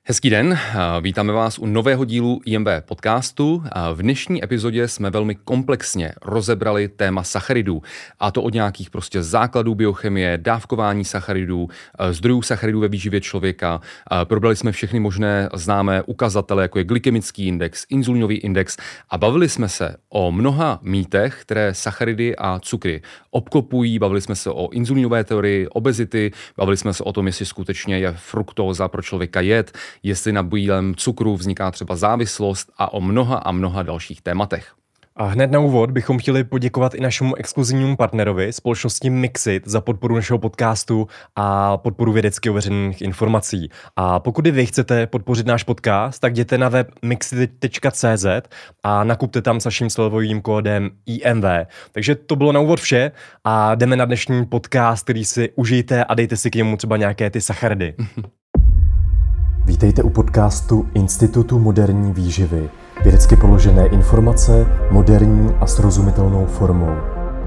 Hezký den, vítáme vás u nového dílu IMB podcastu. V dnešní epizodě jsme velmi komplexně rozebrali téma sacharidů, a to od nějakých prostě základů biochemie, dávkování sacharidů, zdrojů sacharidů ve výživě člověka. Probrali jsme všechny možné známé ukazatele, jako je glykemický index, inzulinový index, a bavili jsme se o mnoha mýtech, které sacharidy a cukry obklopují. Bavili jsme se o inzulinové teorii obezity, bavili jsme se o tom, jestli skutečně je fruktóza pro člověka jed, jestli na bílém cukru vzniká třeba závislost a o mnoha dalších tématech. A hned na úvod bychom chtěli poděkovat i našemu exkluzivnímu partnerovi, společnosti Mixit, za podporu našeho podcastu a podporu vědecky ověřených informací. A pokud i vy chcete podpořit náš podcast, tak jděte na web mixit.cz a nakupte tam s naším slevovým kódem IMV. Takže to bylo na úvod vše a jdeme na dnešní podcast, který si užijte a dejte si k němu třeba nějaké ty sacharidy. Vítejte u podcastu Institutu moderní výživy. Vědecky položené informace moderní a srozumitelnou formou.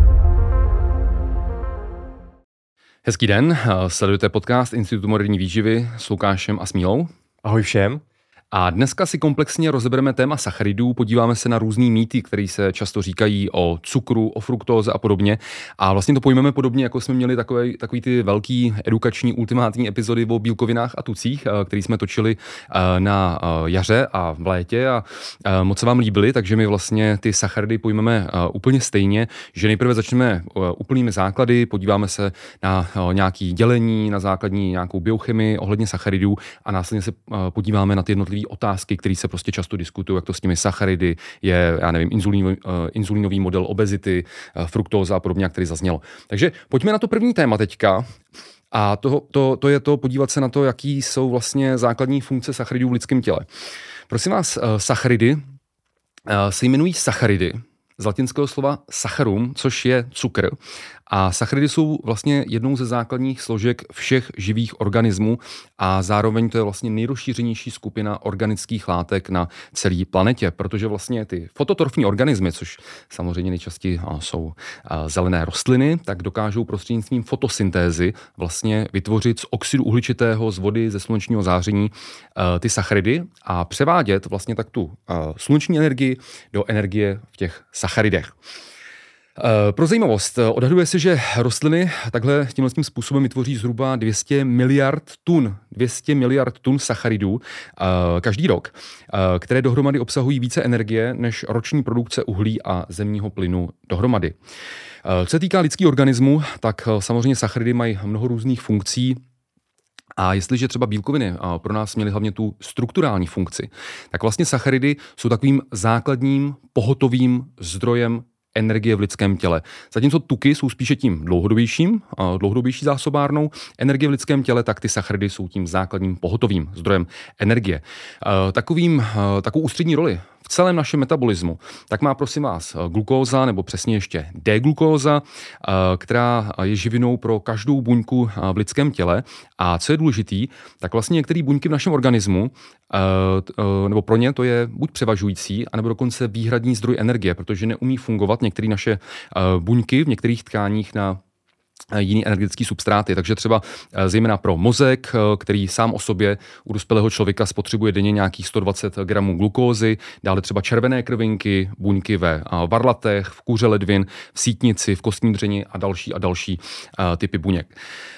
Hezký den, sledujete podcast Institutu moderní výživy s Lukášem a s Mílou. Ahoj všem. A dneska si komplexně rozebereme téma sacharidů, podíváme se na různý mýty, které se často říkají o cukru, o fruktóze a podobně. A vlastně to pojmeme podobně, jako jsme měli takový ty velký edukační ultimátní epizody o bílkovinách a tucích, který jsme točili na jaře a v létě a moc se vám líbily, takže my vlastně ty sacharidy pojmeme úplně stejně, že nejprve začneme úplnými základy, podíváme se na nějaké dělení, na základní nějakou biochemii ohledně sacharidů a následně se podíváme na ty jednotlivé otázky, které se prostě často diskutují, jak to s těmi sacharidy je, já nevím, inzulinový model obezity, fruktóza a podobně, jak tady zaznělo. Takže pojďme na to první téma teďka. A to je to podívat se na to, jaký jsou vlastně základní funkce sacharidů v lidském těle. Prosím vás, sacharidy se jmenují sacharidy z latinského slova sacharum, což je cukr. A sacharidy jsou vlastně jednou ze základních složek všech živých organismů a zároveň to je vlastně nejrozšířenější skupina organických látek na celé planetě, protože vlastně ty fototrofní organismy, což samozřejmě nejčastěji jsou zelené rostliny, tak dokážou prostřednictvím fotosyntézy vlastně vytvořit z oxidu uhličitého, z vody, ze slunečního záření ty sacharidy a převádět vlastně tak tu sluneční energii do energie v těch sacharidech. Pro zajímavost, odhaduje se, že rostliny takhle tímhle způsobem vytvoří zhruba 200 miliard tun sacharidů každý rok, které dohromady obsahují více energie než roční produkce uhlí a zemního plynu dohromady. Co se týká lidských organismů, tak samozřejmě sacharidy mají mnoho různých funkcí. A jestliže třeba bílkoviny pro nás měly hlavně tu strukturální funkci, tak vlastně sacharidy jsou takovým základním pohotovým zdrojem energie v lidském těle. Zatímco tuky jsou spíše tím dlouhodobější zásobárnou energie v lidském těle, tak ty sacharidy jsou tím základním pohotovým zdrojem energie. Takovou ústřední roli v celém našem metabolismu, tak má prosím vás glukóza, nebo přesně ještě D-glukóza, která je živinou pro každou buňku v lidském těle. A co je důležitý, tak vlastně některé buňky v našem organismu, nebo pro ně to je buď převažující, anebo dokonce výhradní zdroj energie, protože neumí fungovat některé naše buňky v některých tkáních na jiný energetický substráty. Takže třeba zejména pro mozek, který sám o sobě u dospělého člověka spotřebuje denně nějakých 120 gramů glukózy, dále třeba červené krvinky, buňky ve varlatech, v kůře ledvin, v sítnici, v kostní dřeni a další typy buněk.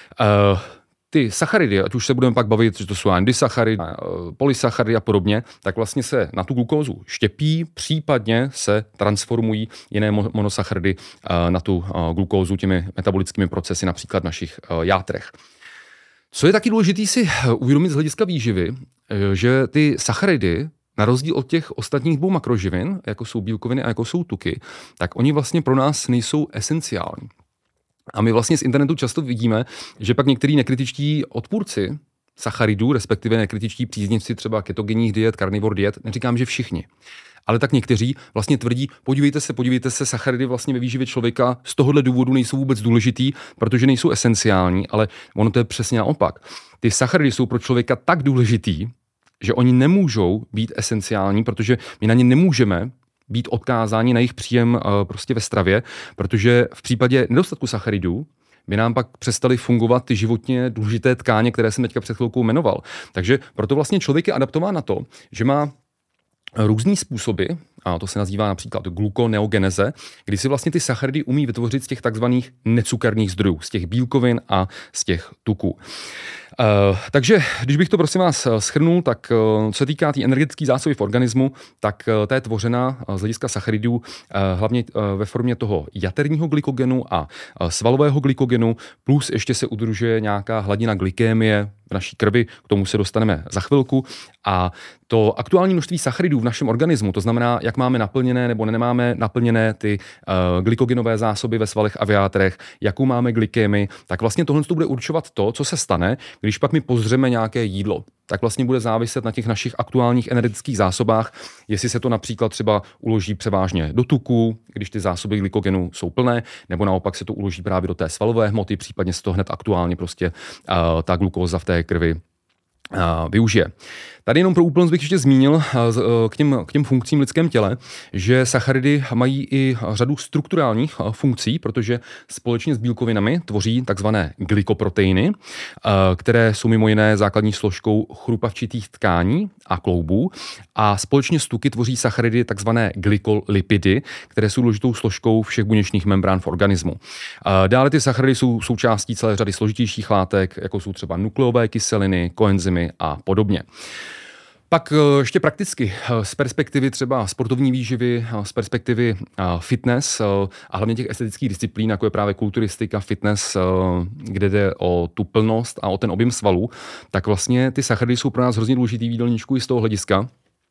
Ty sacharidy, ať už se budeme pak bavit, že to jsou disacharidy, polysacharidy a podobně, tak vlastně se na tu glukózu štěpí, případně se transformují jiné monosacharidy na tu glukózu těmi metabolickými procesy, například v našich játrech. Co je taky důležité si uvědomit z hlediska výživy, že ty sacharidy, na rozdíl od těch ostatních dvou makroživin, jako jsou bílkoviny a jako jsou tuky, tak oni vlastně pro nás nejsou esenciální. A my vlastně z internetu často vidíme, že pak některý nekritičtí odpůrci sacharidů, respektive nekritičtí příznivci třeba ketogenních diet, carnivore diet, neříkám, že všichni, ale tak někteří vlastně tvrdí, podívejte se, sacharidy vlastně ve výživě člověka z tohohle důvodu nejsou vůbec důležitý, protože nejsou esenciální, ale ono to je přesně naopak. Ty sacharidy jsou pro člověka tak důležitý, že oni nemůžou být esenciální, protože my na ně nemůžeme být odkázáni na jejich příjem prostě ve stravě, protože v případě nedostatku sacharidů by nám pak přestaly fungovat ty životně důležité tkáně, které jsem teďka před chvilkou jmenoval. Takže proto vlastně člověk je adaptován na to, že má různý způsoby, a to se nazývá například glukoneogeneze, kdy si vlastně ty sacharidy umí vytvořit z těch takzvaných necukerných zdrojů, z těch bílkovin a z těch tuků. Takže když bych to prosím vás shrnul, tak co se týká té energetické zásoby v organismu, tak ta je tvořena z hlediska sacharidů hlavně ve formě toho jaterního glykogenu a svalového glykogenu, plus ještě se udržuje nějaká hladina glykémie v naší krvi, k tomu se dostaneme za chvilku. A to aktuální množství sacharidů v našem organismu, to znamená, jak máme naplněné nebo nemáme naplněné ty glykogenové zásoby ve svalech a v játrech, jakou máme glykémii, tak vlastně tohle bude určovat to, co se stane, když pak my pozřeme nějaké jídlo. Tak vlastně bude záviset na těch našich aktuálních energetických zásobách, jestli se to například třeba uloží převážně do tuku, když ty zásoby glykogenu jsou plné, nebo naopak se to uloží právě do té svalové hmoty, případně se to hned aktuálně prostě ta glukóza v té krvi využije. Tady jenom pro úplnost bych ještě zmínil k těm funkcím v lidském těle, že sacharidy mají i řadu strukturálních funkcí, protože společně s bílkovinami tvoří takzvané glykoproteiny, které jsou mimo jiné základní složkou chrupavčitých tkání a kloubů, a společně s tuky tvoří sacharidy takzvané glykolipidy, které jsou důležitou složkou všech buněčných membrán v organismu. Dále ty sacharidy jsou součástí celé řady složitějších látek, jako jsou třeba nukleové kyseliny, koenzymy a podobně. Pak ještě prakticky z perspektivy třeba sportovní výživy, z perspektivy fitness a hlavně těch estetických disciplín, jako je právě kulturistika, fitness, kde jde o tu plnost a o ten objem svalů, tak vlastně ty sacharidy jsou pro nás hrozně důležitý v jídelníčku i z toho hlediska,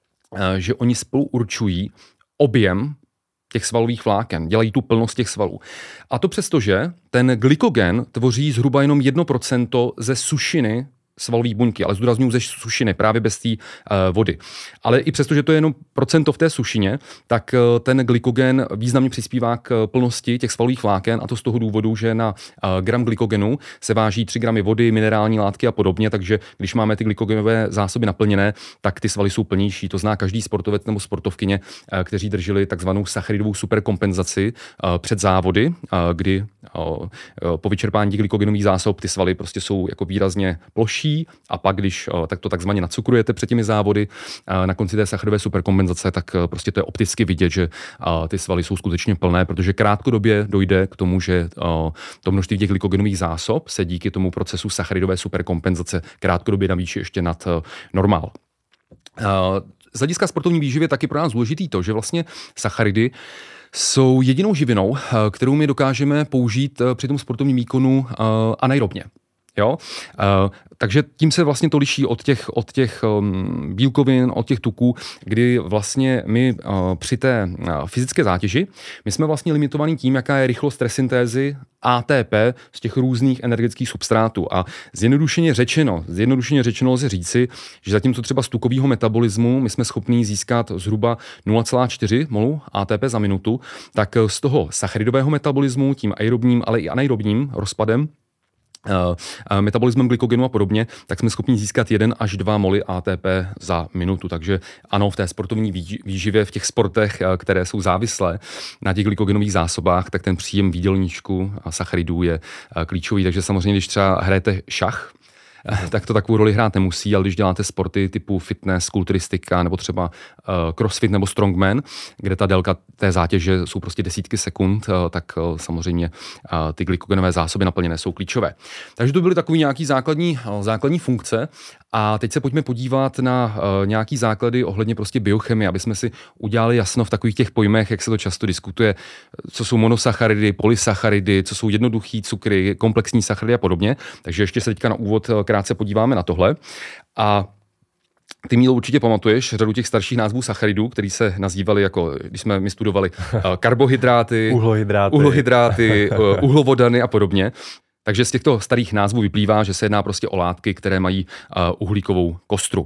že oni spolu určují objem těch svalových vláken, dělají tu plnost těch svalů. A to přesto, že ten glykogen tvoří zhruba jenom 1% ze sušiny svalové buňky, ale zdůrazňuji ze sušiny, právě bez té vody. Ale i přesto, že to je jenom procento v té sušině, tak ten glykogen významně přispívá k plnosti těch svalových vláken, a to z toho důvodu, že na gram glykogenu se váží 3 gramy vody, minerální látky a podobně, takže když máme ty glykogenové zásoby naplněné, tak ty svaly jsou plnější. To zná každý sportovec nebo sportovkyně, kteří drželi takzvanou sacharidovou superkompenzaci před závody, kdy po vyčerpání glykogenových zásob ty svaly prostě jsou jako výrazně ploší, a pak, když tak to takzvaně nacukrujete před těmi závody na konci té sacharidové superkompenzace, tak prostě to je opticky vidět, že ty svaly jsou skutečně plné, protože krátkodobě dojde k tomu, že to množství těch glykogenových zásob se díky tomu procesu sacharidové superkompenzace krátkodobě navýší ještě nad normál. Z hlediska sportovní výživy je taky pro nás důležitý to, že vlastně sacharidy jsou jedinou živinou, kterou my dokážeme použít při tom sportovním výkonu anaerobně. Jo? Takže tím se vlastně to liší od těch bílkovin, od těch tuků, kdy vlastně my při té fyzické zátěži, my jsme vlastně limitovaní tím, jaká je rychlost resyntézy ATP z těch různých energetických substrátů. A zjednodušeně řečeno lze říci, že zatímco třeba z tukového metabolismu my jsme schopní získat zhruba 0,4 molu ATP za minutu, tak z toho sacharidového metabolismu, tím aerobním, ale i anaerobním rozpadem, metabolismem glykogenu a podobně, tak jsme schopni získat 1 až 2 moly ATP za minutu. Takže ano, v té sportovní výživě, v těch sportech, které jsou závislé na těch glykogenových zásobách, tak ten příjem v jídelníčku a sacharidů je klíčový. Takže samozřejmě, když třeba hrajete šach, tak to takovou roli hrát nemusí, ale když děláte sporty typu fitness, kulturistika nebo třeba crossfit nebo strongman, kde ta délka té zátěže jsou prostě desítky sekund, tak samozřejmě ty glykogenové zásoby naplněné jsou klíčové. Takže to byly takové nějaký základní funkce. A teď se pojďme podívat na nějaký základy ohledně prostě biochemie, aby jsme si udělali jasno v takových těch pojmech, jak se to často diskutuje, co jsou monosacharidy, polysacharidy, co jsou jednoduchý cukry, komplexní sacharidy a podobně. Takže ještě se teďka na úvod krátce podíváme na tohle. A ty, Mílo, určitě pamatuješ řadu těch starších názvů sacharidů, který se nazývali jako, když jsme my studovali, karbohydráty, uhlohydráty, uhlovodany a podobně. Takže z těchto starých názvů vyplývá, že se jedná prostě o látky, které mají uhlíkovou kostru.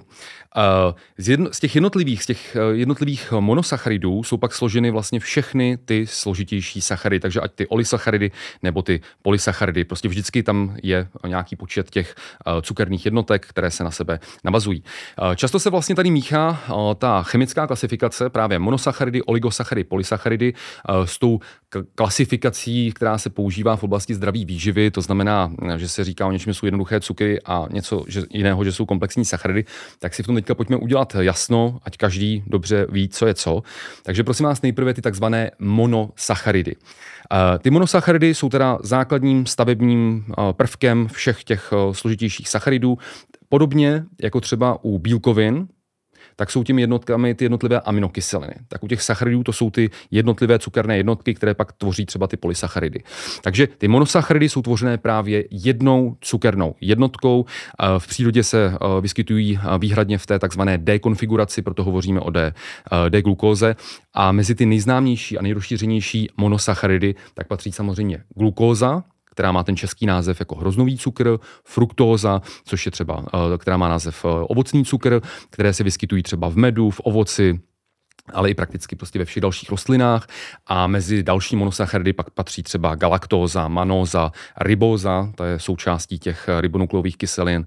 Z těch jednotlivých monosacharidů jsou pak složeny vlastně všechny ty složitější sacharidy, takže ať ty olysacharidy nebo ty polysacharidy, prostě vždycky tam je nějaký počet těch cukerných jednotek, které se na sebe navazují. Často se vlastně tady míchá ta chemická klasifikace, právě monosacharidy, oligosacharidy, polysacharidy s tou klasifikací, která se používá v oblasti zdraví výživy, to znamená, že se říká o něčem, že jsou jednoduché cukry a něco jiného, že jsou komplexní sacharidy, tak si v tom teďka pojďme udělat jasno, ať každý dobře ví, co je co. Takže prosím vás nejprve ty takzvané monosacharidy. Ty monosacharidy jsou teda základním stavebním prvkem všech těch složitějších sacharidů. Podobně jako třeba u bílkovin, tak jsou těmi jednotkami ty jednotlivé aminokyseliny. Tak u těch sacharidů to jsou ty jednotlivé cukerné jednotky, které pak tvoří třeba ty polysacharidy. Takže ty monosacharidy jsou tvořené právě jednou cukernou jednotkou. V přírodě se vyskytují výhradně v té takzvané D-konfiguraci, proto hovoříme o D-glukóze. A mezi ty nejznámější a nejrozšířenější monosacharidy tak patří samozřejmě glukóza, která má ten český název jako hroznový cukr, fruktóza, což je třeba, která má název ovocný cukr, které se vyskytují třeba v medu, v ovoci, ale i prakticky prostě ve všech dalších rostlinách. A mezi další monosacharidy pak patří třeba galaktóza, manóza, ribóza, to je součástí těch ribonukleových kyselin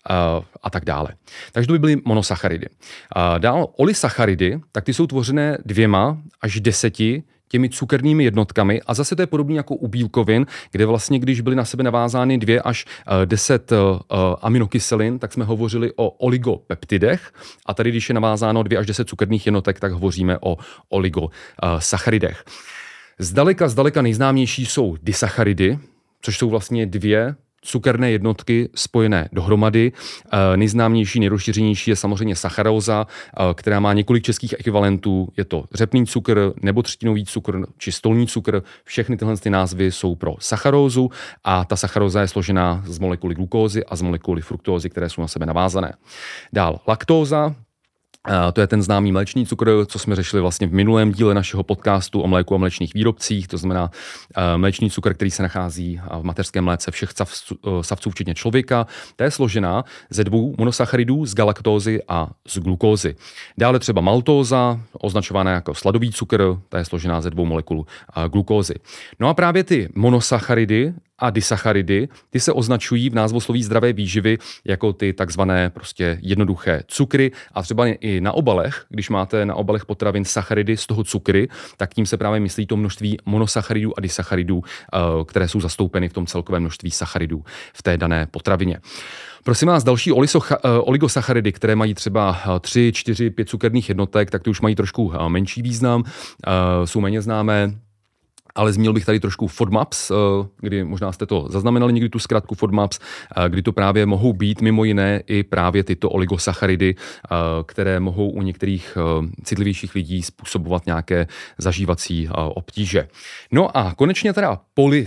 a tak dále. Takže to by byly monosacharidy. Dál olysacharidy, tak ty jsou tvořené 2 až 10 těmi cukernými jednotkami a zase to je podobné jako u bílkovin, kde vlastně, když byly na sebe navázány 2 až 10 aminokyselin, tak jsme hovořili o oligopeptidech a tady, když je navázáno 2 až 10 cukerných jednotek, tak hovoříme o oligosacharidech. Zdaleka nejznámější jsou disacharidy, což jsou vlastně 2 cukerné jednotky spojené dohromady. Nejznámější, nejrozšířenější je samozřejmě sacharóza, která má několik českých ekvivalentů. Je to řepný cukr nebo třtinový cukr či stolní cukr. Všechny tyhle názvy jsou pro sacharózu a ta sacharóza je složená z molekuly glukózy a z molekuly fruktózy, které jsou na sebe navázané. Dál laktóza. To je ten známý mléčný cukr, co jsme řešili vlastně v minulém díle našeho podcastu o mléku a mléčných výrobcích, to znamená mléčný cukr, který se nachází v mateřském mléce všech savců, včetně člověka. Ta je složená ze 2 monosacharidů, z galaktózy a z glukózy. Dále třeba maltóza, označovaná jako sladový cukr, ta je složená ze 2 molekul glukózy. No a právě ty monosacharidy a disacharidy, ty se označují v názvosloví zdravé výživy jako ty takzvané prostě jednoduché cukry a třeba i na obalech, když máte na obalech potravin sacharidy z toho cukry, tak tím se právě myslí to množství monosacharidů a disacharidů, které jsou zastoupeny v tom celkovém množství sacharidů v té dané potravině. Prosím vás, další oligosacharidy, které mají třeba 3, 4, 5 cukerných jednotek, tak ty už mají trošku menší význam, jsou méně známé. Ale zmínil bych tady trošku FODMAPs, kdy možná jste to zaznamenali někdy tu zkratku FODMAPs, kdy to právě mohou být mimo jiné i právě tyto oligosacharidy, které mohou u některých citlivějších lidí způsobovat nějaké zažívací obtíže. No a konečně teda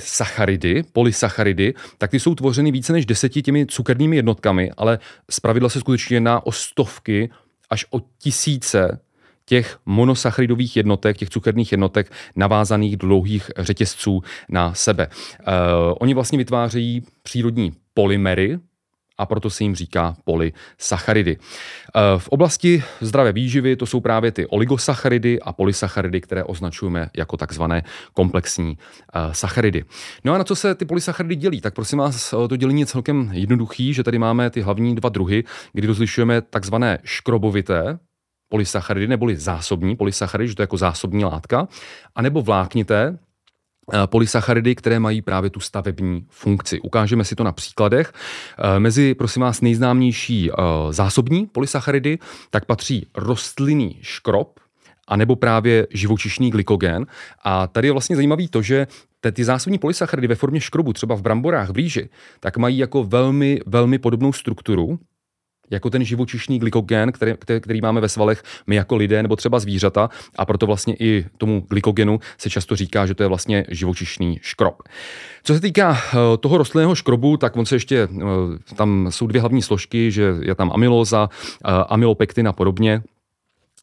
polysacharidy, tak ty jsou tvořeny více než 10 těmi cukernými jednotkami, ale zpravidla se skutečně jedná o stovky až o tisíce těch monosacharidových jednotek, těch cukerných jednotek navázaných do dlouhých řetězců na sebe. Oni vlastně vytvářejí přírodní polymery a proto se jim říká polysacharidy. V oblasti zdravé výživy to jsou právě ty oligosacharidy a polysacharidy, které označujeme jako takzvané komplexní sacharidy. No a na co se ty polysacharidy dělí? Tak prosím vás, to dělení je celkem jednoduchý, že tady máme ty hlavní 2 druhy, kdy rozlišujeme takzvané škrobovité polysacharidy neboli zásobní polysacharidy, že to je jako zásobní látka, anebo vláknité polysacharidy, které mají právě tu stavební funkci. Ukážeme si to na příkladech. Mezi, prosím vás, nejznámější zásobní polysacharidy tak patří rostlinný škrob, anebo právě živočišný glykogen. A tady je vlastně zajímavý to, že ty zásobní polysacharidy ve formě škrobu, třeba v bramborách, v rýži, tak mají jako velmi, velmi podobnou strukturu jako ten živočišný glykogen, který máme ve svalech my jako lidé nebo třeba zvířata a proto vlastně i tomu glykogenu se často říká, že to je vlastně živočišný škrob. Co se týká toho rostlinného škrobu, tak on se ještě, tam jsou 2 hlavní složky, že je tam amylóza, amylopektin a podobně.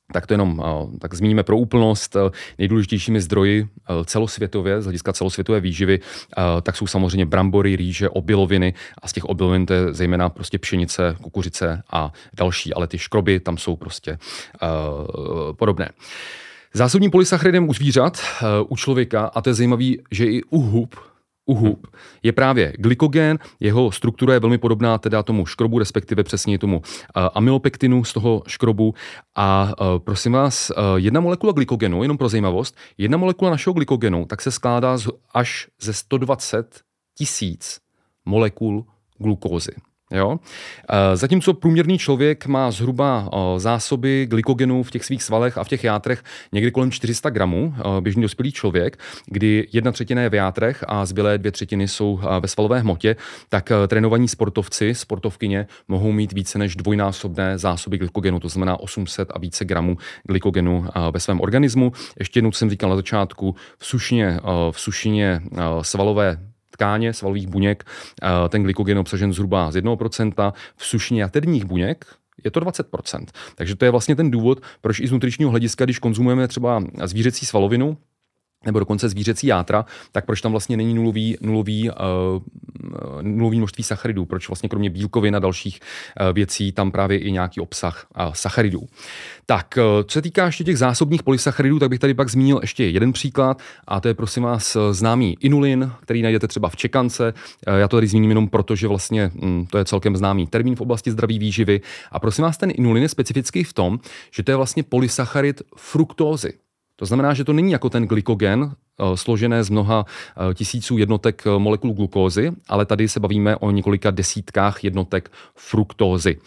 Tak to jenom tak zmíníme pro úplnost. Nejdůležitějšími zdroji celosvětově, z hlediska celosvětové výživy, tak jsou samozřejmě brambory, rýže, obiloviny a z těch obilovin to je zejména prostě pšenice, kukuřice a další, ale ty škroby tam jsou prostě podobné. Zásobním polysacharidem u zvířat, u člověka, a to je zajímavý, že i u hub je právě glykogen, jeho struktura je velmi podobná teda tomu škrobu, respektive přesně tomu amylopektinu z toho škrobu. A prosím vás, jedna molekula glykogenu, jenom pro zajímavost, jedna molekula našeho glykogenu tak se skládá až ze 120 000 molekul glukózy. Jo? Zatímco průměrný člověk má zhruba zásoby glykogenu v těch svých svalech a v těch játrech někdy kolem 400 gramů, běžný dospělý člověk, kdy 1/3 je v játrech a zbylé 2/3 jsou ve svalové hmotě, tak trénovaní sportovci, sportovkyně mohou mít více než dvojnásobné zásoby glykogenu, to znamená 800 a více gramů glykogenu ve svém organismu. Ještě jednou, co jsem říkal na začátku, v sušině svalové tkáně, svalových buněk, ten glykogen je obsažen zhruba z 1%, v sušině jaterních buněk je to 20%. Takže to je vlastně ten důvod, proč i z nutričního hlediska, když konzumujeme třeba zvířecí svalovinu, nebo dokonce zvířecí játra, tak proč tam vlastně není nulový množství sacharidů, proč vlastně kromě bílkovin a dalších věcí tam právě i nějaký obsah sacharidů. Tak, co se týká ještě těch zásobních polysacharidů, tak bych tady pak zmínil ještě jeden příklad a to je prosím vás známý inulin, který najdete třeba v čekance. Já to tady zmíním jenom proto, že vlastně to je celkem známý termín v oblasti zdraví výživy a prosím vás, ten inulin je specifický v tom, že to je vlastně polysacharid fruktózy. To znamená, že to není jako ten glykogen, složené z mnoha tisíců jednotek molekul glukózy, ale tady se bavíme o několika desítkách jednotek fruktózy.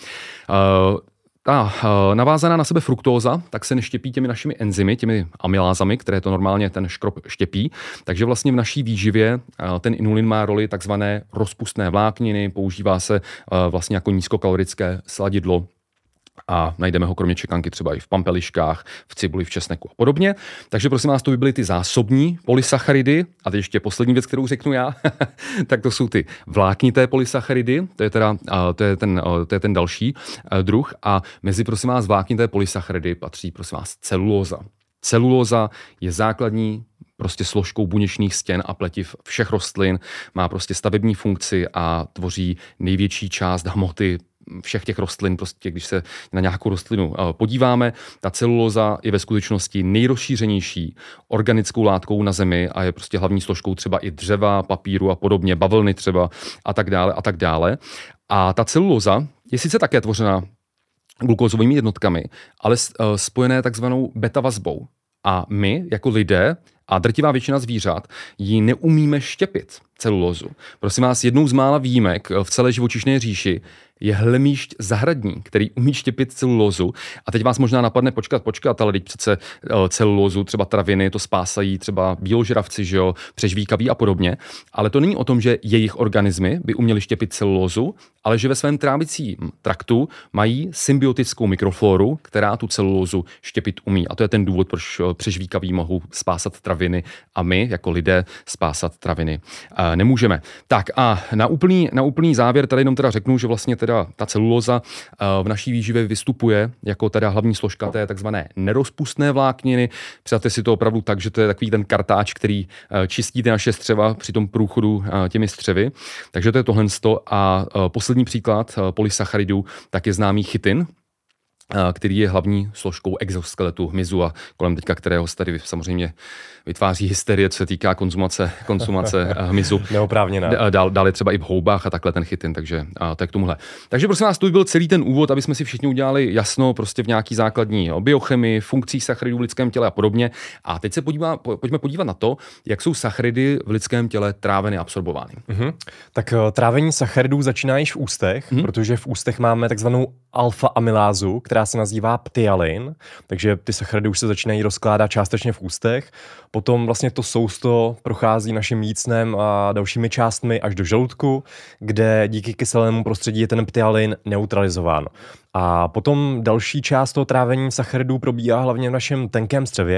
Ta navázaná na sebe fruktóza, tak se neštěpí těmi našimi enzymy, těmi amylázami, které to normálně ten škrob štěpí. Takže vlastně v naší výživě ten inulin má roli takzvané rozpustné vlákniny, používá se vlastně jako nízkokalorické sladidlo. A najdeme ho kromě čekanky třeba i v pampeliškách, v cibuli, v česneku a podobně. Takže prosím vás, to by byly ty zásobní polysacharidy. A teď ještě poslední věc, kterou řeknu já, tak to jsou ty vláknité polysacharidy, to je ten další druh. A mezi prosím vás vláknité polysacharidy patří prosím vás celulóza. Celulóza je základní prostě složkou buněčných stěn a pletiv všech rostlin, má prostě stavební funkci a tvoří největší část hmoty všech těch rostlin, prostě když se na nějakou rostlinu podíváme, ta celulóza je ve skutečnosti nejrozšířenější organickou látkou na Zemi a je prostě hlavní složkou třeba i dřeva, papíru a podobně, bavlny třeba a tak dále a tak dále. A ta celulóza je sice také tvořena glukózovými jednotkami, ale spojené takzvanou beta vazbou. A my jako lidé a drtivá většina zvířat ji neumíme štěpit, celulózu. Prosím vás, jednou z mála výjimek v celé živočišné říši je hlemýšť zahradní, který umí štěpit celulózu. A teď vás možná napadne počkat, ale teď přece celulózu, třeba traviny, to spásají třeba bíložravci, že jo, přežvíkaví a podobně. Ale to není o tom, že jejich organismy by uměly štěpit celulózu, ale že ve svém trávicím traktu mají symbiotickou mikroflóru, která tu celulózu štěpit umí. A to je ten důvod, proč přežvíkaví mohou spásat traviny a my, jako lidé, spásat traviny nemůžeme. Tak a na úplný závěr tady jenom teda řeknu, že vlastně teda ta celulóza v naší výživě vystupuje jako teda hlavní složka té takzvané nerozpustné vlákniny. Představte si to opravdu tak, že to je takový ten kartáč, který čistí ty naše střeva při tom průchodu těmi střevy. Takže to je tohle a poslední příklad polysacharidů, tak je známý chitin, který je hlavní složkou exoskeletu hmyzu a kolem teďka kterého se tady samozřejmě vytváří hysterie, co se týká konzumace hmyzu. Neoprávněná. Dále třeba i v houbách a takhle ten chitin, takže to je k tomuhle. Takže prosím vás, to by byl celý ten úvod, aby jsme si všichni udělali jasno prostě v nějaký základní biochemii, funkcí sacharidů v lidském těle a podobně. A teď se pojďme podívat na to, jak jsou sacharidy v lidském těle tráveny a absorbovány. Tak trávení sacharidů začíná již v ústech, protože v ústech máme takzvanou alfa-amylázu, která se nazývá ptyalin, takže ty sacharidy už se začínají rozkládat částečně v ústech. Potom vlastně to sousto prochází naším jícnem a dalšími částmi až do žaludku, kde díky kyselému prostředí je ten ptyalin neutralizován. A potom další část toho trávení sacharidů probíhá hlavně v našem tenkém střevě,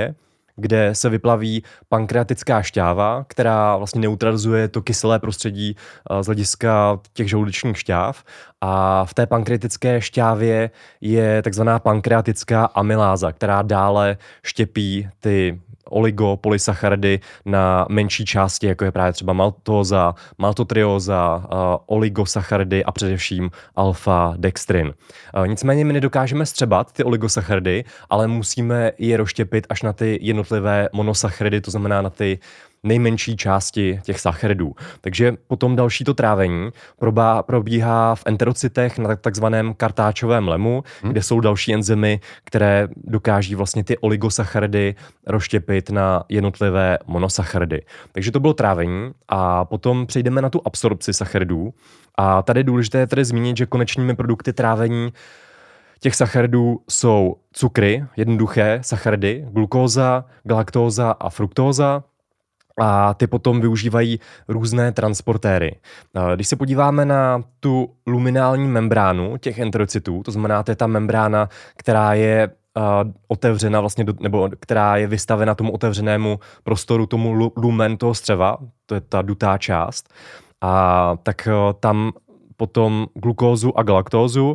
kde se vyplaví pankreatická šťáva, která vlastně neutralizuje to kyselé prostředí z hlediska těch žaludečních šťáv. A v té pankreatické šťávě je takzvaná pankreatická amyláza, která dále štěpí ty oligopolysacharidy na menší části, jako je právě třeba maltóza, maltotrióza, oligosacharidy a především alfa-dextrin. Nicméně my nedokážeme střebat ty oligosacharidy, ale musíme je rozštěpit až na ty jednotlivé monosacharidy, to znamená na ty nejmenší části těch sacharidů. Takže potom další to trávení probíhá v enterocytech na takzvaném kartáčovém lemu, kde jsou další enzymy, které dokáží vlastně ty oligosacharidy rozštěpit na jednotlivé monosacharidy. Takže to bylo trávení a potom přejdeme na tu absorpci sacharidů. A tady je důležité tedy zmínit, že konečnými produkty trávení těch sacharidů jsou cukry, jednoduché sacharidy, glukóza, galaktóza a fruktóza. A ty potom využívají různé transportéry. Když se podíváme na tu luminální membránu těch enterocytů, to znamená, to je ta membrána, která je otevřena vlastně, nebo která je vystavena tomu otevřenému prostoru, tomu lumen toho střeva, to je ta dutá část, a tak tam potom glukózu a galaktózu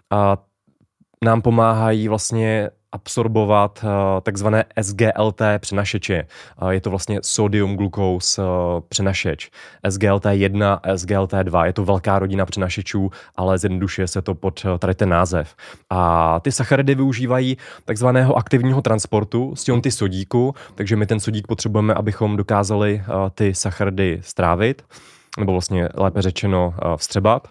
nám pomáhají vlastně absorbovat takzvané SGLT přenašeče. Je to vlastně sodium glucose přenašeč. SGLT1 a SGLT2. Je to velká rodina přenašečů, ale zjednodušuje se to pod tady ten název. A ty sacharidy využívají takzvaného aktivního transportu z ionty sodíku, takže my ten sodík potřebujeme, abychom dokázali ty sacharidy strávit, nebo vlastně lépe řečeno vstřebat.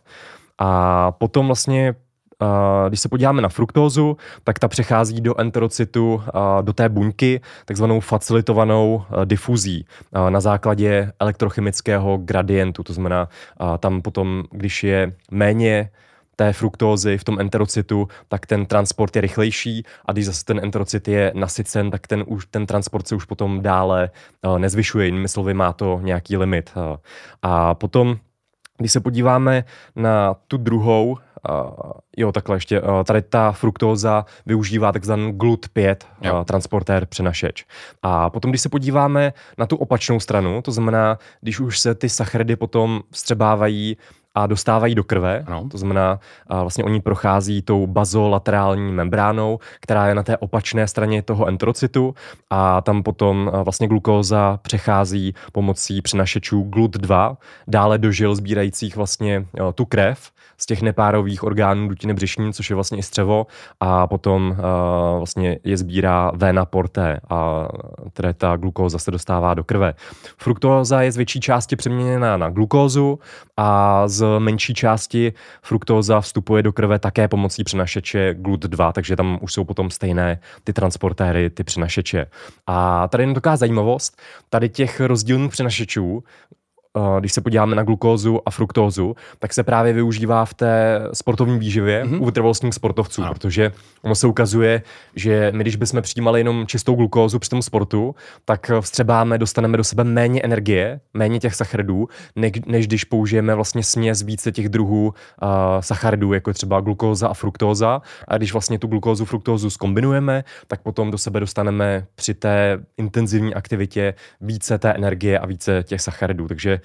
A potom vlastně když se podíváme na fruktózu, tak ta přechází do enterocytu, do té buňky, takzvanou facilitovanou difuzí na základě elektrochemického gradientu. To znamená, tam potom, když je méně té fruktózy v tom enterocytu, tak ten transport je rychlejší a když zase ten enterocyt je nasycen, tak ten transport se už potom dále nezvyšuje. Jinými slovy, má to nějaký limit. A potom, když se podíváme na tu druhou, takhle ještě, tady ta fruktóza využívá takzvaný GLUT5 transportér přenašeč. A potom, když se podíváme na tu opačnou stranu, to znamená, když už se ty sacharidy potom vstřebávají a dostávají do krve, to znamená, vlastně oni prochází tou bazolaterální membránou, která je na té opačné straně toho enterocytu a tam potom vlastně glukóza přechází pomocí přenašečů GLUT2 dále do žil sbírajících vlastně tu krev z těch nepárových orgánů dutiny břišní, což je vlastně i střevo, a potom vlastně je sbírá vena portae a teda ta glukóza se dostává do krve. Fruktóza je z větší části přeměněná na glukózu a z menší části fruktóza vstupuje do krve také pomocí přenašeče GLUT2, takže tam už jsou potom stejné ty transportéry, ty přenašeče. A tady je taková zajímavost, tady těch rozdílných přenašečů, když se podíváme na glukózu a fruktózu, tak se právě využívá v té sportovní výživě u vytrvalostních sportovců, protože ono se ukazuje, že my, když bychom přijímali jenom čistou glukózu při tom sportu, tak vstřebáme, dostaneme do sebe méně energie, méně těch sacharidů, než když použijeme vlastně směs více těch druhů sacharidů, jako je třeba glukóza a fruktóza. A když vlastně tu glukózu, fruktózu zkombinujeme, tak potom do sebe dostaneme při té intenzivní aktivitě více té energie a více těch sacharidů. Takže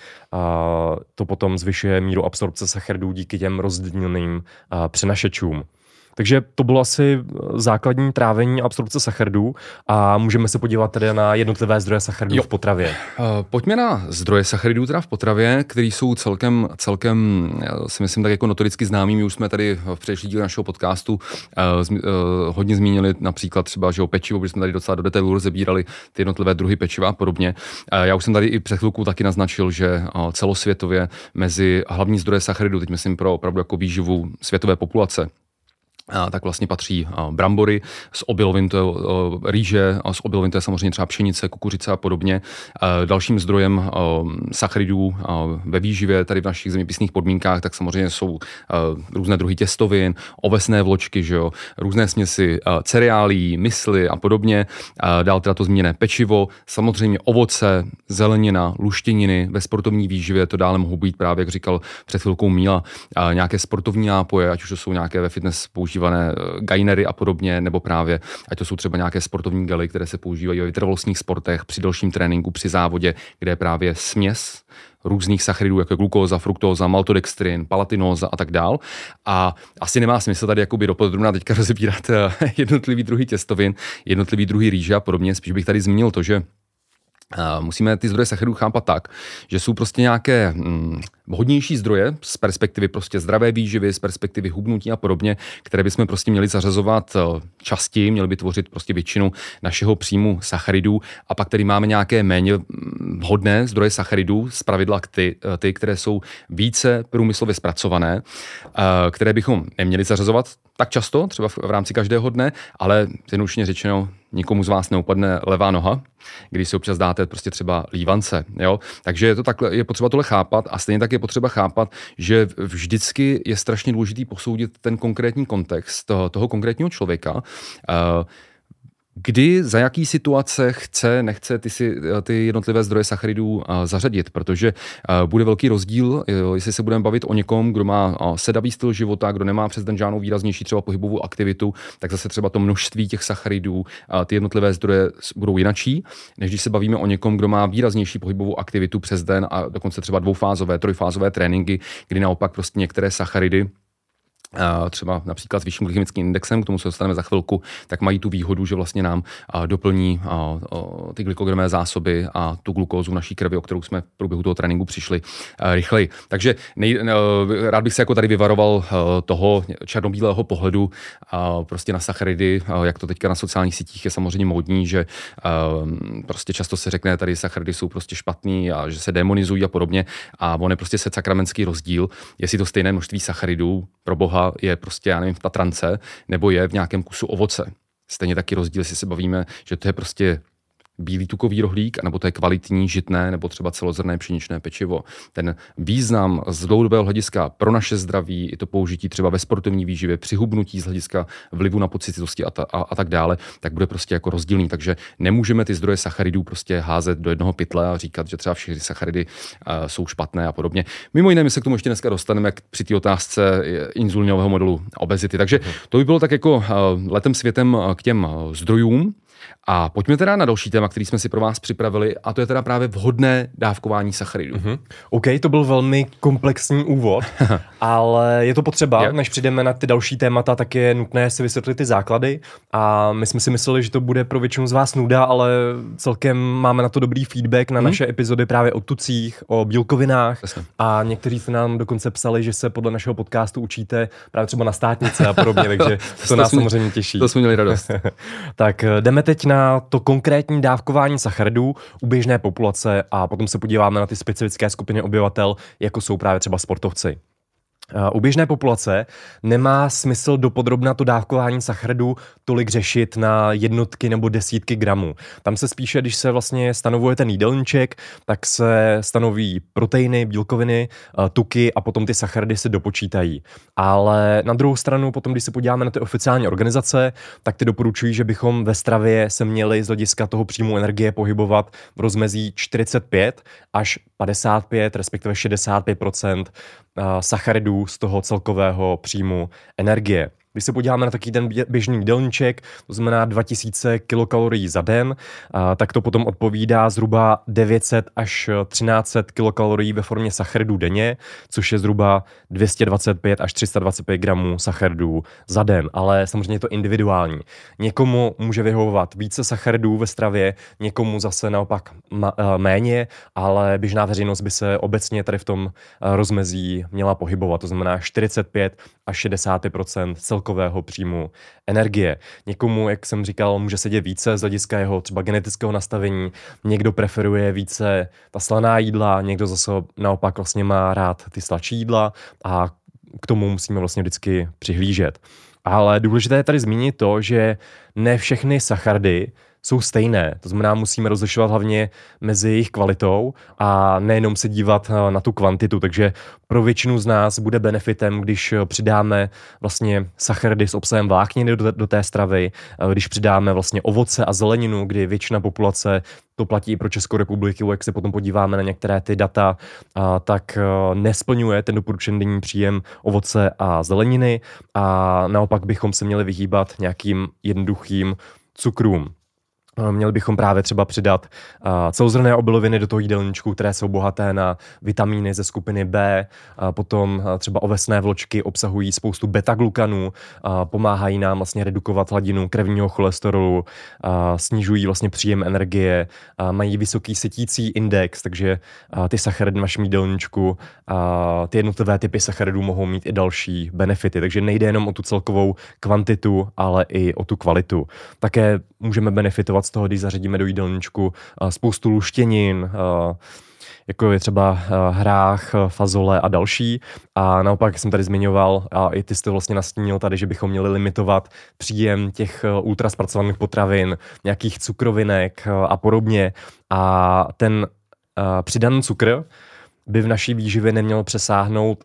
to potom zvyšuje míru absorpce sacharidů díky těm rozdílným přenašečům. Takže to bylo asi základní trávení absorpce sacharidů a můžeme se podívat tedy na jednotlivé zdroje sacharidů v potravě. Pojďme na zdroje sacharidů teda v potravě, které jsou celkem si myslím tak jako notoricky známými. Už jsme tady v předešlý díle našeho podcastu hodně zmínili například třeba, že pečivo, protože jsme tady docela do detailu rozebírali ty jednotlivé druhy pečiva a podobně. Já už jsem tady i před chvilkou taky naznačil, že celosvětově mezi hlavní zdroje sacharidů, teď myslím pro opravdu jako výživu světové populace, tak vlastně patří brambory, z obilovin to je rýže, a z obilovin to je samozřejmě třeba pšenice, kukuřice a podobně. Dalším zdrojem sacharidů ve výživě tady v našich zeměpisných podmínkách tak samozřejmě jsou různé druhy těstovin, ovesné vločky, že jo, různé směsi cereálí, mysli a podobně. Dál teda to zmíněné pečivo, samozřejmě ovoce, zelenina, luštěniny. Ve sportovní výživě to dále mohou být právě, jak říkal před chvilkou Míla, nějaké sportovní nápoje, ať už to jsou nějaké ve fitness používané používané gainery a podobně, nebo právě, ať to jsou třeba nějaké sportovní gely, které se používají ve vytrvalostních sportech, při dalším tréninku, při závodě, kde je právě směs různých sacharidů, jako je glukóza, fruktóza, maltodextrin, palatinóza a tak dál. A asi nemá smysl tady jakoby dopodrobna teďka rozebírat jednotlivý druhy těstovin, jednotlivý druhy rýže a podobně. Spíš bych tady zmínil to, že musíme ty zdroje sacharidů chápat tak, že jsou prostě nějaké vhodnější zdroje z perspektivy prostě zdravé výživy, z perspektivy hubnutí a podobně, které bychom prostě měli zařazovat častěji, měli by tvořit prostě většinu našeho příjmu sacharidů, a pak tady máme nějaké méně vhodné zdroje sacharidů, zpravidla ty, které jsou více průmyslově zpracované, které bychom neměli zařazovat tak často, třeba v rámci každého dne, ale zjednodušeně řečeno, nikomu z vás neupadne levá noha, když si občas dáte prostě třeba lívance, jo? Takže je potřeba tohle chápat, a stejně tak je potřeba chápat, že vždycky je strašně důležitý posoudit ten konkrétní kontext toho konkrétního člověka, kdy, za jaký situace nechce ty jednotlivé zdroje sacharidů zařadit, protože bude velký rozdíl, jestli se budeme bavit o někom, kdo má sedavý styl života, kdo nemá přes den žádnou výraznější třeba pohybovou aktivitu, tak zase třeba to množství těch sacharidů, ty jednotlivé zdroje budou jinačí, než když se bavíme o někom, kdo má výraznější pohybovou aktivitu přes den a dokonce třeba dvoufázové, trojfázové tréninky, kdy naopak prostě některé sacharidy, třeba například s vyšším glykemickým indexem, k tomu se dostaneme za chvilku, tak mají tu výhodu, že vlastně nám doplní ty glykogenové zásoby a tu glukózu v naší krvi, o kterou jsme v průběhu toho tréninku přišli rychleji. Takže rád bych se jako tady vyvaroval toho černobílého pohledu prostě na sacharidy, jak to teďka na sociálních sítích je samozřejmě módní, že prostě často se řekne, tady sacharidy jsou prostě špatný a že se demonizují a podobně, a on je prostě sakramentský rozdíl, jestli to stejné množství sacharidů pro boha je prostě, já nevím, v Tatrance, nebo je v nějakém kusu ovoce. Stejně taky rozdíl, jestli se bavíme, že to je prostě bílý tukový rohlík, nebo to je kvalitní žitné, nebo třeba celozrnné pšeničné pečivo. Ten význam z dlouhodobého hlediska pro naše zdraví, i to použití třeba ve sportovní výživě, při hubnutí z hlediska vlivu na pocititosti a tak dále, tak bude prostě jako rozdílný. Takže nemůžeme ty zdroje sacharidů prostě házet do jednoho pytle a říkat, že třeba všechny sacharidy jsou špatné a podobně. Mimo jiné, my se k tomu ještě dneska dostaneme při té otázce inzulinového modelu obezity. Takže to by bylo tak jako letem světem k těm zdrojům. A pojďme teda na další téma, který jsme si pro vás připravili, a to je teda právě vhodné dávkování sacharidů. OK, to byl velmi komplexní úvod, ale je to potřeba, než přijdeme na ty další témata, tak je nutné si vysvětlit ty základy, a my jsme si mysleli, že to bude pro většinu z vás nuda, ale celkem máme na to dobrý feedback na naše epizody právě o tucích, o bílkovinách. Jasně. A někteří se nám dokonce psali, že se podle našeho podcastu učíte právě třeba na státnice a podobně, takže to nás samozřejmě těší. To jsme měli radost. Tak jdeme teď na to konkrétní dávkování sacharidů u běžné populace a potom se podíváme na ty specifické skupiny obyvatel, jako jsou právě třeba sportovci. U běžné populace nemá smysl dopodrobna to dávkování sacharidů tolik řešit na jednotky nebo desítky gramů. Tam se spíše, když se vlastně stanovuje ten jídelníček, tak se stanoví proteiny, bílkoviny, tuky a potom ty sacharidy se dopočítají. Ale na druhou stranu potom, když se podíváme na ty oficiální organizace, tak ty doporučují, že bychom ve stravě se měli z hlediska toho příjmu energie pohybovat v rozmezí 45 až 55, respektive 65% sacharidů z toho celkového příjmu energie. Když se podíváme na takový ten běžný jídelníček, to znamená 2000 kilokalorií za den, tak to potom odpovídá zhruba 900 až 1300 kilokalorií ve formě sacharidů denně, což je zhruba 225 až 325 gramů sacharidů za den, ale samozřejmě je to individuální. Někomu může vyhovovat více sacharidů ve stravě, někomu zase naopak méně, ale běžná veřejnost by se obecně tady v tom rozmezí měla pohybovat, to znamená 45 až 60% celkového příjmu energie. Někomu, jak jsem říkal, může sedět více z hlediska jeho třeba genetického nastavení, někdo preferuje více ta slaná jídla, někdo zase naopak vlastně má rád ty sladší jídla a k tomu musíme vlastně vždycky přihlížet. Ale důležité je tady zmínit to, že ne všechny sacharidy jsou stejné. To znamená, musíme rozlišovat hlavně mezi jejich kvalitou a nejenom se dívat na tu kvantitu. Takže pro většinu z nás bude benefitem, když přidáme vlastně sacharidy s obsahem vlákniny do té stravy, když přidáme vlastně ovoce a zeleninu, kdy většina populace, to platí i pro Českou republiku, jak se potom podíváme na některé ty data, tak nesplňuje ten doporučený denní příjem ovoce a zeleniny a naopak bychom se měli vyhýbat nějakým jednoduchým cukrům. Měli bychom právě třeba přidat celozrnné obiloviny do toho jídelníčku, které jsou bohaté na vitamíny ze skupiny B, potom třeba ovesné vločky obsahují spoustu beta-glukanů, pomáhají nám vlastně redukovat hladinu krevního cholesterolu, snižují vlastně příjem energie, mají vysoký sytící index, takže ty sacharidy v našem jídelníčku, ty jednotlivé typy sacharidů mohou mít i další benefity, takže nejde jenom o tu celkovou kvantitu, ale i o tu kvalitu. Také můžeme benefitovat z toho, když zařadíme do jídelníčku spoustu luštěnin, jako je třeba hrách, fazole a další. A naopak, jak jsem tady zmiňoval, a i ty jsi to vlastně nastínil tady, že bychom měli limitovat příjem těch ultraspracovaných potravin, nějakých cukrovinek a podobně. A ten přidaný cukr by v naší výživě neměl přesáhnout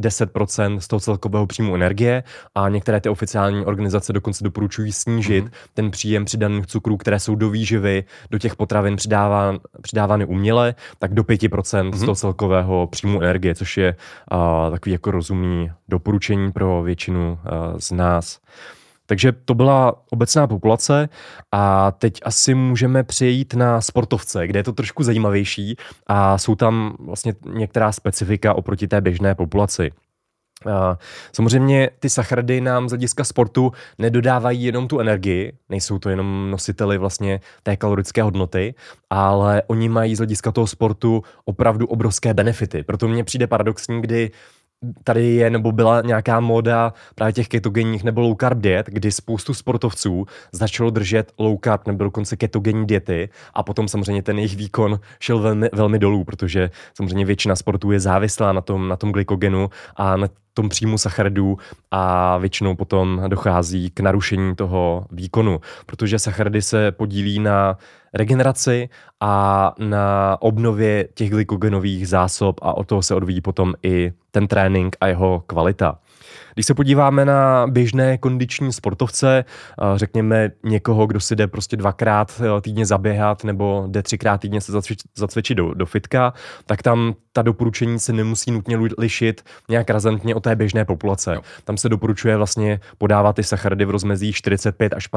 10% z toho celkového příjmu energie a některé ty oficiální organizace dokonce doporučují snížit ten příjem přidaných cukrů, které jsou do výživy, do těch potravin přidávány uměle, tak do 5% z toho celkového příjmu energie, což je takový jako rozumný doporučení pro většinu z nás. Takže to byla obecná populace a teď asi můžeme přejít na sportovce, kde je to trošku zajímavější a jsou tam vlastně některá specifika oproti té běžné populaci. Samozřejmě ty sacharidy nám z hlediska sportu nedodávají jenom tu energii, nejsou to jenom nositeli vlastně té kalorické hodnoty, ale oni mají z hlediska toho sportu opravdu obrovské benefity. Proto mně přijde paradoxní, kdy tady je nebo byla nějaká móda právě těch ketogenních nebo low carb diet, kdy spoustu sportovců začalo držet low carb nebo dokonce ketogenní diety a potom samozřejmě ten jejich výkon šel velmi, velmi dolů, protože samozřejmě většina sportů je závislá na tom glykogenu a na tom příjmu sacharidů a většinou potom dochází k narušení toho výkonu, protože sacharidy se podílí na regeneraci a na obnově těch glykogenových zásob a od toho se odvíjí potom i ten trénink a jeho kvalita. Když se podíváme na běžné kondiční sportovce, řekněme někoho, kdo si jde prostě 2x týdně zaběhat nebo jde 3x týdně se zacvičit do fitka, tak tam ta doporučení se nemusí nutně lišit nějak razantně od té běžné populace. Jo. Tam se doporučuje vlastně podávat ty sacharidy v rozmezí 45 až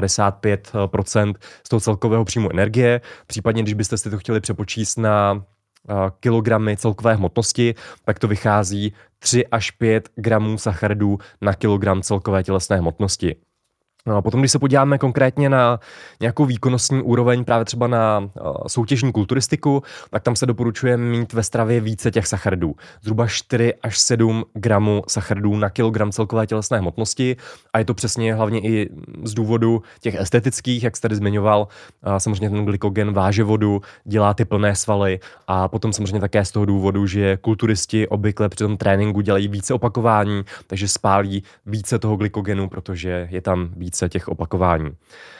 55% z toho celkového příjmu energie. Případně, když byste si to chtěli přepočíst na kilogramy celkové hmotnosti, tak to vychází 3 až 5 gramů sacharidů na kilogram celkové tělesné hmotnosti. No a potom, když se podíváme konkrétně na nějakou výkonnostní úroveň, právě třeba na soutěžní kulturistiku, tak tam se doporučuje mít ve stravě více těch sacharidů. Zhruba 4 až 7 gramů sacharidů na kilogram celkové tělesné hmotnosti a je to přesně hlavně i z důvodu těch estetických, jak jste tady zmiňoval, samozřejmě ten glykogen váže vodu, dělá ty plné svaly a potom samozřejmě také z toho důvodu, že kulturisti obvykle při tom tréninku dělají více opakování, takže spálí více toho glykogenu, protože je tam více těch opakování.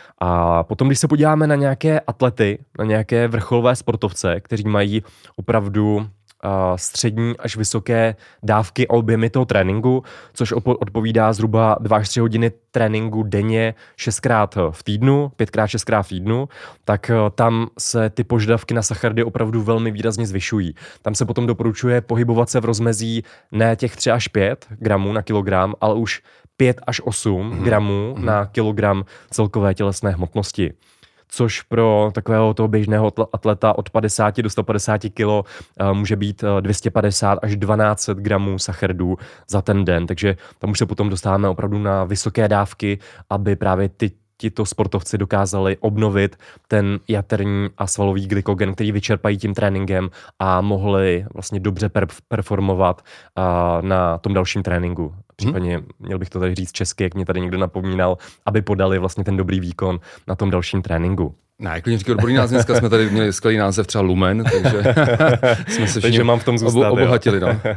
A potom, když se podíváme na nějaké atlety, na nějaké vrcholové sportovce, kteří mají opravdu střední až vysoké dávky a objemy toho tréninku, což odpovídá zhruba 2 až 3 hodiny tréninku denně 6x v týdnu, 5x, 6x v týdnu, tak tam se ty požadavky na sacharidy opravdu velmi výrazně zvyšují. Tam se potom doporučuje pohybovat se v rozmezí ne těch 3 až 5 gramů na kilogram, ale už 5 až 8 gramů na kilogram celkové tělesné hmotnosti. Což pro takového toho běžného atleta od 50 do 150 kg může být 250 až 1200 gramů sacharidů za ten den. Takže tam už se potom dostáváme opravdu na vysoké dávky, aby právě tito sportovci dokázali obnovit ten jaterní a svalový glykogen, který vyčerpají tím tréninkem a mohli vlastně dobře performovat na tom dalším tréninku. Případně měl bych to tady říct česky, jak mě tady někdo napomínal, aby podali vlastně ten dobrý výkon na tom dalším tréninku. Ne, klidně říkal odborný název, dneska jsme tady měli skvělý název třeba Lumen, takže jsme se takže mám v tom zůstat, obohatili. No.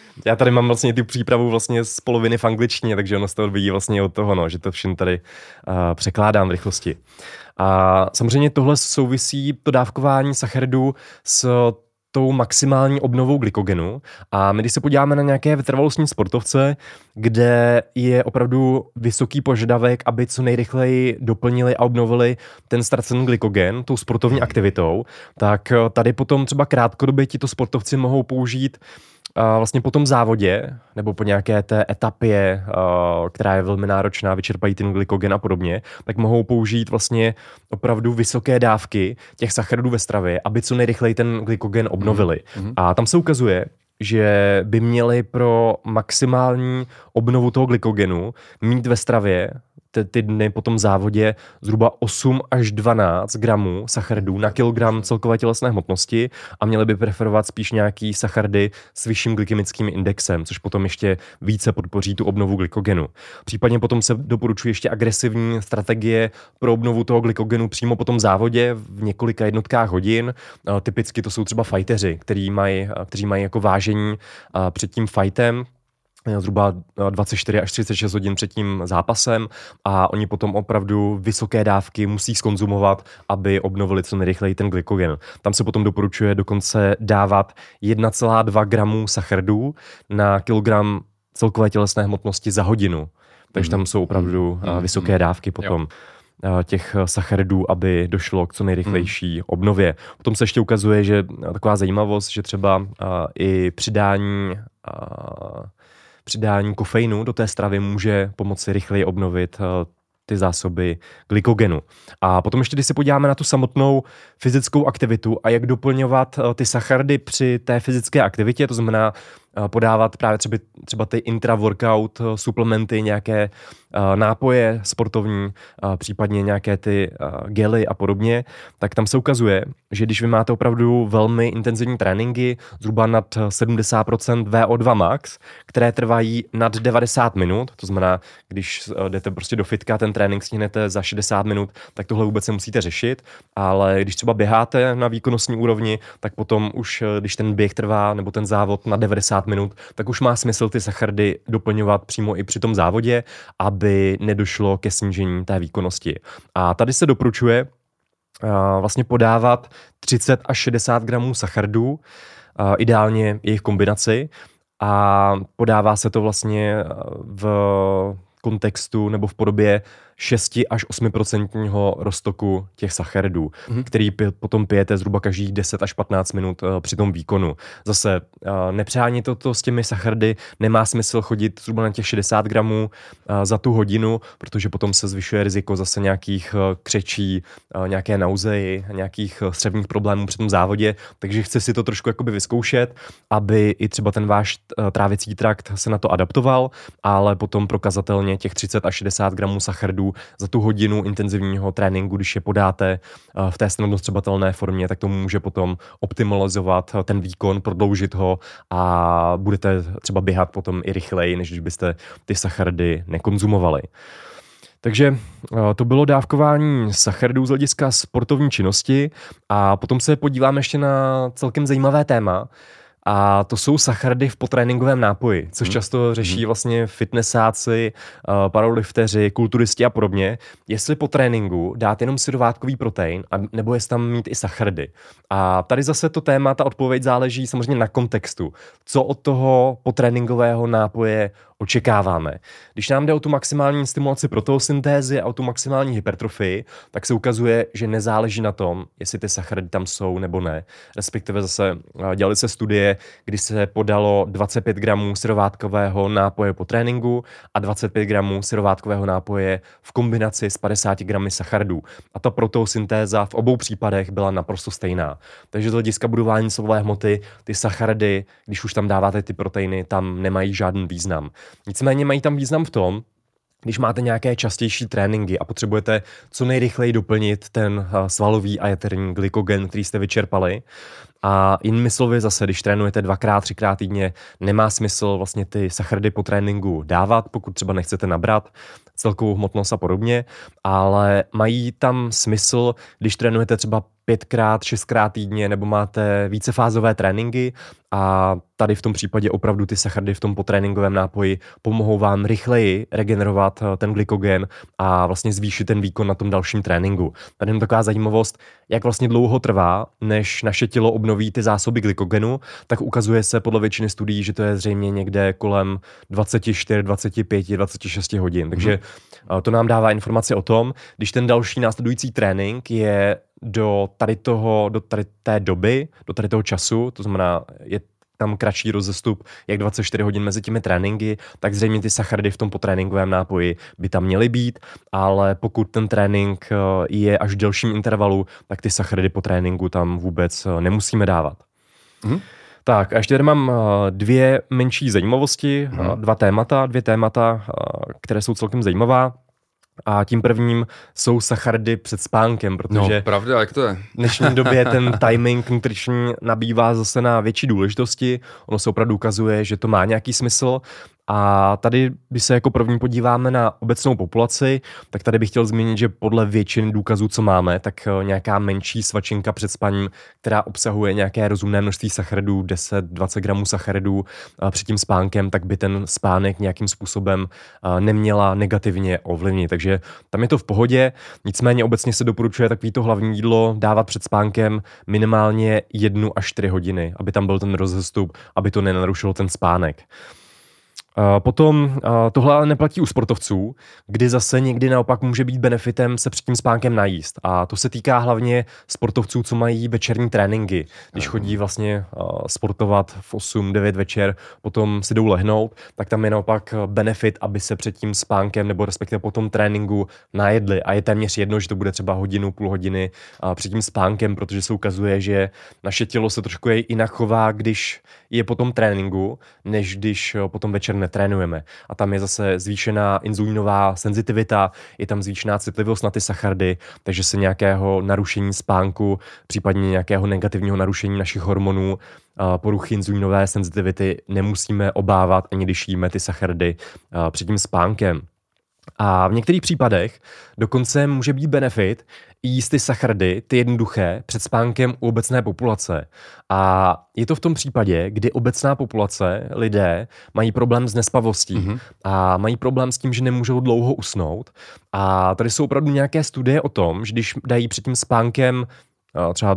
Já tady mám vlastně tu přípravu vlastně z poloviny v angličtině, takže ono z toho vidí vlastně od toho, že to všem tady překládám v rychlosti. A samozřejmě tohle souvisí to dávkování sacharidů s tou maximální obnovou glykogenu. A my, když se podíváme na nějaké vytrvalostní sportovce, kde je opravdu vysoký požadavek, aby co nejrychleji doplnili a obnovili ten ztracený glykogen tou sportovní aktivitou, tak tady potom třeba krátkodobě tito sportovci mohou použít vlastně po tom závodě, nebo po nějaké té etapě, která je velmi náročná, vyčerpají ten glykogen a podobně, tak mohou použít vlastně opravdu vysoké dávky těch sacharidů ve stravě, aby co nejrychleji ten glykogen obnovili. A tam se ukazuje, že by měli pro maximální obnovu toho glykogenu mít ve stravě ty dny po tom závodě zhruba 8 až 12 gramů sacharidů na kilogram celkové tělesné hmotnosti a měli by preferovat spíš nějaký sacharidy s vyšším glykemickým indexem, což potom ještě více podpoří tu obnovu glykogenu. Případně potom se doporučuje ještě agresivní strategie pro obnovu toho glykogenu přímo po tom závodě v několika jednotkách hodin. Typicky to jsou třeba fighteři, kteří mají jako vážení před tím fightem, zhruba 24 až 36 hodin před tím zápasem a oni potom opravdu vysoké dávky musí zkonzumovat, aby obnovili co nejrychleji ten glykogen. Tam se potom doporučuje dokonce dávat 1,2 gramů sacharidů na kilogram celkové tělesné hmotnosti za hodinu. Takže tam jsou opravdu vysoké dávky potom těch sacharidů, aby došlo k co nejrychlejší obnově. Potom se ještě ukazuje, že taková zajímavost, že třeba i přidání kofeinu do té stravy může pomoci rychleji obnovit ty zásoby glykogenu. A potom ještě, když se podíváme na tu samotnou fyzickou aktivitu a jak doplňovat ty sacharidy při té fyzické aktivitě, to znamená podávat právě třeba ty intra-workout suplementy, nějaké nápoje sportovní, případně nějaké ty gely a podobně, tak tam se ukazuje, že když vy máte opravdu velmi intenzivní tréninky, zhruba nad 70% VO2 max, které trvají nad 90 minut, to znamená, když jdete prostě do fitka, ten trénink stihnete za 60 minut, tak tohle vůbec nemusíte řešit, ale když třeba běháte na výkonnostní úrovni, tak potom už, když ten běh trvá nebo ten závod na 90 minut, tak už má smysl ty sacharidy doplňovat přímo i při tom závodě, aby nedošlo ke snížení té výkonnosti. A tady se doporučuje vlastně podávat 30 až 60 gramů sacharidů, ideálně jejich kombinaci, a podává se to vlastně v kontextu nebo v podobě 6 až 8% roztoku těch sacharidů, který potom pijete zhruba každých 10 až 15 minut při tom výkonu. Zase nepřání toto s těmi sacharidy, nemá smysl chodit zhruba na těch 60 gramů za tu hodinu, protože potom se zvyšuje riziko zase nějakých křečí, nějaké nauzeji, nějakých střevních problémů při tom závodě, takže chci si to trošku jakoby vyzkoušet, aby i třeba ten váš trávicí trakt se na to adaptoval, ale potom prokazatelně těch 30 až 60 gramů sacharidů za tu hodinu intenzivního tréninku, když je podáte v té snadno střebatelné formě, tak to může potom optimalizovat ten výkon, prodloužit ho a budete třeba běhat potom i rychleji, než když byste ty sacharidy nekonzumovali. Takže to bylo dávkování sacharidů z hlediska sportovní činnosti a potom se podíváme ještě na celkem zajímavé téma, a to jsou sacharidy v potréninkovém nápoji, což často řeší vlastně fitnessáci, powerlifteři, kulturisti a podobně. Jestli po tréninku dát jenom syrovátkový protein, nebo jestli tam mít i sacharidy. A tady zase to téma, ta odpověď záleží samozřejmě na kontextu. Co od toho potréninkového nápoje očekáváme. Když nám jde o tu maximální stimulaci proteosyntézy a o tu maximální hypertrofii, tak se ukazuje, že nezáleží na tom, jestli ty sacharidy tam jsou nebo ne. Respektive zase dělali se studie, kdy se podalo 25 gramů syrovátkového nápoje po tréninku a 25 gramů syrovátkového nápoje v kombinaci s 50 gramy sacharidů. A ta proteosyntéza v obou případech byla naprosto stejná. Takže z hlediska budování svalové hmoty ty sacharidy, když už tam dáváte ty proteiny, tam nemají žádný význam. Nicméně mají tam význam v tom, když máte nějaké častější tréninky a potřebujete co nejrychleji doplnit ten svalový a jaterní glykogen, který jste vyčerpali. A jinými slovy zase, když trénujete 2x, 3x týdně, nemá smysl vlastně ty sacharidy po tréninku dávat, pokud třeba nechcete nabrat celkovou hmotnost a podobně, ale mají tam smysl, když trénujete třeba 5x, 6x týdně, nebo máte vícefázové tréninky a tady v tom případě opravdu ty sacharidy v tom potréninkovém nápoji pomohou vám rychleji regenerovat ten glykogen a vlastně zvýšit ten výkon na tom dalším tréninku. Tady je taková zajímavost, jak vlastně dlouho trvá, než naše tělo obnoví ty zásoby glykogenu, tak ukazuje se podle většiny studií, že to je zřejmě někde kolem 24, 25, 26 hodin. Takže to nám dává informace o tom, když ten další následující trénink je do tady té doby, do tady toho času, to znamená, je tam kratší rozestup, jak 24 hodin mezi těmi tréninky, tak zřejmě ty sacharidy v tom potréninkovém nápoji by tam měly být, ale pokud ten trénink je až v delším intervalu, tak ty sacharidy po tréninku tam vůbec nemusíme dávat. Tak a ještě tady mám dvě menší zajímavosti, dvě témata, které jsou celkem zajímavá. A tím prvním jsou sacharidy před spánkem, protože no, pravda, jak to je? v dnešní době ten timing nutriční nabývá zase na větší důležitosti. Ono se opravdu ukazuje, že to má nějaký smysl. A tady, když se jako první podíváme na obecnou populaci, tak tady bych chtěl zmínit, že podle většiny důkazů, co máme, tak nějaká menší svačinka před spaním, která obsahuje nějaké rozumné množství sacharidů, 10-20 gramů sacharidů před tím spánkem, tak by ten spánek nějakým způsobem neměla negativně ovlivnit. Takže tam je to v pohodě, nicméně obecně se doporučuje takovýto hlavní jídlo dávat před spánkem minimálně 1 až 4 hodiny, aby tam byl ten rozestup, aby to nenarušilo ten spánek. Potom tohle ale neplatí u sportovců, kdy zase někdy naopak může být benefitem se před tím spánkem najíst. A to se týká hlavně sportovců, co mají večerní tréninky. Když chodí vlastně sportovat v 8-9 večer, potom si jdou lehnout, tak tam je naopak benefit, aby se před tím spánkem nebo respektive po tom tréninku najedli. A je téměř jedno, že to bude třeba hodinu, půl hodiny před tím spánkem, protože se ukazuje, že naše tělo se trošku jinak chová, když je po tom tréninku, než když potom večer netrénujeme. A tam je zase zvýšená inzulínová senzitivita, je tam zvýšená citlivost na ty sacharidy, takže se nějakého narušení spánku, případně nějakého negativního narušení našich hormonů, poruchy inzulínové senzitivity nemusíme obávat, ani když jíme ty sacharidy před tím spánkem. A v některých případech dokonce může být benefit jíst ty sacharidy, ty jednoduché, před spánkem u obecné populace. A je to v tom případě, kdy obecná populace, lidé, mají problém s nespavostí a mají problém s tím, že nemůžou dlouho usnout. A tady jsou opravdu nějaké studie o tom, že když dají před tím spánkem třeba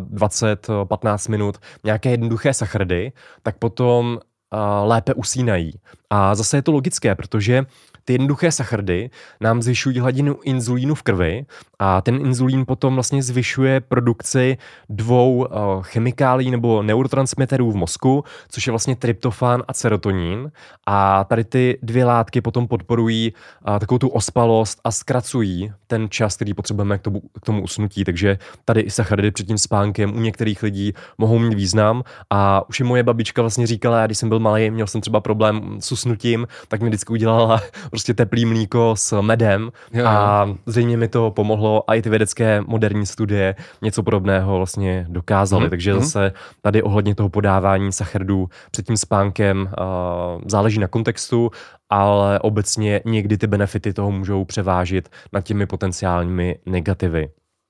20-15 minut nějaké jednoduché sacharidy, tak potom lépe usínají. A zase je to logické, protože ty jednoduché sacharidy nám zvyšují hladinu inzulínu v krvi a ten inzulín potom vlastně zvyšuje produkci 2 chemikálií nebo neurotransmiterů v mozku, což je vlastně tryptofan a serotonin. A tady ty 2 látky potom podporují takovou tu ospalost a zkracují ten čas, který potřebujeme k tomu usnutí. Takže tady i sacharidy před tím spánkem u některých lidí mohou mít význam. A už i moje babička vlastně říkala, když jsem byl malý, měl jsem třeba problém s usnutím, tak mi vždycky udělala prostě teplý mlíko s medem a zřejmě mi to pomohlo a i ty vědecké moderní studie něco podobného vlastně dokázaly. Takže zase tady ohledně toho podávání sacharidů před tím spánkem záleží na kontextu, ale obecně někdy ty benefity toho můžou převážit nad těmi potenciálními negativy.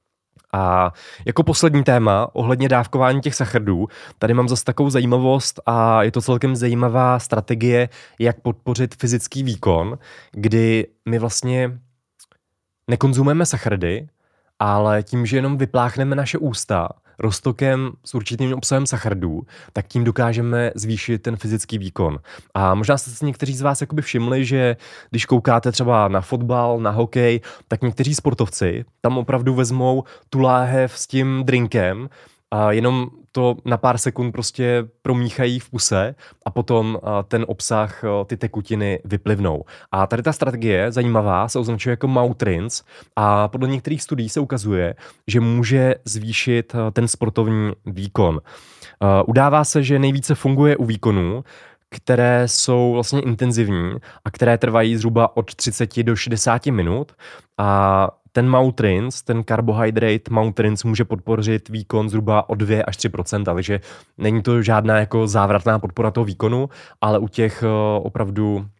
A jako poslední téma ohledně dávkování těch sacharidů, tady mám zase takovou zajímavost a je to celkem zajímavá strategie, jak podpořit fyzický výkon, kdy my vlastně nekonzumujeme sacharidy, ale tím, že jenom vypláchneme naše ústa roztokem s určitým obsahem sacharidů, tak tím dokážeme zvýšit ten fyzický výkon. A možná jste si někteří z vás jakoby všimli, že když koukáte třeba na fotbal, na hokej, tak někteří sportovci tam opravdu vezmou tu láhev s tím drinkem a jenom to na pár sekund prostě promíchají v puse a potom ten obsah, ty tekutiny vyplivnou. A tady ta strategie, zajímavá, se označuje jako mouth rinse a podle některých studií se ukazuje, že může zvýšit ten sportovní výkon. Udává se, že nejvíce funguje u výkonů, které jsou vlastně intenzivní a které trvají zhruba od 30 do 60 minut a ten mouth rinse, ten carbohydrate mouth rinse může podpořit výkon zhruba o 2 až 3%, takže není to žádná jako závratná podpora toho výkonu, ale u těch opravdu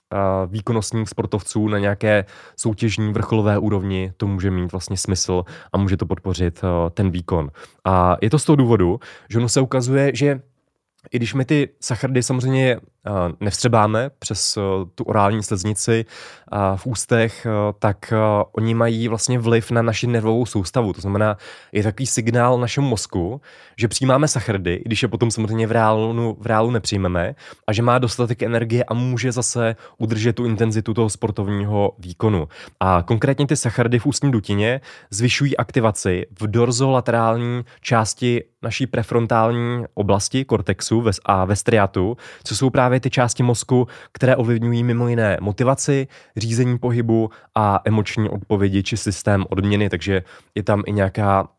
výkonnostních sportovců na nějaké soutěžní vrcholové úrovni to může mít vlastně smysl a může to podpořit ten výkon. A je to z toho důvodu, že ono se ukazuje, že i když my ty sacharidy samozřejmě nevstřebáme přes tu orální sliznici v ústech, tak oni mají vlastně vliv na naši nervovou soustavu. To znamená, je takový signál našemu mozku, že přijímáme sacharidy, i když je potom samozřejmě v reálu nepřijmeme, a že má dostatek energie a může zase udržet tu intenzitu toho sportovního výkonu. A konkrétně ty sacharidy v ústní dutině zvyšují aktivaci v dorzolaterální části naší prefrontální oblasti kortexu a ve striatu, co jsou právě ty části mozku, které ovlivňují mimo jiné motivaci, řízení pohybu a emoční odpovědi či systém odměny, takže je tam i nějaká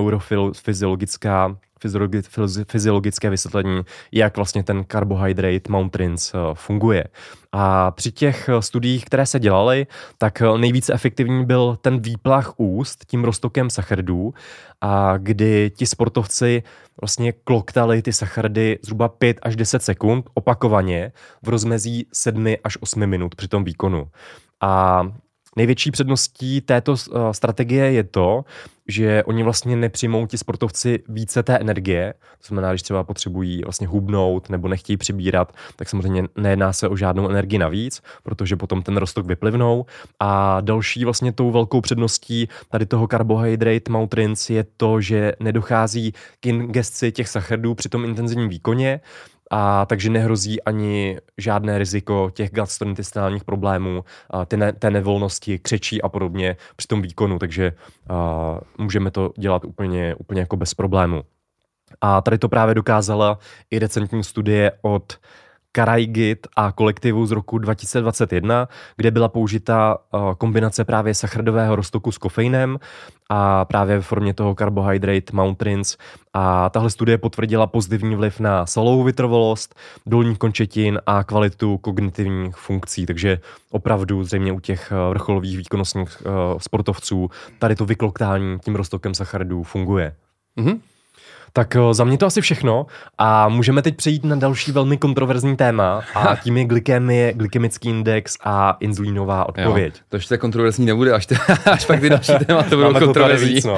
fyziologické vysvětlení, jak vlastně ten carbohydrate mountains funguje. A při těch studiích, které se dělaly, tak nejvíce efektivní byl ten výplach úst tím roztokem sacharidů, a kdy ti sportovci vlastně kloktali ty sacharidy zhruba 5 až 10 sekund opakovaně v rozmezí 7 až 8 minut při tom výkonu. A největší předností této strategie je to, že oni vlastně nepřijmou ti sportovci více té energie, to znamená, když třeba potřebují vlastně hubnout nebo nechtějí přibírat, tak samozřejmě nejedná se o žádnou energii navíc, protože potom ten roztok vyplivnou. A další vlastně tou velkou předností tady toho carbohydrate mountains je to, že nedochází k ingesci těch sacharidů při tom intenzivním výkoně, a takže nehrozí ani žádné riziko těch gastrointestinálních problémů, té nevolnosti, křečí a podobně při tom výkonu, takže můžeme to dělat úplně jako bez problému. A tady to právě dokázala i recentní studie od Karaigit a kolektivu z roku 2021, kde byla použita kombinace právě sacharidového roztoku s kofeinem a právě ve formě toho carbohydrate mountains. A tahle studie potvrdila pozitivní vliv na svalovou vytrvalost, dolních končetin a kvalitu kognitivních funkcí. Takže opravdu zřejmě u těch vrcholových výkonnostních sportovců tady to vykloktání tím roztokem sacharidů funguje. Mhm. Tak za mě to asi všechno a můžeme teď přejít na další velmi kontroverzní téma a tím je glykemie, glykemický index a inzulínová odpověď. Jo, to ještě kontroverzní nebude, až pak ty další témata budou kontroverzní. Víc, no.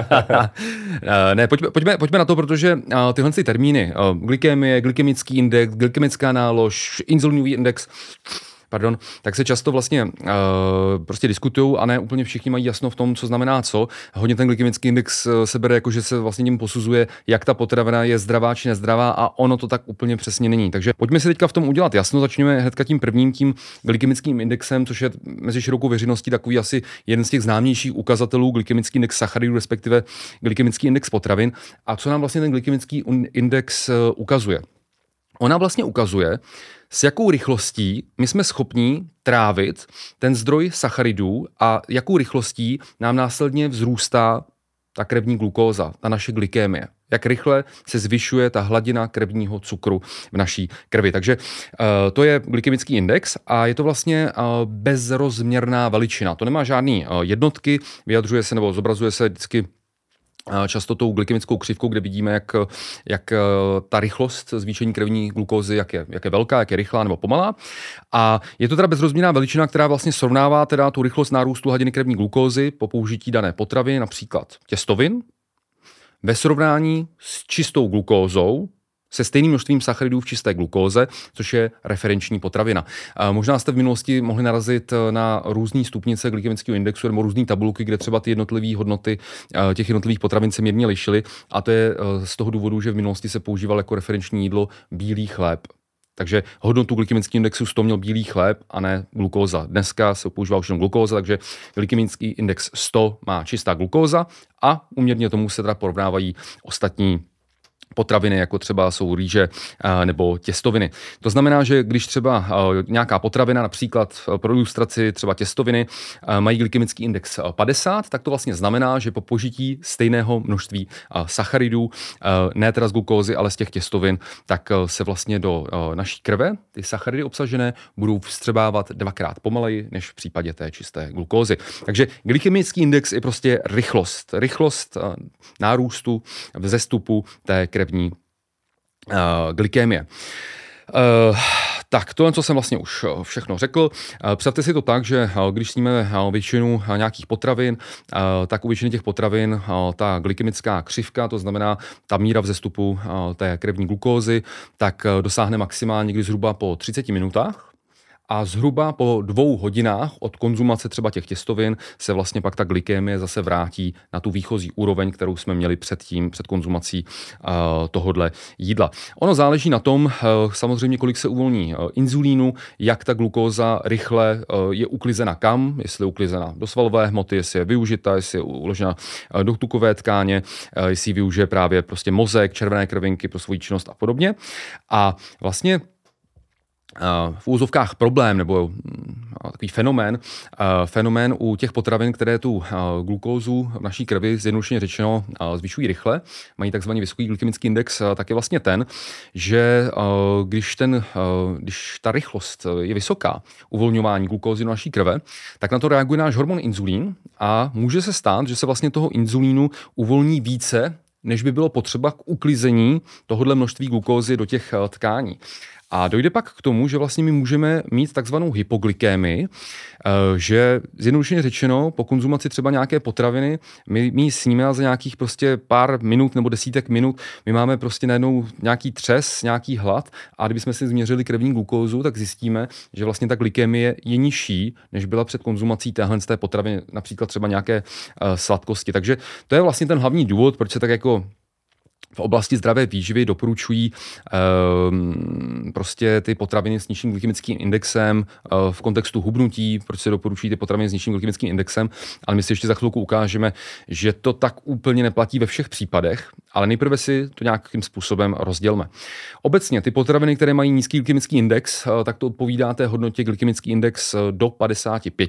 Ne, pojďme na to, protože tyhle termíny, glykemie, glykemický index, glykemická nálož, inzulínový index, tak se často vlastně prostě diskutují a ne úplně všichni mají jasno v tom, co znamená co. Hodně ten glykemický index se bere jako, že se vlastně tím posuzuje, jak ta potravina je zdravá či nezdravá, a ono to tak úplně přesně není. Takže pojďme si teďka v tom udělat jasno. Začněme hnedka tím prvním, tím glykemickým indexem, což je mezi širokou veřejností takový asi jeden z těch známějších ukazatelů, glykemický index sacharidů, respektive glykemický index potravin. A co nám vlastně ten glykemický index ukazuje? Ona vlastně ukazuje, s jakou rychlostí my jsme schopní trávit ten zdroj sacharidů a jakou rychlostí nám následně vzrůstá ta krevní glukóza, ta naše glykemie. Jak rychle se zvyšuje ta hladina krevního cukru v naší krvi. Takže to je glykemický index a je to vlastně bezrozměrná veličina. To nemá žádný jednotky, vyjadřuje se nebo zobrazuje se vždycky často tou glykemickou křivkou, kde vidíme, jak ta rychlost zvýšení krevní glukózy, jak je velká, jak je rychlá nebo pomalá. A je to teda bezrozměrná veličina, která vlastně srovnává teda tu rychlost nárůstu hladiny krevní glukózy po použití dané potravy, například těstovin, ve srovnání s čistou glukózou, se stejným množstvím sacharidů v čisté glukóze, což je referenční potravina. Možná jste v minulosti mohli narazit na různé stupnice glykemického indexu nebo různé tabulky, kde třeba ty jednotlivé hodnoty těch jednotlivých potravin se mírně lišily, a to je z toho důvodu, že v minulosti se používal jako referenční jídlo bílý chléb. Takže hodnotu glykemického indexu 100 měl bílý chléb a ne glukóza. Dneska se používá už jenom glukóza, takže glykemický index 100 má čistá glukóza a uměrně tomu se teda porovnávají ostatní potraviny, jako třeba jsou rýže nebo těstoviny. To znamená, že když třeba nějaká potravina, například pro ilustraci třeba těstoviny, mají glykemický index 50, tak to vlastně znamená, že po požití stejného množství sacharidů, ne teda z glukózy, ale z těch těstovin, tak se vlastně do naší krve ty sacharidy obsažené budou vstřebávat 2x pomaleji, než v případě té čisté glukózy. Takže glykemický index je prostě rychlost nárůstu, vzestupu té krevní glykemie. Tak tohle, co jsem vlastně už všechno řekl. Představte si to tak, že když sníme většinu nějakých potravin, tak u většiny těch potravin ta glykemická křivka, to znamená ta míra vzestupu té krevní glukózy, tak dosáhne maximálně někdy zhruba po 30 minutách. A zhruba po 2 hodinách od konzumace třeba těch těstovin se vlastně pak ta glykémie zase vrátí na tu výchozí úroveň, kterou jsme měli před konzumací tohodle jídla. Ono záleží na tom, samozřejmě, kolik se uvolní inzulínu, jak ta glukóza rychle je uklizena kam, jestli je uklizena do svalové hmoty, jestli je využita, jestli je uložena do tukové tkáně, jestli ji využije právě prostě mozek, červené krvinky pro svoji činnost a podobně. A vlastně v úzovkách problém nebo takový fenomén u těch potravin, které tu glukózu v naší krvi zjednodušeně řečeno zvyšují rychle, mají takzvaný vysoký glykemický index, tak je vlastně ten, že když ta rychlost je vysoká, uvolňování glukózy do naší krve, tak na to reaguje náš hormon inzulín a může se stát, že se vlastně toho inzulínu uvolní více, než by bylo potřeba k uklizení tohodle množství glukózy do těch tkání. A dojde pak k tomu, že vlastně my můžeme mít takzvanou hypoglykémii, že zjednodušeně řečeno, po konzumaci třeba nějaké potraviny, my ji sníme a za nějakých prostě pár minut nebo desítek minut my máme prostě najednou nějaký třes, nějaký hlad a kdybychom si změřili krevní glukózu, tak zjistíme, že vlastně ta glykémie je nižší, než byla před konzumací téhle z té potraviny, například třeba nějaké sladkosti. Takže to je vlastně ten hlavní důvod, proč se tak jako v oblasti zdravé výživy doporučují prostě ty potraviny s nižším glykemickým indexem v kontextu hubnutí, proč se doporučují ty potraviny s nižším glykemickým indexem, ale my si ještě za chvilku ukážeme, že to tak úplně neplatí ve všech případech, ale nejprve si to nějakým způsobem rozdělme. Obecně ty potraviny, které mají nízký glykemický index, tak to odpovídá té hodnotě glykemický index do 55.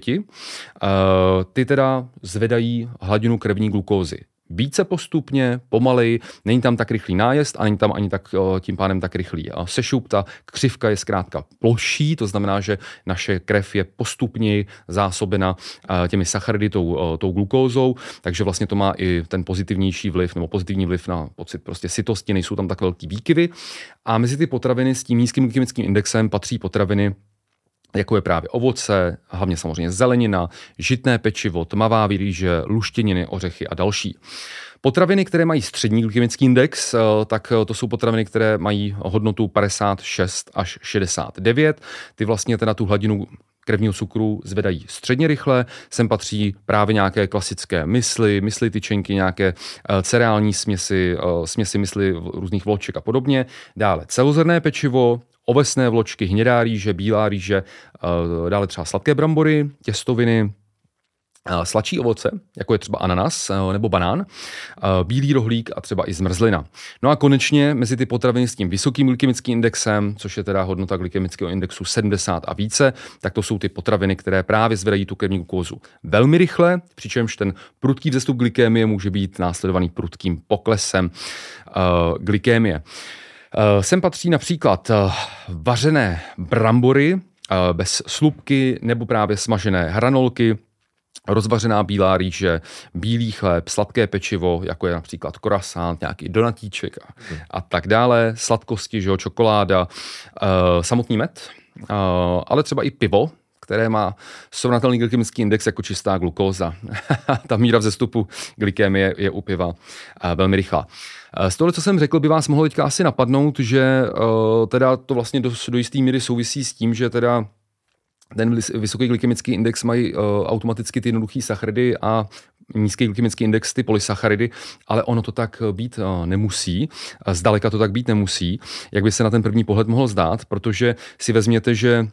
Ty teda zvedají hladinu krevní glukózy. Více postupně, pomaleji, není tam tak rychlý nájezd a není tam ani tak tím pádem tak rychlý sešup. Ta křivka je zkrátka ploší, to znamená, že naše krev je postupněji zásobena těmi sacharidy tou glukózou, takže vlastně to má i ten pozitivnější vliv nebo pozitivní vliv na pocit prostě sytosti, nejsou tam tak velký výkyvy. A mezi ty potraviny s tím nízkým glykemickým indexem patří potraviny, jako je právě ovoce, hlavně samozřejmě zelenina, žitné pečivo, tmavá rýže, luštěniny, ořechy a další. Potraviny, které mají střední glykemický index, tak to jsou potraviny, které mají hodnotu 56 až 69. Ty vlastně teda tu hladinu krevního cukru zvedají středně rychle. Sem patří právě nějaké klasické mysli tyčenky, nějaké cereální směsi mysli různých vloček a podobně. Dále celozrnné pečivo, ovesné vločky, hnědá rýže, bílá rýže, dále třeba sladké brambory, těstoviny, sladší ovoce, jako je třeba ananas nebo banán, bílý rohlík a třeba i zmrzlina. No a konečně mezi ty potraviny s tím vysokým glykemickým indexem, což je teda hodnota glykemického indexu 70 a více, tak to jsou ty potraviny, které právě zvedají tu krevní glukózu velmi rychle, přičemž ten prudký vzestup glykémie může být následovaný prudkým poklesem glykémie. Sem patří například vařené brambory bez slupky nebo právě smažené hranolky, rozvařená bílá rýže, bílý chléb, sladké pečivo, jako je například croissant, nějaký donatíček a tak dále, sladkosti, že jo, čokoláda, samotný med, ale třeba i pivo, které má srovnatelný glykemický index jako čistá glukóza. Ta míra vzestupu glykémie je u piva velmi rychlá. Z toho, co jsem řekl, by vás mohlo teďka asi napadnout, že teda to vlastně do jisté míry souvisí s tím, že teda ten vysoký glykemický index mají automaticky ty jednoduchý sacharidy a nízký glykemický index ty polysacharidy, ale ono to tak být nemusí. Zdaleka to tak být nemusí, jak by se na ten první pohled mohlo zdát, protože si vezměte, že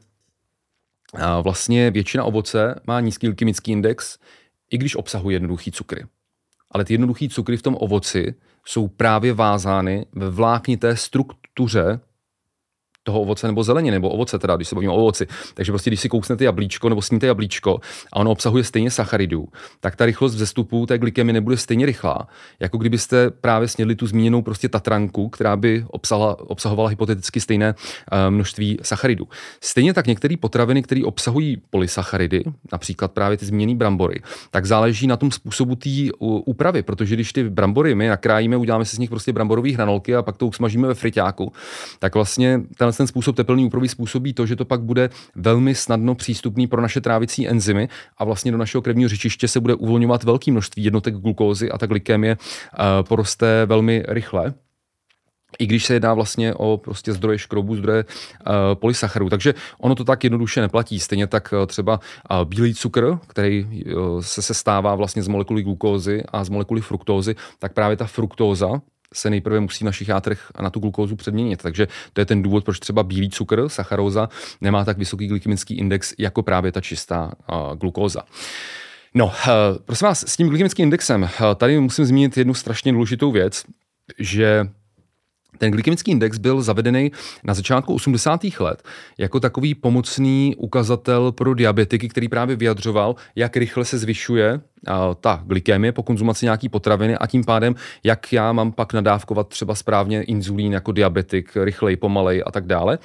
vlastně většina ovoce má nízký glykemický index, i když obsahuje jednoduchý cukry. Ale ty jednoduchý cukry v tom ovoci jsou právě vázány ve vláknité struktuře toho ovoce nebo zeleniny, nebo ovoce teda, když se bavíme o ovoci. Takže prostě, když si kousnete jablíčko nebo sníte jablíčko a ono obsahuje stejně sacharidů, tak ta rychlost vzestupu té glykemie nebude stejně rychlá, jako kdybyste právě snědli tu zmíněnou prostě tatranku, která by obsahovala hypoteticky stejné množství sacharidů. Stejně tak některé potraviny, které obsahují polysacharidy, například právě ty zmíněné brambory, tak záleží na tom způsobu té úpravy, protože když ty brambory my nakrájíme, uděláme si z nich prostě bramborové hranolky a pak to usmažíme ve friťáku, tak vlastně ten způsob tepelné úpravy způsobí to, že to pak bude velmi snadno přístupný pro naše trávicí enzymy a vlastně do našeho krevního řečiště se bude uvolňovat velké množství jednotek glukózy a ta glykemie poroste velmi rychle. I když se jedná vlastně o prostě zdroje škrobu, zdroje polysacharů. Takže ono to tak jednoduše neplatí. Stejně tak třeba bílý cukr, který se sestává vlastně z molekuly glukózy a z molekuly fruktózy, tak právě ta fruktóza se nejprve musí v našich játrech na tu glukózu předměnit. Takže to je ten důvod, proč třeba bílý cukr, sacharóza, nemá tak vysoký glykemický index jako právě ta čistá glukóza. No, prosím vás, s tím glykemickým indexem tady musím zmínit jednu strašně důležitou věc, že ten glykemický index byl zavedený na začátku 80. let jako takový pomocný ukazatel pro diabetiky, který právě vyjadřoval, jak rychle se zvyšuje ta glykemie po konzumaci nějaký potraviny a tím pádem, jak já mám pak nadávkovat třeba správně inzulín jako diabetik, rychleji, pomalej a tak dále.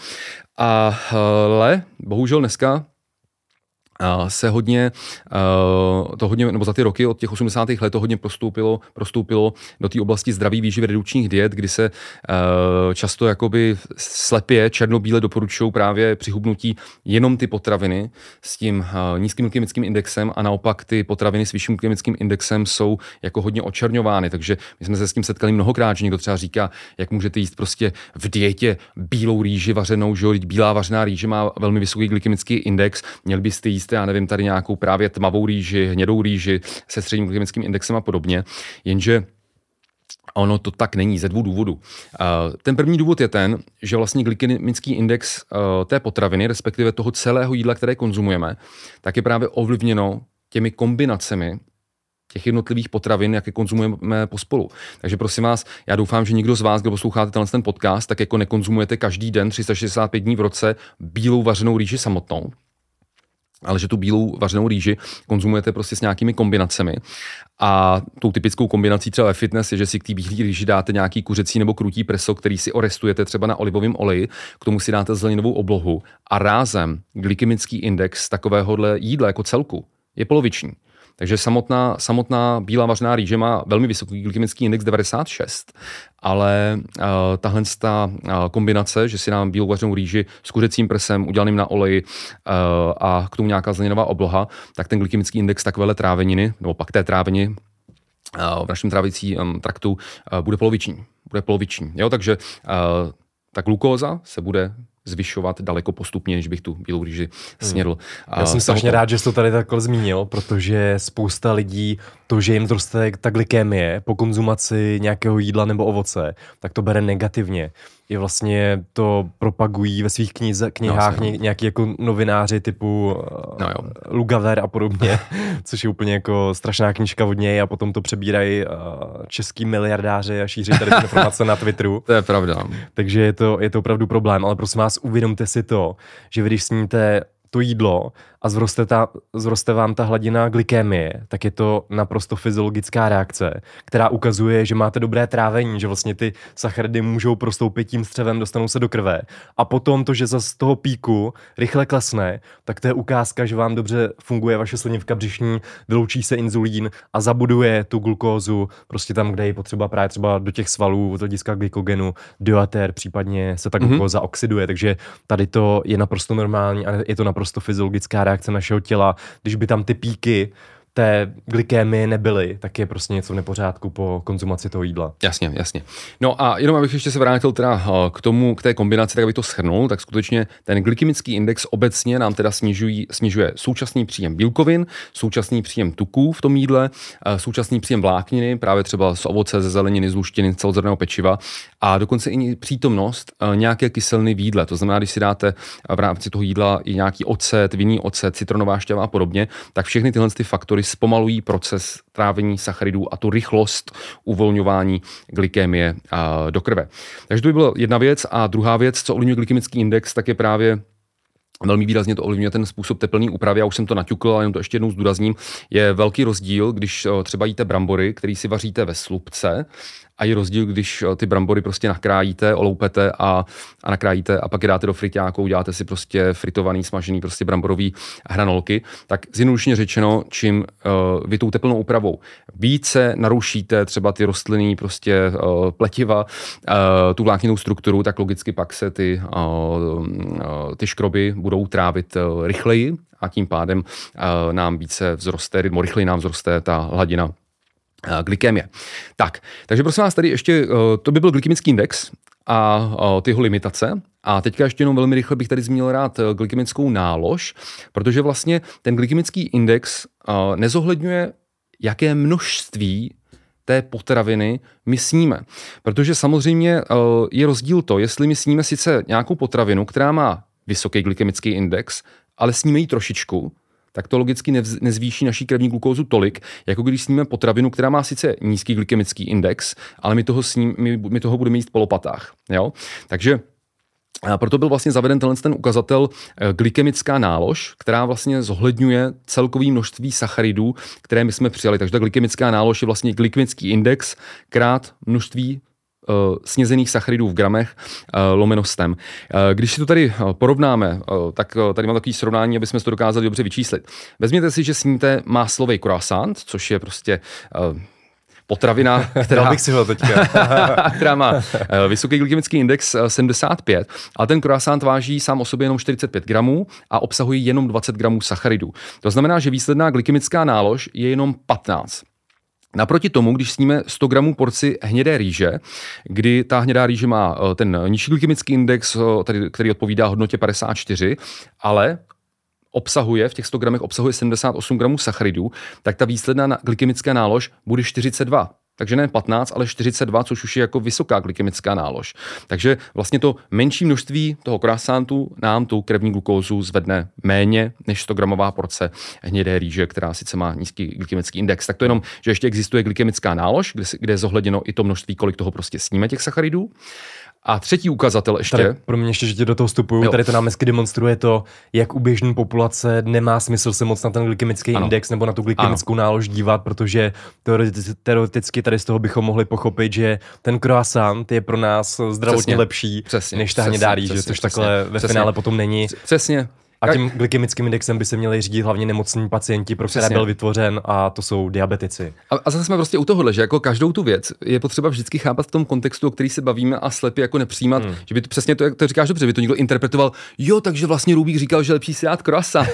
Ale bohužel dneska se hodně, nebo za ty roky od těch 80. let to hodně prostoupilo do té oblasti zdraví výživy redukčních diet, kdy se často jakoby slepě černobíle doporučují právě při hubnutí jenom ty potraviny s tím nízkým glykemickým indexem a naopak ty potraviny s vyšším glykemickým indexem jsou jako hodně očerňovány. Takže my jsme se s tím setkali mnohokrát, že někdo třeba říká, jak můžete jíst prostě v dietě bílou rýži vařenou, že bílá vařená rýže má velmi vysoký glykemický index, měl byste jíst, já nevím, tady nějakou právě tmavou rýži, hnědou rýži se středním glykemickým indexem a podobně, jenže ono to tak není ze dvou důvodů. Ten první důvod je ten, že vlastně glykemický index té potraviny, respektive toho celého jídla, které konzumujeme, tak je právě ovlivněno těmi kombinacemi těch jednotlivých potravin, jak je konzumujeme pospolu. Takže prosím vás, já doufám, že nikdo z vás, kdo posloucháte ten podcast, tak jako nekonzumujete každý den 365 dní v roce bílou vařenou rýži samotnou, ale že tu bílou vařenou rýži konzumujete prostě s nějakými kombinacemi. A tou typickou kombinací třeba ve fitness je, že si k té bílé rýži dáte nějaký kuřecí nebo krutí preso, který si orestujete třeba na olivovém oleji, k tomu si dáte zeleninovou oblohu a rázem glykemický index takovéhohle jídla jako celku je poloviční. Takže samotná bílá vařená rýže má velmi vysoký glykemický index 96, ale tahle kombinace, že si dám bílou vařenou rýži s kuřecím prsem udělaným na oleji a k tomu nějaká zeleninová obloha, tak ten glykemický index takovéhle tráveniny, nebo pak té trávení v našem trávicím traktu bude poloviční. Jo? Takže ta glukóza se bude zvyšovat daleko postupně, než bych tu bílou rýži snědl. Já jsem strašně rád, že jsi to tady takhle zmínil, protože spousta lidí to, že jim zroste ta glykemie po konzumaci nějakého jídla nebo ovoce, tak to bere negativně. I vlastně to propagují ve svých knihách nějaký jako novináři typu Lugaver a podobně, což je úplně jako strašná knížka od něj a potom to přebírají český miliardáři a šíří tady ty informace na Twitteru. To je pravda. Takže je to opravdu problém, ale prosím vás, uvědomte si to, že vy když sníte to jídlo a zroste vám ta hladina glykemie, tak je to naprosto fyziologická reakce, která ukazuje, že máte dobré trávení, že vlastně ty sacharidy můžou prostoupit tím střevem, dostanou se do krve. A potom to, že z toho píku rychle klesne, tak to je ukázka, že vám dobře funguje vaše slinivka břišní, vyloučí se inzulín a zabuduje tu glukózu prostě tam, kde je potřeba právě třeba do těch svalů, od hlediska glykogenu, diater, případně se ta glukóza oxiduje. Takže tady to je naprosto normální a je to naprosto fyziologická reakce našeho těla. Když by tam ty píky té glykémie nebyly, tak je prostě něco v nepořádku po konzumaci toho jídla. Jasně. No a jenom abych ještě se vrátil teda k té kombinaci, tak abych to shrnul, tak skutečně ten glykemický index obecně nám teda snižuje současný příjem bílkovin, současný příjem tuků v tom jídle, současný příjem vlákniny, právě třeba z ovoce, ze zeleniny, z luštiny, celozrnného pečiva a dokonce i přítomnost nějaké kyseliny v jídle. To znamená, když si dáte v rámci toho jídla i nějaký ocet, vinný ocet, citronová šťava a podobně, tak všechny tyhle faktory zpomalují proces trávení sacharidů a tu rychlost uvolňování glykemie do krve. Takže to by byla jedna věc. A druhá věc, co ovlivňuje glykemický index, tak je právě velmi výrazně to ovlivňuje ten způsob tepelné úpravy. Já už jsem to naťukl, ale jenom to ještě jednou zdůrazním. Je velký rozdíl, když třeba jíte brambory, který si vaříte ve slupce a je rozdíl, když ty brambory prostě nakrájíte, oloupete a nakrájíte a pak je dáte do friťáku, uděláte si prostě fritovaný, smažený prostě bramborový hranolky, tak zjednodušeně řečeno, čím vy tou teplnou úpravou více narušíte třeba ty rostlinný prostě pletiva, tu vlákninou strukturu, tak logicky pak se ty škroby budou trávit rychleji a tím pádem nám více vzroste, rychleji nám vzroste ta hladina glykemie. Takže prosím vás, tady ještě, to by byl glykemický index a ty jeho limitace. A teďka ještě jenom velmi rychle bych tady zmínil rád glykemickou nálož, protože vlastně ten glykemický index nezohledňuje, jaké množství té potraviny my sníme. Protože samozřejmě je rozdíl to, jestli my sníme sice nějakou potravinu, která má vysoký glykemický index, ale sníme ji trošičku, tak to logicky nezvýší naší krevní glukózu tolik, jako když sníme potravinu, která má sice nízký glykemický index, ale my toho budeme jíst po lopatách. Jo? Takže proto byl vlastně zaveden ten ukazatel glykemická nálož, která vlastně zohledňuje celkový množství sacharidů, které my jsme přijali. Takže ta glykemická nálož je vlastně glykemický index krát množství snězených sacharidů v gramech lomeno stem. Když si to tady porovnáme, tak tady mám takový srovnání, aby jsme to dokázali dobře vyčíslit. Vezměte si, že sníte máslový croissant, což je prostě potravina, která má vysoký glykemický index 75, ale ten croissant váží sám o sobě jenom 45 gramů a obsahuje jenom 20 gramů sacharidů. To znamená, že výsledná glykemická nálož je jenom 15. Naproti tomu, když sníme 100 gramů porci hnědé rýže, kdy ta hnědá rýže má ten nižší glykemický index, který odpovídá hodnotě 54, ale v těch 100 gramech obsahuje 78 gramů sacharidů, tak ta výsledná glykemická nálož bude 42. Takže ne 15, ale 42, což už je jako vysoká glykemická nálož. Takže vlastně to menší množství toho croissantu nám tu krevní glukózu zvedne méně než 100 gramová porce hnědé rýže, která sice má nízký glykemický index. Tak to jenom, že ještě existuje glykemická nálož, kde je zohledněno i to množství, kolik toho prostě sníme těch sacharidů. A třetí ukazatel ještě. Tady, pro mě ještě, že tě do toho vstupuju, tady to nám hezky demonstruje to, jak u běžné populace nemá smysl se moc na ten glykemický index nebo na tu glykemickou nálož dívat, protože teoreticky tady z toho bychom mohli pochopit, že ten croissant je pro nás zdravotně lepší než ta hnědá rýže, což takhle ve finále potom není. Přesně. A tím glykemickým indexem by se měli řídit hlavně nemocní pacienti, pro které byl vytvořen, a to jsou diabetici. A zase jsme prostě u tohohle, že jako každou tu věc je potřeba vždycky chápat v tom kontextu, o který se bavíme, a slepě jako nepřijímat, že by to přesně to, jak to říkáš dobře, by to někdo interpretoval, jo, takže vlastně Rubík říkal, že lepší si dát croissant,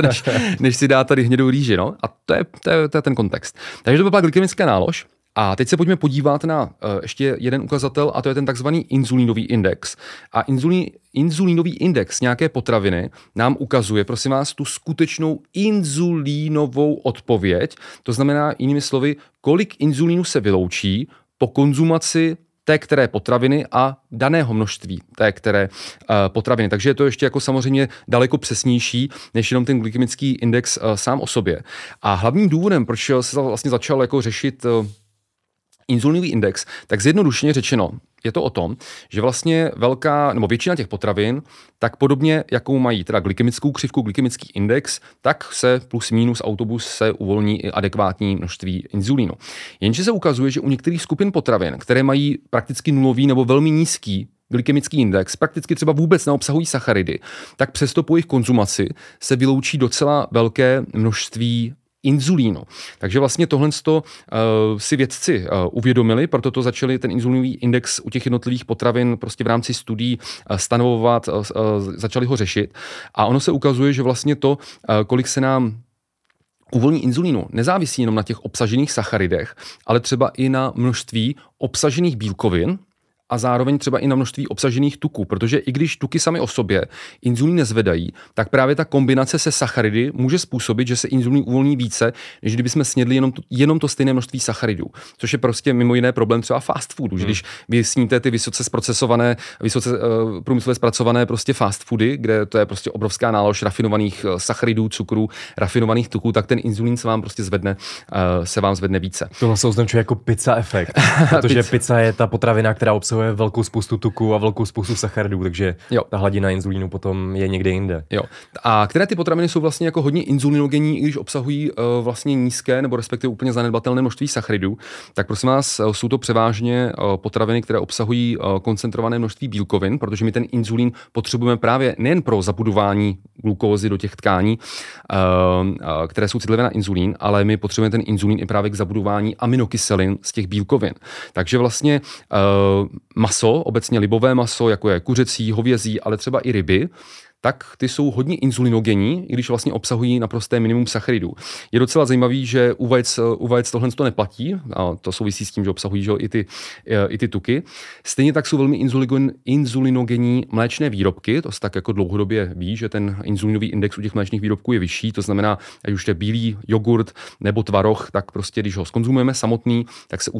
než si dát tady hnědou rýži, no? A to je ten kontext. Takže to byla glykemická nálož. A teď se pojďme podívat na ještě jeden ukazatel, a to je ten takzvaný inzulínový index. A inzulínový index nějaké potraviny nám ukazuje, prosím vás, tu skutečnou inzulínovou odpověď. To znamená, jinými slovy, kolik inzulínu se vyloučí po konzumaci té které potraviny a daného množství té které potraviny. Takže je to ještě jako samozřejmě daleko přesnější než jenom ten glykemický index sám o sobě. A hlavním důvodem, proč se vlastně začal jako řešit inzulínový index, tak zjednodušeně řečeno, je to o tom, že vlastně většina těch potravin, tak podobně, jakou mají teda glykemickou křivku, glykemický index, tak se plus minus autobus se uvolní i adekvátní množství inzulínu. Jenže se ukazuje, že u některých skupin potravin, které mají prakticky nulový nebo velmi nízký glykemický index, prakticky třeba vůbec neobsahují sacharidy, tak přesto po jejich konzumaci se vyloučí docela velké množství inzulínu. Takže vlastně tohle si vědci uvědomili, proto to začali ten inzulínový index u těch jednotlivých potravin prostě v rámci studií stanovovat, začali ho řešit. A ono se ukazuje, že vlastně to, kolik se nám uvolní inzulínu, nezávisí jenom na těch obsažených sacharidech, ale třeba i na množství obsažených bílkovin, a zároveň třeba i na množství obsažených tuků, protože i když tuky sami o sobě inzulín nezvedají, tak právě ta kombinace se sacharidy může způsobit, že se inzulín uvolní více, než kdybychom snědli jenom to stejné množství sacharidů. Což je prostě mimo jiné problém třeba fast foodu, že když vy sníte ty vysoce zprocesované, průmyslově zpracované prostě fast foody, kde to je prostě obrovská nálož rafinovaných sacharidů, cukrů, rafinovaných tuků, tak ten inzulín se vám prostě zvedne více. Tohle se označuje jako pizza efekt, protože pizza je ta potravina, která obsahuje obsahuje velkou spoustu tuku a velkou spoustu sacharidů, takže ta hladina inzulínu potom je někde jinde. Jo. A které ty potraviny jsou vlastně jako hodně inzulinogenní, i když obsahují vlastně nízké nebo respektive úplně zanedbatelné množství sacharidů, tak prosím vás, jsou to převážně potraviny, které obsahují koncentrované množství bílkovin, protože my ten inzulín potřebujeme právě nejen pro zabudování glukózy do těch tkání, které jsou citlivé na inzulín, ale my potřebujeme ten inzulín i právě k zabudování aminokyselin z těch bílkovin. Takže vlastně maso, obecně libové maso, jako je kuřecí, hovězí, ale třeba i ryby, tak ty jsou hodně inzulinogenní, i když vlastně obsahují naprosté minimum sacharidů. Je docela zajímavý, že u vajec tohle to neplatí, a to souvisí s tím, že obsahují že, i ty tuky. Stejně tak jsou velmi inzulinogenní mléčné výrobky, to se tak jako dlouhodobě ví, že ten inzulinový index u těch mléčných výrobků je vyšší, to znamená, ať už to je bílý jogurt nebo tvaroh, tak prostě když ho zkonzumujeme samotný, tak se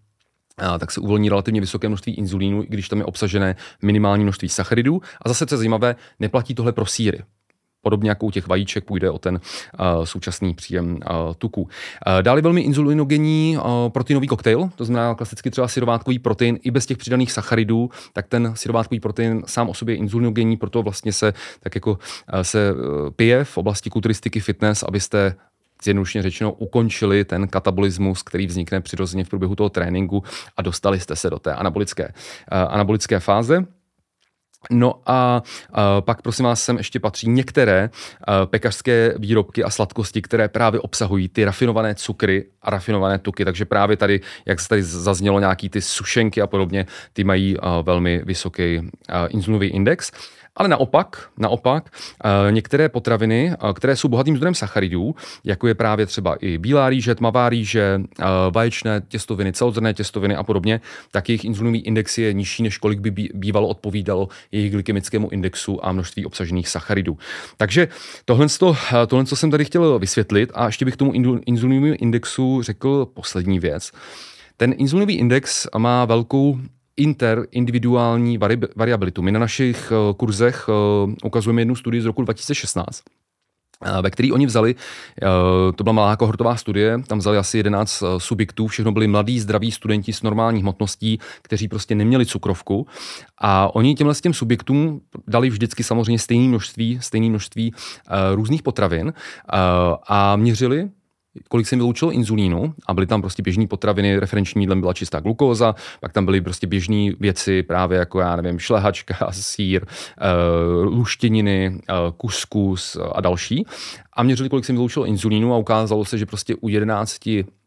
uvolní relativně vysoké množství inzulínu, i když tam je obsažené minimální množství sacharidů. A zase, co je zajímavé, neplatí tohle pro sýry. Podobně jako u těch vajíček půjde o ten současný příjem tuku. Dále velmi inzulinogenní proteinový koktejl, to znamená klasicky třeba syrovátkový protein i bez těch přidaných sacharidů, tak ten syrovátkový protein sám o sobě je inzulinogenní, proto vlastně se tak jako se pije v oblasti kulturistiky fitness, abyste zjednodušeně řečeno ukončili ten katabolismus, který vznikne přirozeně v průběhu toho tréninku a dostali jste se do té anabolické fáze. No a pak prosím vás sem ještě patří některé pekařské výrobky a sladkosti, které právě obsahují ty rafinované cukry a rafinované tuky, takže právě tady, jak se tady zaznělo, nějaký ty sušenky a podobně, ty mají velmi vysoký inzulinový index. Ale naopak, některé potraviny, které jsou bohatým zdrojem sacharidů, jako je právě třeba i bílá rýže, tmavá rýže, vaječné těstoviny, celozrnné těstoviny a podobně, tak jejich inzulinový index je nižší, než kolik by bývalo odpovídalo jejich glykemickému indexu a množství obsažených sacharidů. Takže tohle jsem tady chtěl vysvětlit a ještě bych tomu inzulinovému indexu řekl poslední věc. Ten inzulinový index má velkou interindividuální variabilitu. My na našich kurzech ukazujeme jednu studii z roku 2016, ve který oni vzali, to byla malá kohortová studie, tam vzali asi 11 subjektů, všechno byli mladí, zdraví studenti s normální hmotností, kteří prostě neměli cukrovku a oni těm subjektům dali vždycky samozřejmě stejné množství různých potravin a měřili, kolik se jim vyloučilo inzulínu a byly tam prostě běžné potraviny, referenčním jídlem byla čistá glukóza, pak tam byly prostě běžné věci právě jako já nevím, šlehačka, sýr, luštěniny, kuskus a další. A měřili, kolik se jim vyloučilo inzulínu a ukázalo se, že prostě u 11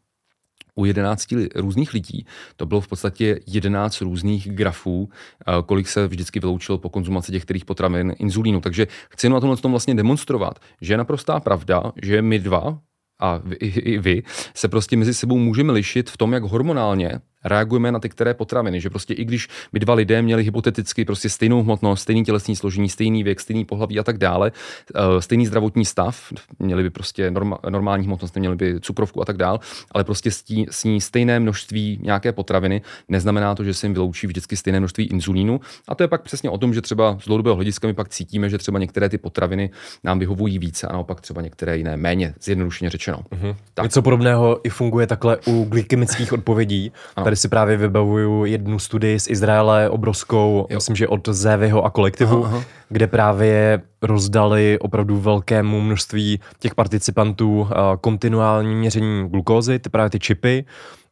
různých lidí to bylo v podstatě 11 různých grafů, kolik se vždycky vyloučilo po konzumaci těch kterých potravin inzulínu. Takže chci na tomhle vlastně demonstrovat, že je naprostá pravda, že my dva a i vy se prostě mezi sebou můžeme lišit v tom, jak hormonálně reagujeme na ty které potraviny, že prostě i když by dva lidé měli hypoteticky prostě stejnou hmotnost, stejný tělesný složení, stejný věk, stejný pohlaví a tak dále, stejný zdravotní stav, měli by prostě normální hmotnost, neměli by cukrovku a tak dále, ale prostě sní stejné množství nějaké potraviny, neznamená to, že se jim vyloučí vždycky stejné množství inzulínu. A to je pak přesně o tom, že třeba z dlouhodobého hlediska my pak cítíme, že třeba některé ty potraviny nám vyhovují více a naopak třeba některé jiné méně, zjednodušeně řečeno. Tak. Něco podobného i funguje takhle u glykemických odpovědí. Tady si právě vybavuju jednu studii z Izraele, obrovskou, myslím, že od Zévyho a kolektivu, kde právě rozdali opravdu velkému množství těch participantů kontinuální měření glukózy, právě ty čipy,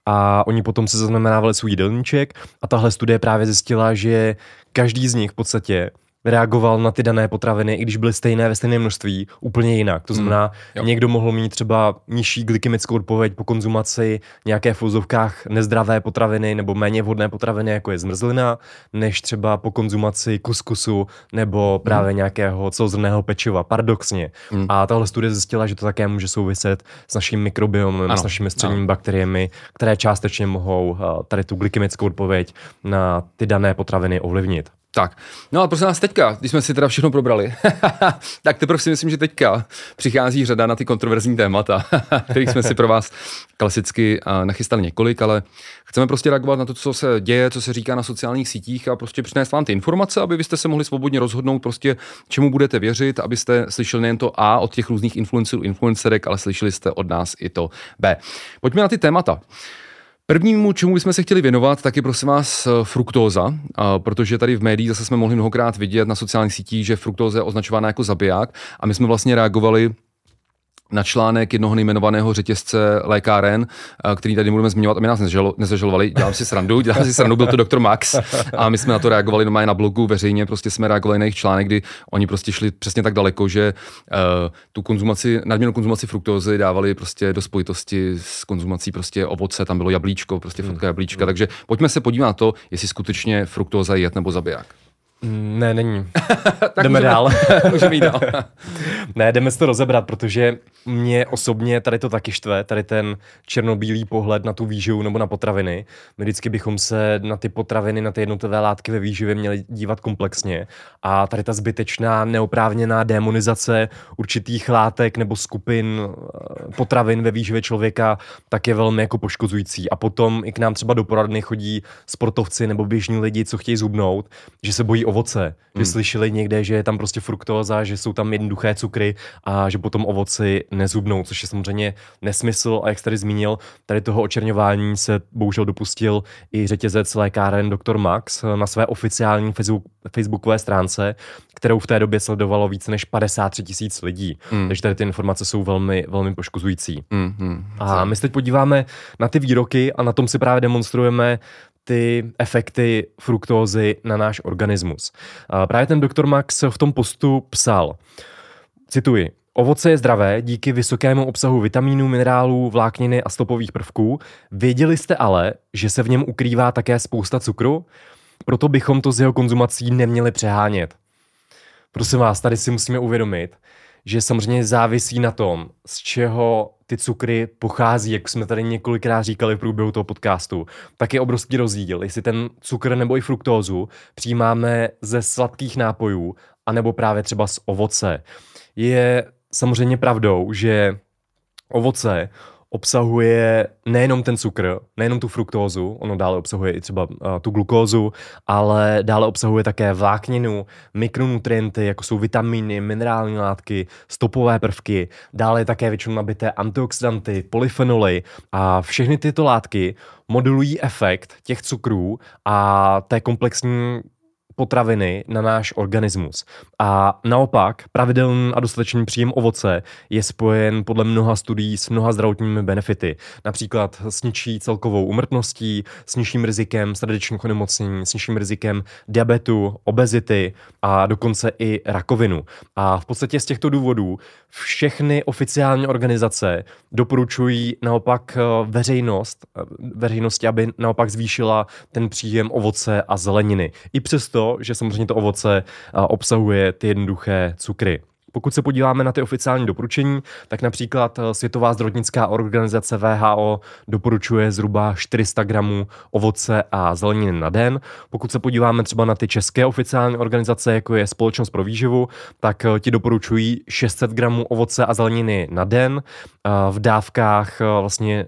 a oni potom se zaznamenávali svůj jídelníček a tahle studie právě zjistila, že každý z nich v podstatě reagoval na ty dané potraviny, i když byly stejné ve stejném množství, úplně jinak. To znamená, někdo mohl mít třeba nižší glykemickou odpověď po konzumaci nějaké v úzovkách nezdravé potraviny nebo méně vhodné potraviny, jako je zmrzlina, než třeba po konzumaci kuskusu nebo právě nějakého celozrnného pečiva, paradoxně. A tahle studie zjistila, že to také může souviset s naším mikrobiomem, s našimi středními bakteriemi, které částečně mohou tady tu glykemickou odpověď na ty dané potraviny ovlivnit. Tak, no a prosím nás teďka, když jsme si teda všechno probrali, tak teprve si myslím, že teďka přichází řada na ty kontroverzní témata, kterých jsme si pro vás klasicky nachystali několik, ale chceme prostě reagovat na to, co se děje, co se říká na sociálních sítích a prostě přinést vám ty informace, aby byste se mohli svobodně rozhodnout prostě, čemu budete věřit, abyste slyšeli nejen to A od těch různých influencerů, influencerek, ale slyšeli jste od nás i to B. Pojďme na ty témata. Prvnímu, čemu bychom se chtěli věnovat, tak je prosím vás fruktóza, protože tady v médiích zase jsme mohli mnohokrát vidět na sociálních sítích, že fruktóza je označována jako zabiják a my jsme vlastně reagovali na článek jednoho nejmenovaného řetězce lékáren, který tady budeme zmiňovat, a my nás nezažalovali, dělám si srandu, byl to Dr. Max a my jsme na to reagovali normálně na blogu veřejně, prostě jsme reagovali na jejich článek, kdy oni prostě šli přesně tak daleko, že tu nadměrnou konzumaci fruktózy dávali prostě do spojitosti s konzumací prostě ovoce, tam bylo jablíčko, prostě fotka jablíčka, takže pojďme se podívat na to, jestli skutečně fruktóza je jed nebo zabiják. Ne, není. Jdeme dál. Můžeme jít dál. Ne, jdeme si to rozebrat, protože mě osobně tady to taky štve, tady ten černobílý pohled na tu výživu nebo na potraviny. My vždycky bychom se na ty potraviny, na ty jednotlivé látky ve výživě měli dívat komplexně a tady ta zbytečná, neoprávněná demonizace určitých látek nebo skupin potravin ve výživě člověka tak je velmi jako poškozující. A potom i k nám třeba do poradny chodí sportovci nebo běžní lidi, co chtějí zhubnout, že se bojí ovoce, že slyšeli někde, že je tam prostě fruktóza, že jsou tam jednoduché cukry a že potom ovoci nezhubnou, což je samozřejmě nesmysl a jak jsi tady zmínil, tady toho očerňování se bohužel dopustil i řetězec lékáren Dr. Max na své oficiální facebookové stránce, kterou v té době sledovalo více než 53 000 lidí. Takže tady ty informace jsou velmi, velmi poškozující. A my se teď podíváme na ty výroky a na tom si právě demonstrujeme ty efekty fruktózy na náš organismus. Právě ten Dr. Max v tom postu psal, cituji, ovoce je zdravé díky vysokému obsahu vitamínů, minerálů, vlákniny a stopových prvků. Věděli jste ale, že se v něm ukrývá také spousta cukru? Proto bychom to s jeho konzumací neměli přehánět. Prosím vás, tady si musíme uvědomit, že samozřejmě závisí na tom, z čeho ty cukry pochází, jak jsme tady několikrát říkali v průběhu toho podcastu, tak je obrovský rozdíl, jestli ten cukr nebo i fruktózu přijímáme ze sladkých nápojů, anebo právě třeba z ovoce. Je samozřejmě pravdou, že ovoce obsahuje nejenom ten cukr, nejenom tu fruktózu, ono dále obsahuje i třeba tu glukózu, ale dále obsahuje také vlákninu, mikronutrienty, jako jsou vitamíny, minerální látky, stopové prvky, dále je také většinou nabité antioxidanty, polyfenoly a všechny tyto látky modulují efekt těch cukrů a té komplexní potraviny na náš organismus. A naopak pravidelný a dostatečný příjem ovoce je spojen podle mnoha studií s mnoha zdravotními benefity. Například s nižší celkovou úmrtností, s nižším rizikem srdečních onemocnění, s nižším rizikem diabetu, obezity a dokonce i rakovinu. A v podstatě z těchto důvodů všechny oficiální organizace doporučují naopak veřejnosti, aby naopak zvýšila ten příjem ovoce a zeleniny. I přesto, že samozřejmě to ovoce obsahuje ty jednoduché cukry. Pokud se podíváme na ty oficiální doporučení, tak například Světová zdravotnická organizace WHO doporučuje zhruba 400 gramů ovoce a zeleniny na den. Pokud se podíváme třeba na ty české oficiální organizace, jako je Společnost pro výživu, tak ti doporučují 600 gramů ovoce a zeleniny na den v dávkách vlastně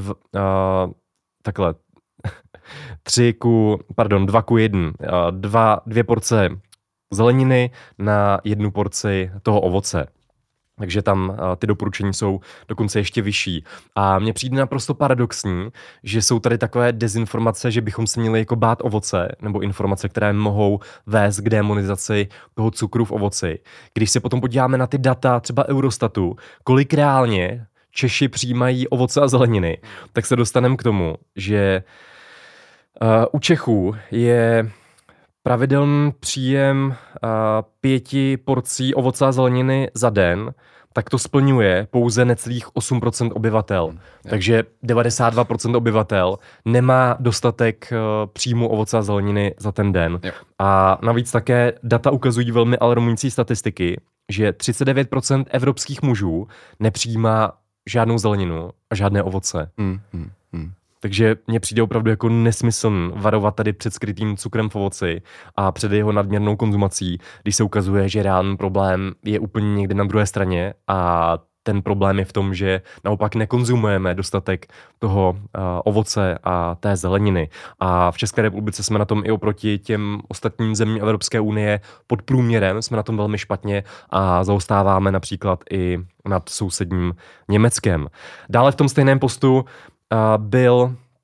2:1. Dvě porce zeleniny na 1 porci toho ovoce. Takže tam ty doporučení jsou dokonce ještě vyšší. A mně přijde naprosto paradoxní, že jsou tady takové dezinformace, že bychom se měli jako bát ovoce, nebo informace, které mohou vést k demonizaci toho cukru v ovoci. Když se potom podíváme na ty data třeba Eurostatu, kolik reálně Češi přijímají ovoce a zeleniny, tak se dostaneme k tomu, že u Čechů je pravidelný příjem 5 porcí ovoce a zeleniny za den, tak to splňuje pouze necelých 8% obyvatel. Takže 92% obyvatel nemá dostatek příjmu ovoce a zeleniny za ten den. A navíc také data ukazují velmi alarmující statistiky, že 39% evropských mužů nepřijímá žádnou zeleninu a žádné ovoce. Takže mně přijde opravdu jako nesmyslný varovat tady před skrytým cukrem v ovoci a před jeho nadměrnou konzumací, když se ukazuje, že reálný problém je úplně někde na druhé straně a ten problém je v tom, že naopak nekonzumujeme dostatek toho ovoce a té zeleniny. A v České republice jsme na tom i oproti těm ostatním zemím Evropské unie pod průměrem, jsme na tom velmi špatně a zaostáváme například i nad sousedním Německem. Dále v tom stejném postu byl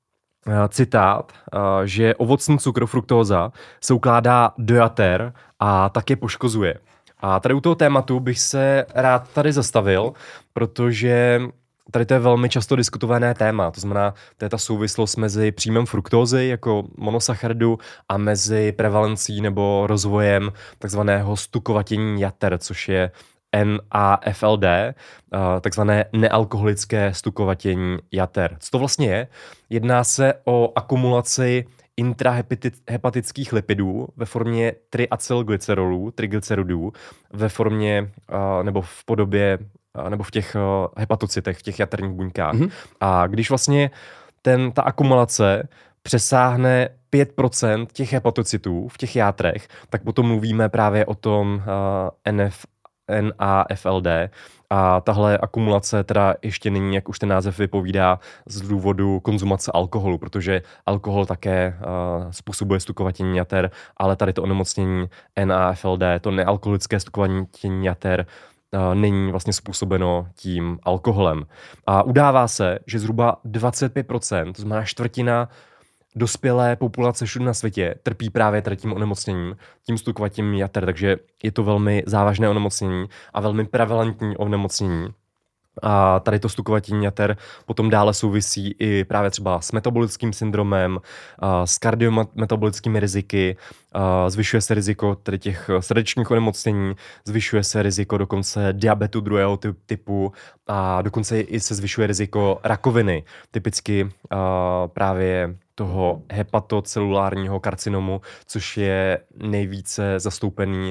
citát, že ovocný cukr fruktóza se ukládá do jater a tak je poškozuje. A tady u toho tématu bych se rád tady zastavil, protože tady to je velmi často diskutované téma, to znamená, to je ta souvislost mezi příjmem fruktózy jako monosacharidu a mezi prevalencí nebo rozvojem takzvaného stukovatění jater, což je NAFLD, takzvané nealkoholické stukovatění jater. Co to vlastně je? Jedná se o akumulaci intrahepatických lipidů ve formě triacylglycerolů, triglyceridů, ve formě nebo v podobě nebo v těch hepatocytech, v těch jaterních buňkách. A když vlastně ta akumulace přesáhne 5% těch hepatocytů v těch játrech, tak potom mluvíme právě o tom NAFLD. A tahle akumulace teda ještě není, jak už ten název vypovídá, z důvodu konzumace alkoholu, protože alkohol také způsobuje stukovatění jater, ale tady to onemocnění NAFLD, to nealkoholické stukovatění jater, není vlastně způsobeno tím alkoholem. A udává se, že zhruba 25%, to znamená čtvrtina dospělé populace všude na světě, trpí právě tím onemocněním, tím stukovatím jater, takže je to velmi závažné onemocnění a velmi prevalentní onemocnění. A tady to stukovatění jater potom dále souvisí i právě třeba s metabolickým syndromem, s kardiometabolickými riziky, zvyšuje se riziko tedy těch srdečních onemocnění, zvyšuje se riziko dokonce diabetu druhého typu a dokonce i se zvyšuje riziko rakoviny, typicky právě toho hepatocelulárního karcinomu, což je nejvíce zastoupený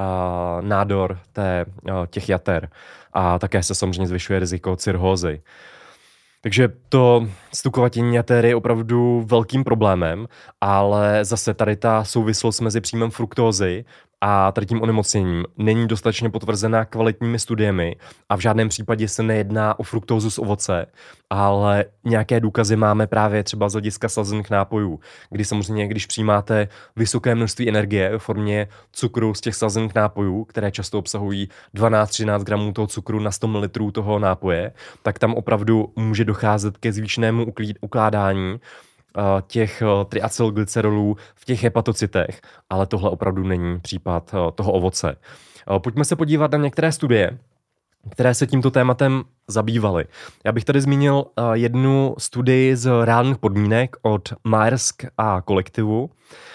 nádor těch jater. A také se samozřejmě zvyšuje riziko cirhózy. Takže to stukovatění jater je opravdu velkým problémem, ale zase tady ta souvislost mezi příjmem fruktózy a tady tím onemocněním není dostatečně potvrzená kvalitními studiemi a v žádném případě se nejedná o fruktózu z ovoce, ale nějaké důkazy máme právě třeba z hlediska slazených nápojů, kdy samozřejmě, když přijímáte vysoké množství energie v formě cukru z těch slazených nápojů, které často obsahují 12-13 gramů toho cukru na 100 ml toho nápoje, tak tam opravdu může docházet ke zvýšenému ukládání těch triacylglycerolů v těch hepatocytech, ale tohle opravdu není případ toho ovoce. Pojďme se podívat na některé studie, které se tímto tématem zabývaly. Já bych tady zmínil jednu studii z reálných podmínek od Maersk a kolektivu.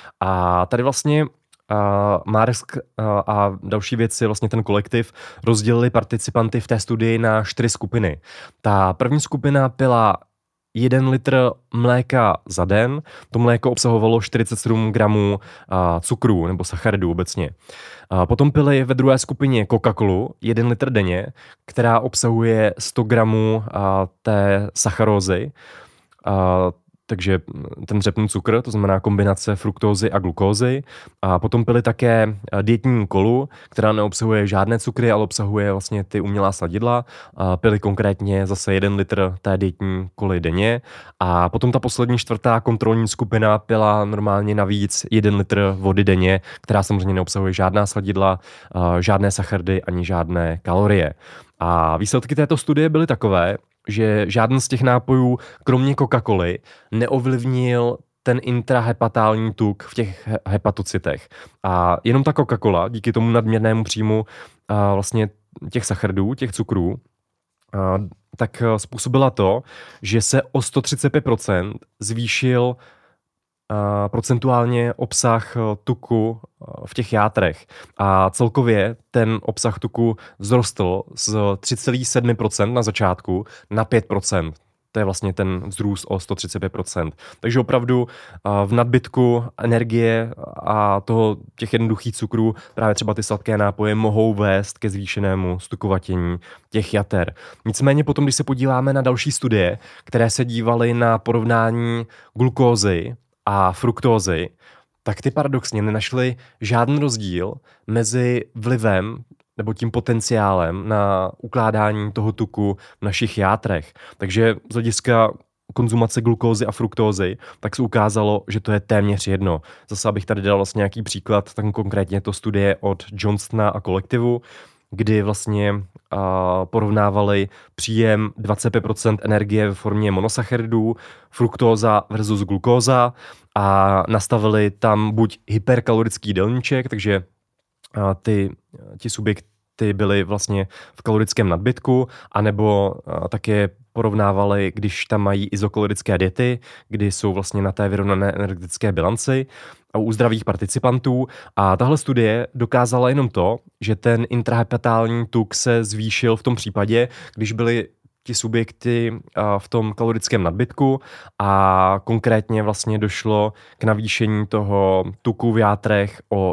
A tady vlastně Maersk a další věci, vlastně ten kolektiv, rozdělili participanty v té studii na 4 skupiny. Ta první skupina pila 1 litr mléka za den. To mléko obsahovalo 47 gramů cukru nebo sacharidů obecně. Potom pili ve druhé skupině Coca-Colu 1 litr denně, která obsahuje 100 gramů té sacharózy. Takže ten řepný cukr, to znamená kombinace fruktózy a glukózy. A potom pili také dietní kolu, která neobsahuje žádné cukry, ale obsahuje vlastně ty umělá sladidla. Pili konkrétně zase 1 litr té dietní koly denně. A potom ta poslední 4. kontrolní skupina pila normálně navíc 1 litr vody denně, která samozřejmě neobsahuje žádná sladidla, žádné sacharidy ani žádné kalorie. A výsledky této studie byly takové, že žádný z těch nápojů, kromě Coca-Coly, neovlivnil ten intrahepatální tuk v těch hepatocytech. A jenom ta Coca-Cola, díky tomu nadměrnému příjmu vlastně těch sacharidů, těch cukrů, tak způsobila to, že se o 135% zvýšil procentuálně obsah tuku v těch játrech. A celkově ten obsah tuku vzrostl z 3,7% na začátku na 5%. To je vlastně ten vzrůst o 135%. Takže opravdu v nadbytku energie a těch jednoduchých cukrů právě třeba ty sladké nápoje mohou vést ke zvýšenému stukovatění těch jater. Nicméně potom, když se podíváme na další studie, které se dívaly na porovnání glukózy a fruktózy, tak ty paradoxně nenašly žádný rozdíl mezi vlivem nebo tím potenciálem na ukládání toho tuku v našich játrech. Takže z hlediska konzumace glukózy a fruktózy, tak se ukázalo, že to je téměř jedno. Zase abych tady dal vlastně nějaký příklad, tak konkrétně to studie od Johnstona a kolektivu, kdy vlastně porovnávali příjem 25% energie ve formě monosacharidů, fruktóza versus glukóza a nastavili tam buď hyperkalorický jídelníček, takže ti subjekty byly vlastně v kalorickém nadbytku, anebo také porovnávali, když tam mají izokalorické diety, kdy jsou vlastně na té vyrovnané energetické bilanci u zdravých participantů. A tahle studie dokázala jenom to, že ten intrahepatální tuk se zvýšil v tom případě, když byli ti subjekty v tom kalorickém nadbytku a konkrétně vlastně došlo k navýšení toho tuku v játrech o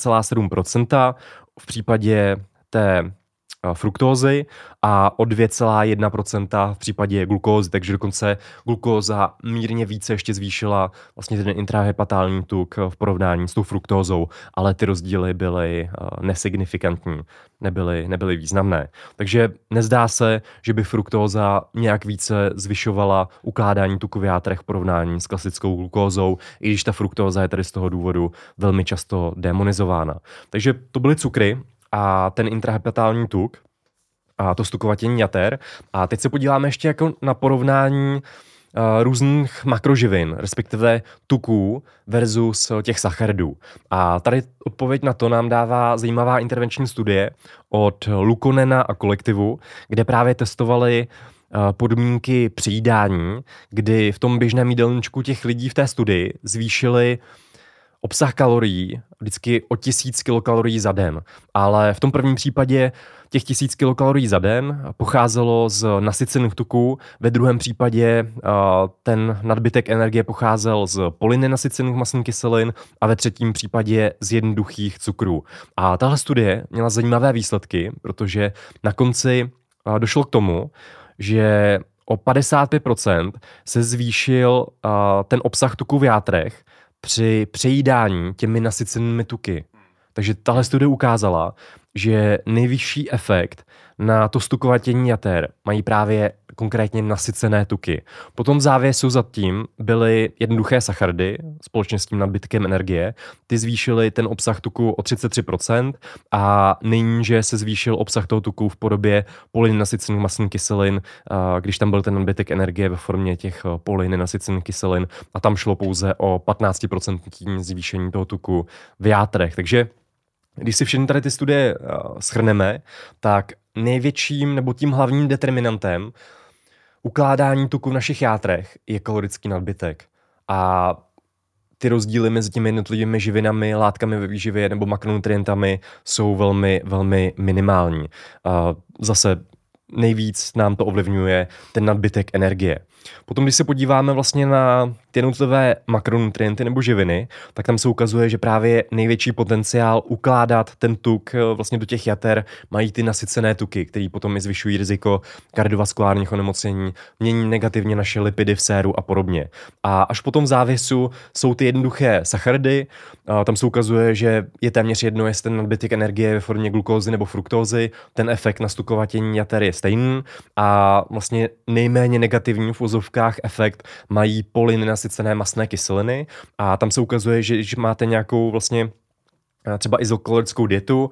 1,7% v případě té fruktózy a o 2,1% v případě glukózy, takže dokonce glukóza mírně více ještě zvýšila vlastně ten intrahepatální tuk v porovnání s tou fruktózou, ale ty rozdíly byly nesignifikantní, nebyly významné. Takže nezdá se, že by fruktóza nějak více zvyšovala ukládání tuku v játrech v porovnání s klasickou glukózou, i když ta fruktóza je tady z toho důvodu velmi často demonizována. Takže to byly cukry a ten intrahepatální tuk a to stukovatění jater. A teď se podíváme ještě jako na porovnání různých makroživin, respektive tuků versus těch sacharidů. A tady odpověď na to nám dává zajímavá intervenční studie od Lukonena a kolektivu, kde právě testovali podmínky přijídání, kdy v tom běžném jídelníčku těch lidí v té studii zvýšili obsah kalorií vždycky o 1000 kilokalorií za den. Ale v tom prvním případě těch 1000 kilokalorií za den pocházelo z nasycených tuků, ve druhém případě ten nadbytek energie pocházel z polynenasycených mastných kyselin a ve třetím případě z jednoduchých cukrů. A tahle studie měla zajímavé výsledky, protože na konci došlo k tomu, že o 55% se zvýšil ten obsah tuků v játrech při přejídání těmi nasycenými tuky. Takže tahle studie ukázala, že nejvyšší efekt na to stukovatění jater mají právě konkrétně nasycené tuky. Potom v závěsu za tím byly jednoduché sacharidy společně s tím nadbytkem energie. Ty zvýšily ten obsah tuku o 33% a nejníže se zvýšil obsah toho tuku v podobě polynenasycených mastných kyselin, když tam byl ten nadbytek energie ve formě těch polynenasycených kyselin a tam šlo pouze o 15% zvýšení toho tuku v játrech. Takže když si všechny tady ty studie shrneme, tak největším nebo tím hlavním determinantem ukládání tuku v našich játrech je kalorický nadbytek. A ty rozdíly mezi těmi jednotlivými živinami, látkami ve výživě nebo makronutrientami jsou velmi, velmi minimální. Zase nejvíc nám to ovlivňuje ten nadbytek energie. Potom, když se podíváme vlastně na ty jednotlivé makronutrienty nebo živiny, tak tam se ukazuje, že právě největší potenciál ukládat ten tuk vlastně do těch jater mají ty nasycené tuky, které potom i zvyšují riziko kardiovaskulárních onemocnění, mění negativně naše lipidy v séru a podobně. A až potom v závěsu jsou ty jednoduché sacharidy, tam se ukazuje, že je téměř jedno, jestli ten nadbytek energie ve formě glukózy nebo fruktózy, ten efekt na stukovatění jater je stejný a vlastně nejméně negativní v uvozovkách efekt mají polynenasycené mastné kyseliny a tam se ukazuje, že když máte nějakou vlastně třeba izokalorickou dietu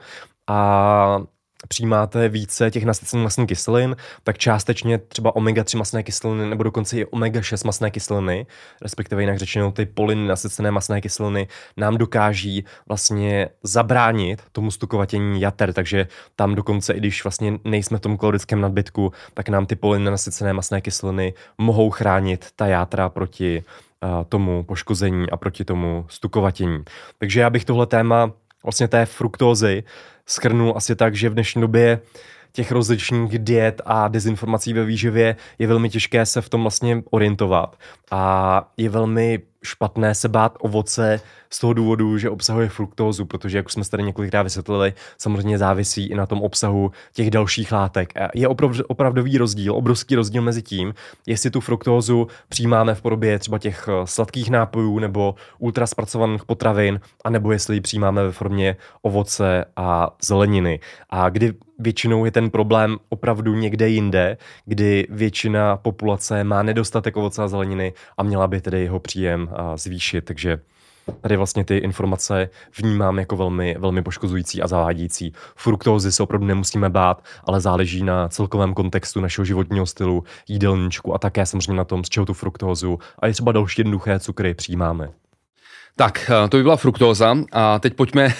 a přijímáte více těch nasycených mastných kyselin, tak částečně třeba omega-3 mastné kyseliny nebo dokonce i omega-6 mastné kyseliny, respektive jinak řečeno ty polynenasycené mastné kyseliny, nám dokáží vlastně zabránit tomu stukovatění jater, takže tam dokonce, i když vlastně nejsme v tom kalorickém nadbytku, tak nám ty polynenasycené mastné kyseliny mohou chránit ta játra proti tomu poškození a proti tomu stukovatění. Takže já bych tohle téma vlastně té fruktózy shrnul asi tak, že v dnešní době těch rozličných diet a dezinformací ve výživě je velmi těžké se v tom vlastně orientovat a je velmi špatné se bát ovoce z toho důvodu, že obsahuje fruktózu, protože, jak už jsme tady několikrát vysvětlili, samozřejmě závisí i na tom obsahu těch dalších látek. A je opravdový rozdíl, obrovský rozdíl mezi tím, jestli tu fruktózu přijímáme v podobě třeba těch sladkých nápojů nebo ultraspracovaných potravin, anebo jestli ji přijímáme ve formě ovoce a zeleniny. A kdy většinou je ten problém opravdu někde jinde, kdy většina populace má nedostatek ovoce a zeleniny a měla by tedy jeho příjem zvýšit. Takže Tady vlastně ty informace vnímám jako velmi, velmi poškozující a zavádějící. Fruktózy se opravdu nemusíme bát, ale záleží na celkovém kontextu našeho životního stylu, jídelníčku a také samozřejmě na tom, z čeho tu fruktózu a i třeba další jednoduché cukry přijímáme. Tak, to by byla fruktóza a teď pojďme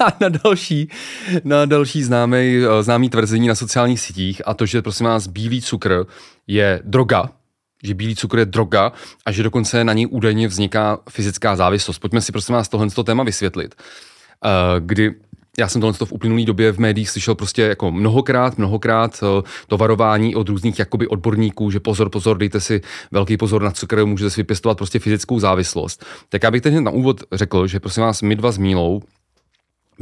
na další známý tvrzení na sociálních sítích a to, že prosím vás bílý cukr je droga, že bílý cukr je droga a že dokonce na něj údajně vzniká fyzická závislost. Pojďme si prosím vás tohle téma vysvětlit. Kdy já jsem tohle v uplynulý době v médiích slyšel prostě jako mnohokrát to varování od různých jakoby odborníků, že pozor, dejte si velký pozor na cukr, můžete si vypěstovat prostě fyzickou závislost. Tak já bych teď na úvod řekl, že prosím vás my dva s Mílou v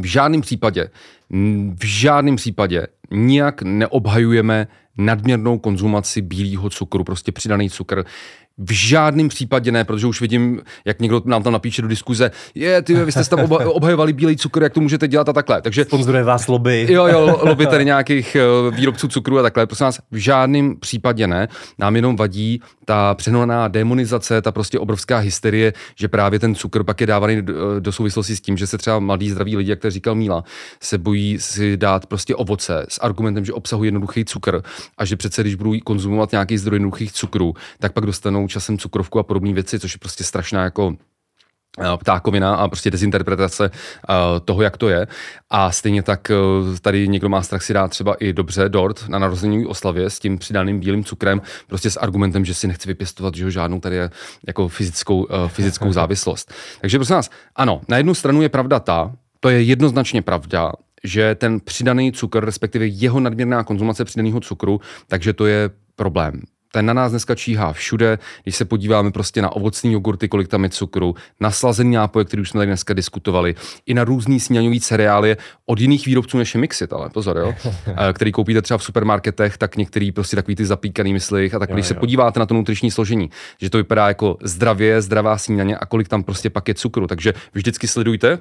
žádném případě nijak neobhajujeme nadměrnou konzumaci bílého cukru, prostě přidaný cukr. V žádném případě ne, protože už vidím, jak někdo nám tam napíše do diskuze, vy jste tam obhajovali bílý cukr, jak to můžete dělat a takhle. Takže sponzoruje vás lobby. Jo, lobby tady nějakých výrobců cukru a takhle. Prosím vás, v žádném případě ne. Nám jenom vadí ta přehnaná demonizace, ta prostě obrovská hysterie, že právě ten cukr pak je dávaný do souvislosti s tím, že se třeba mladí zdraví lidi, jak to říkal Míla, se bojí si dát prostě ovoce s argumentem, že obsahuje jednoduchý cukr a že přece když budou konzumovat nějaký zdroj jednoduchých cukrů, tak pak dostanou časem cukrovku a podobné věci, což je prostě strašná jako ptákovina a prostě dezinterpretace toho, jak to je. A stejně tak tady někdo má strach si dát třeba i dobře dort na narozeninové oslavě s tím přidaným bílým cukrem, prostě s argumentem, že si nechci vypěstovat, že žádnou tady je jako fyzickou závislost. Takže prosím vás, ano, na jednu stranu je pravda to je jednoznačně pravda, že ten přidaný cukr, respektive jeho nadměrná konzumace přidaného cukru, takže to je problém. Ten na nás dneska číhá všude, když se podíváme prostě na ovocný jogurty, kolik tam je cukru, na slazený nápoje, který už jsme tady dneska diskutovali, i na různý snídaňový cereálie od jiných výrobců než je Mixit, ale pozor, jo, který koupíte třeba v supermarketech, tak některý prostě takový ty zapíkaný myslích a tak, když se podíváte na to nutriční složení, že to vypadá jako zdravá snídaně a kolik tam prostě pak je cukru, takže vždycky sledujte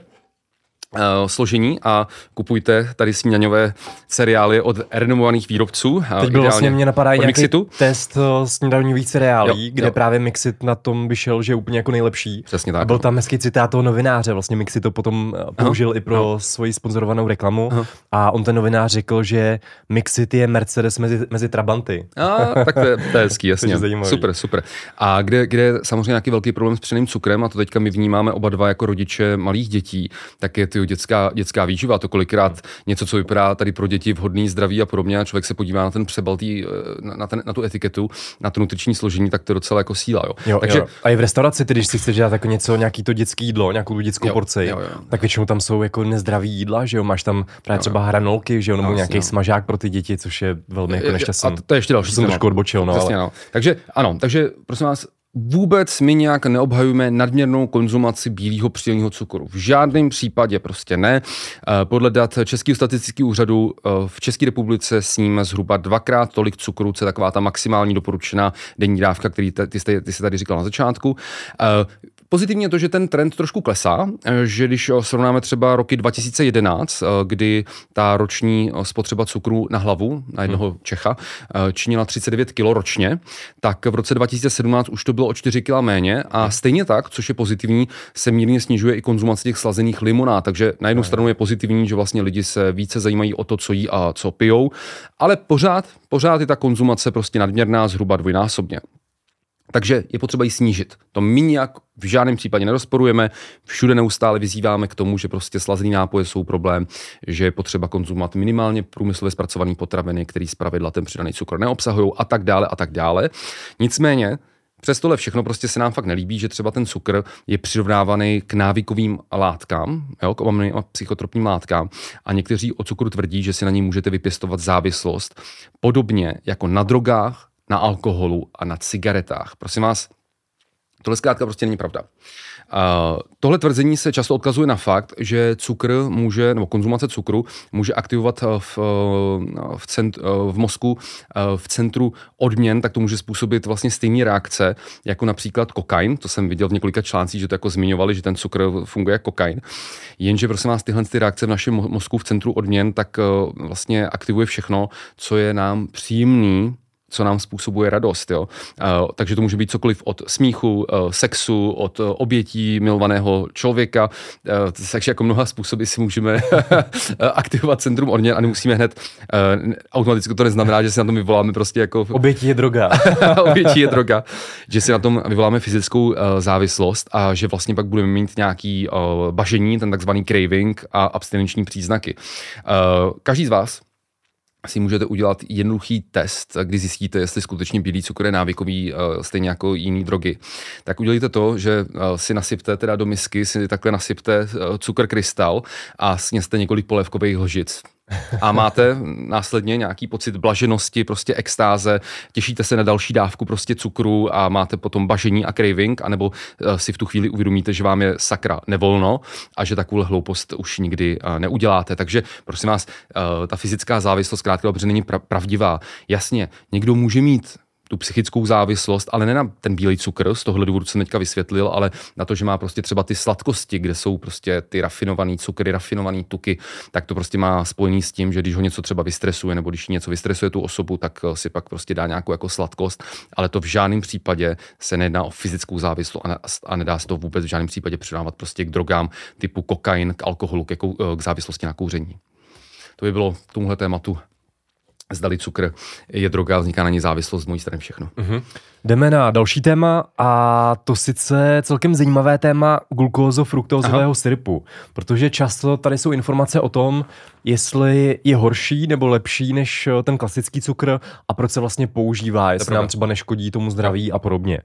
složení a kupujte tady snídaňové cereály od renomovaných výrobců. Teď byl vlastně mě napadá nějaký Mixitu. Test snídaňových cereálí, kde právě Mixit na tom vyšel, že je úplně jako nejlepší. Přesně tak. A byl tam hezký citát toho novináře, vlastně Mixit to potom použil i pro svoji sponzorovanou reklamu a on ten novinář řekl, že Mixit je Mercedes mezi Trabanty. Tak to je hezký, jasně. Super. A kde je samozřejmě nějaký velký problém s přidaným cukrem a to teďka my vnímáme oba dva jako rodiče malých dětí, tak je dětská výživa, to kolikrát něco, co vypadá tady pro děti vhodný, zdraví a podobně, a člověk se podívá na ten přebal na tu etiketu, na to nutriční složení, tak to je docela jako síla, jo. Takže a i v restauraci, když si chceš dělat jako nějaký to dětské jídlo, nějakou tu dětskou porci, tak většinou tam jsou jako nezdravý jídla, že jo, máš tam právě třeba hranolky, že jo, nebo nějaký smažák pro ty děti, což je velmi jako nešťastný. A to je ještě další. Jsem trošku odbočil, Přesně, ale... Takže prosím vás, vůbec my nějak neobhajujeme nadměrnou konzumaci bílého přidaného cukru. V žádném případě prostě ne. Podle dat Českého statistického úřadu v České republice sníme zhruba 2x tolik cukru, co je taková ta maximální doporučená denní dávka, který ty jsi tady říkal na začátku. Pozitivně je to, že ten trend trošku klesá, že když srovnáme třeba roky 2011, kdy ta roční spotřeba cukru na hlavu, na jednoho Čecha, činila 39 kg ročně, tak v roce 2017 už to bylo o 4 kg méně a stejně tak, což je pozitivní, se mírně snižuje i konzumace těch slazených limonád, takže na jednu stranu je pozitivní, že vlastně lidi se více zajímají o to, co jí a co pijou, ale pořád je ta konzumace prostě nadměrná zhruba dvojnásobně. Takže je potřeba ji snížit. To my nijak v žádném případě nerozporujeme, všude neustále vyzýváme k tomu, že prostě slazený nápoje jsou problém, že je potřeba konzumovat minimálně průmyslově zpracované potraviny, které zpravidla ten přidaný cukr neobsahují a tak dále. Nicméně přes tohle všechno prostě se nám fakt nelíbí, že třeba ten cukr je přirovnávaný k návykovým látkám, k omamným a psychotropním látkám a někteří o cukru tvrdí, že si na něj můžete vypěstovat závislost, podobně jako na drogách, na alkoholu a na cigaretách. Prosím vás, tohle zkrátka prostě není pravda. Tohle tvrzení se často odkazuje na fakt, že konzumace cukru může aktivovat v mozku v centru odměn, tak to může způsobit vlastně stejné reakce, jako například kokain. To jsem viděl v několika článcích, že to jako zmiňovali, že ten cukr funguje jako kokain. Jenže prosím vás, tyhle reakce v našem mozku v centru odměn tak vlastně aktivuje všechno, co je nám příjemný co nám způsobuje radost. Jo? Takže to může být cokoliv od smíchu, sexu, od obětí milovaného člověka. Takže jako mnoha způsoby si můžeme aktivovat centrum odměn a nemusíme hned, automaticky to neznamená, že si na tom vyvoláme prostě jako... Obětí je droga. Obětí je droga. Že si na tom vyvoláme fyzickou závislost a že vlastně pak budeme mít nějaký bažení, ten takzvaný craving a abstinenční příznaky. Každý z vás si můžete udělat jednoduchý test, kdy zjistíte, jestli skutečně bílý cukr je návykový, stejně jako jiný drogy. Tak udělejte to, že si nasypte teda do misky, si takhle nasypte cukr krystal a sněste několik polévkových lžic. A máte následně nějaký pocit blaženosti, prostě extáze, těšíte se na další dávku prostě cukru a máte potom bažení a craving, anebo si v tu chvíli uvědomíte, že vám je sakra nevolno a že takovou hloupost už nikdy neuděláte. Takže prosím vás, ta fyzická závislost zkrátka dobře není pravdivá. Jasně, někdo může mít tu psychickou závislost, ale ne na ten bílej cukr, z tohohle důvodu jsem teďka vysvětlil, ale na to, že má prostě třeba ty sladkosti, kde jsou prostě ty rafinovaný cukry, rafinovaný tuky, tak to prostě má spojený s tím, že když ho něco třeba vystresuje, nebo když něco vystresuje tu osobu, tak si pak prostě dá nějakou jako sladkost, ale to v žádném případě se nejedná o fyzickou závislost a nedá se to vůbec v žádném případě přidávat prostě k drogám typu kokain, k alkoholu, k závislosti na kouření. To by bylo k tomuhle tématu. Zdali cukr je droga, vzniká na něj závislost, z mojí strany všechno. Jdeme na další téma a to sice celkem zajímavé téma glukózo-fruktózového syrupu, protože často tady jsou informace o tom, jestli je horší nebo lepší než ten klasický cukr a proč se vlastně používá, jestli nám třeba neškodí tomu zdraví a podobně.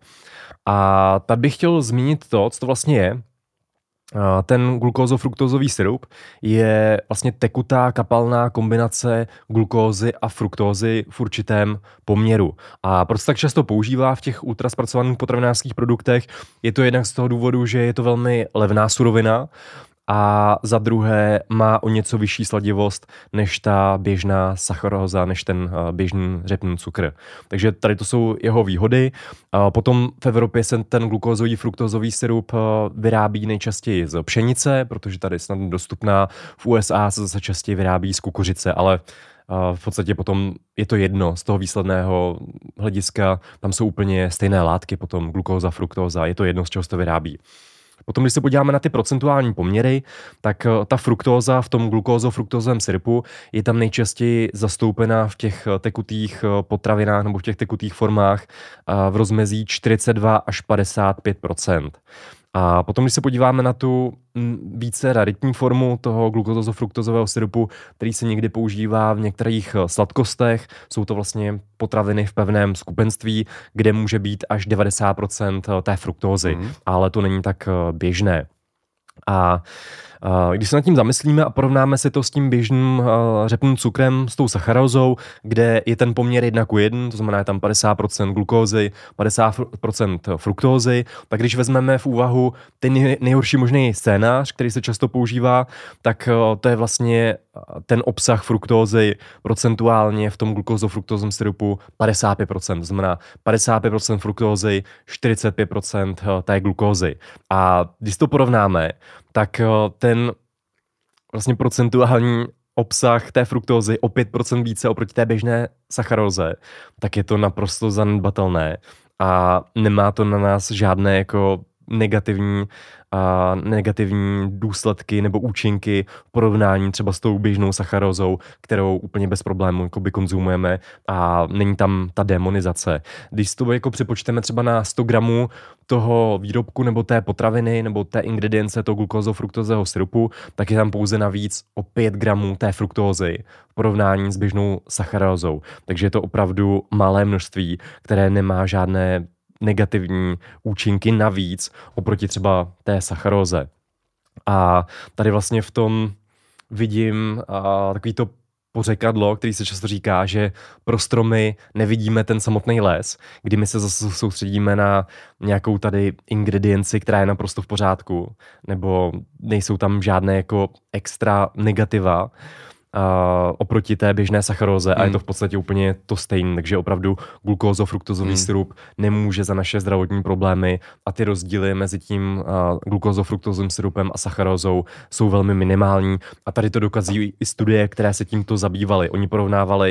A tady bych chtěl zmínit to, co to vlastně je. Ten glukózo-fruktózový syrup je vlastně tekutá kapalná kombinace glukózy a fruktózy v určitém poměru. A proč se tak často používá v těch ultraspracovaných potravinářských produktech? Je to jednak z toho důvodu, že je to velmi levná surovina a za druhé má o něco vyšší sladivost než ta běžná sacharóza, než ten běžný řepný cukr. Takže tady to jsou jeho výhody. Potom v Evropě se ten glukózový fruktózový syrup vyrábí nejčastěji z pšenice, protože tady je snad dostupná. V USA se zase častěji vyrábí z kukuřice, ale v podstatě potom je to jedno z toho výsledného hlediska. Tam jsou úplně stejné látky, potom glukóza, fruktóza, je to jedno, z čeho se to vyrábí. Potom, když se podíváme na ty procentuální poměry, tak ta fruktóza v tom glukózo-fruktózovém syrupu je tam nejčastěji zastoupena v těch tekutých potravinách nebo v těch tekutých formách v rozmezí 42 až 55%. A potom, když se podíváme na tu více raritní formu toho glukózo-fruktozového syrupu, který se někdy používá v některých sladkostech, jsou to vlastně potraviny v pevném skupenství, kde může být až 90% té fruktózy, ale to není tak běžné. A když se nad tím zamyslíme a porovnáme si to s tím běžným řepným cukrem, s tou sacharózou, kde je ten poměr 1:1, to znamená je tam 50% glukózy, 50% fruktózy, tak když vezmeme v úvahu ten nejhorší možný scénář, který se často používá, tak to je vlastně ten obsah fruktózy procentuálně v tom glukózo-fruktózovém syrupu 55%, to znamená 55% fruktózy, 45% té glukózy. A když to porovnáme, tak ten vlastně procentuální obsah té fruktózy o 5% více oproti té běžné sacharóze, tak je to naprosto zanedbatelné a nemá to na nás žádné jako negativní důsledky nebo účinky v porovnání třeba s tou běžnou sacharózou, kterou úplně bez problémů konzumujeme a není tam ta demonizace. Když to jako připočteme třeba na 100 gramů toho výrobku nebo té potraviny nebo té ingredience toho glukózo-fruktózového syrupu, tak je tam pouze navíc o 5 gramů té fruktózy v porovnání s běžnou sacharózou. Takže je to opravdu malé množství, které nemá žádné negativní účinky navíc oproti třeba té sacharóze. A tady vlastně v tom vidím takový to pořekadlo, který se často říká, že pro stromy nevidíme ten samotný les, kdy my se zase soustředíme na nějakou tady ingredienci, která je naprosto v pořádku, nebo nejsou tam žádné jako extra negativa oproti té běžné sacharóze a je to v podstatě úplně to stejné, takže opravdu glukózo-fruktozový syrup nemůže za naše zdravotní problémy a ty rozdíly mezi tím glukózo-fruktozovým syrupem a sacharózou jsou velmi minimální a tady to dokazují i studie, které se tímto zabývaly. Oni porovnávali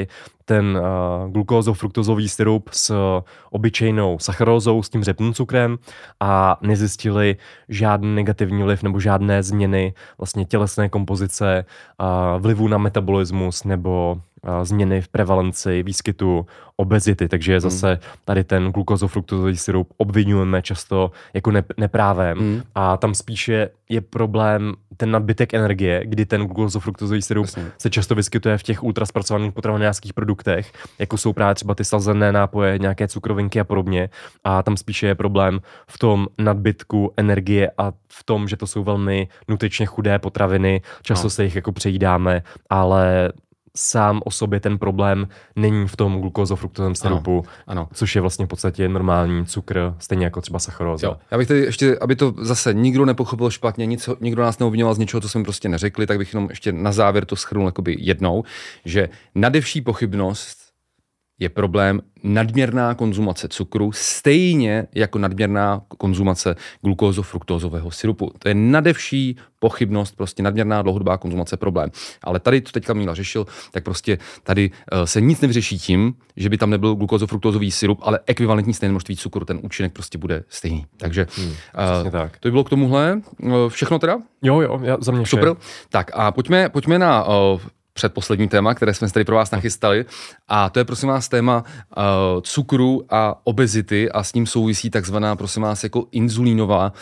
ten glukózo-fruktozový syrup s obyčejnou sacharózou, s tím řepným cukrem a nezjistili žádný negativní vliv nebo žádné změny vlastně tělesné kompozice, vlivu na metabolismus nebo změny v prevalenci výskytu obezity. Takže zase tady ten glukózo-fruktozový syrup obvinujeme často jako neprávem a tam spíše je problém ten nadbytek energie, kdy ten glukózo-fruktozový syrup se často vyskytuje v těch ultraspracovaných potravinářských produktech, jako jsou právě třeba ty slazené nápoje, nějaké cukrovinky a podobně. A tam spíše je problém v tom nadbytku energie a v tom, že to jsou velmi nutričně chudé potraviny, často se jich jako přejídáme, ale sám o sobě ten problém není v tom glukózo-fruktozovém syrupu, což je vlastně v podstatě normální cukr, stejně jako třeba sacharóza. Jo. Já bych tady ještě, aby to zase nikdo nepochopil špatně, nikdo nás neobvinoval z něčeho, co jsme prostě neřekli, tak bych jenom ještě na závěr to shrnul jakoby jednou, že nadevší pochybnost je problém nadměrná konzumace cukru, stejně jako nadměrná konzumace glukózo-fruktózového syrupu. To je nadevší pochybnost, prostě nadměrná dlouhodobá konzumace problém. Ale tady to teďka Míla řešil, tak prostě tady se nic nevyřeší tím, že by tam nebyl glukózo-fruktózový syrup, ale ekvivalentní stejné množství cukru, ten účinek prostě bude stejný. Takže tak. To by bylo k tomuhle. Všechno teda? Jo, za mě super. Tak a pojďme na předposlední téma, které jsme tady pro vás nachystali, a to je prosím vás téma cukru a obezity a s ním souvisí takzvaná prosím vás jako inzulínová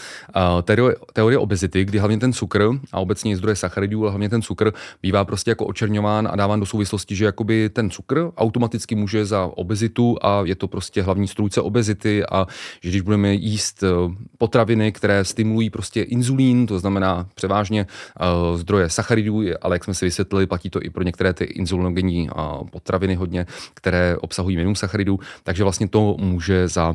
teorie obezity, kdy hlavně ten cukr a obecně zdroje sacharidů, ale hlavně ten cukr bývá prostě jako očerňován a dáván do souvislosti, že jakoby ten cukr automaticky může za obezitu a je to prostě hlavní strůjce obezity a že když budeme jíst potraviny, které stimulují prostě inzulín, to znamená převážně zdroje sacharidů, ale jak jsme si vysvětlili, platí to i pro některé ty inzulinogenní potraviny hodně, které obsahují minimum sacharidů, takže vlastně to může za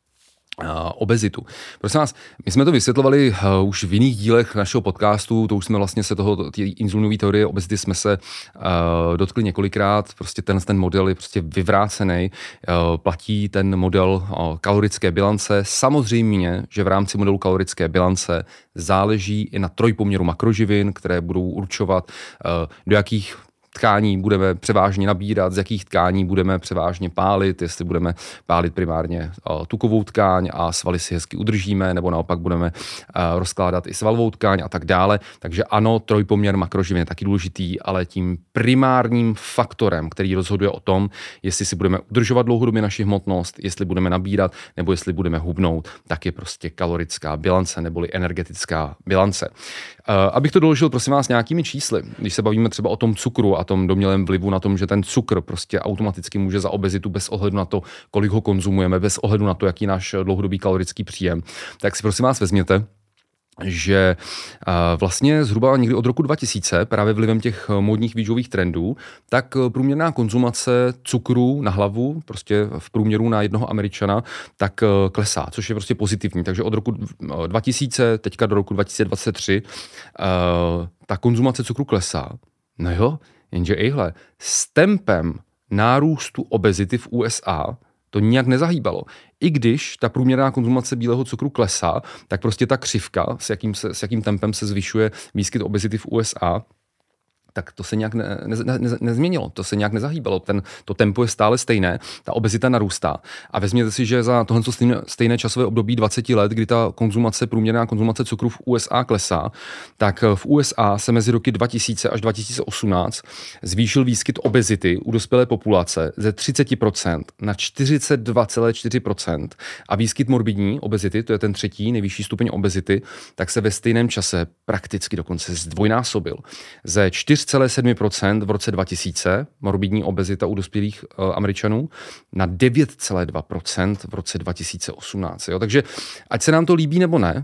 obezitu. Prosím vás, my jsme to vysvětlovali už v jiných dílech našeho podcastu, to už jsme vlastně se té inzulinové teorie obezity jsme se dotkli několikrát, prostě ten model je prostě vyvrácený, platí ten model kalorické bilance. Samozřejmě, že v rámci modelu kalorické bilance záleží i na trojpoměru makroživin, které budou určovat, do jakých tkání budeme převážně nabírat, z jakých tkání budeme převážně pálit, jestli budeme pálit primárně tukovou tkáň a svaly si hezky udržíme, nebo naopak budeme rozkládat i svalovou tkáň a tak dále. Takže ano, trojpoměr makroživin je taky důležitý, ale tím primárním faktorem, který rozhoduje o tom, jestli si budeme udržovat dlouhodobě naši hmotnost, jestli budeme nabírat, nebo jestli budeme hubnout, tak je prostě kalorická bilance neboli energetická bilance. Abych to doložil, prosím vás, nějakými čísly, když se bavíme třeba o tom cukru a tom domnělém vlivu na tom, že ten cukr prostě automaticky může za obezitu bez ohledu na to, kolik ho konzumujeme, bez ohledu na to, jaký je náš dlouhodobý kalorický příjem, tak si prosím vás vezměte, že vlastně zhruba někdy od roku 2000, právě vlivem těch módních výživových trendů, tak průměrná konzumace cukru na hlavu, prostě v průměru na jednoho Američana, tak klesá, což je prostě pozitivní. Takže od roku 2000, teďka do roku 2023, ta konzumace cukru klesá. No jo, jenže s tempem nárůstu obezity v USA to nijak nezahýbalo. I když ta průměrná konzumace bílého cukru klesá, tak prostě ta křivka, s jakým tempem se zvyšuje výskyt obezity v USA, tak to se nějak nezměnilo, to se nějak nezahýbalo. To tempo je stále stejné, ta obezita narůstá. A vezměte si, že za tohle stejné časové období 20 let, kdy ta průměrná konzumace cukru v USA klesá, tak v USA se mezi roky 2000 až 2018 zvýšil výskyt obezity u dospělé populace ze 30% na 42,4% a výskyt morbidní obezity, to je ten třetí nejvyšší stupeň obezity, tak se ve stejném čase prakticky dokonce zdvojnásobil. Ze 4,7% v roce 2000 morbidní obezita u dospělých Američanů na 9,2% v roce 2018. Jo? Takže ať se nám to líbí nebo ne,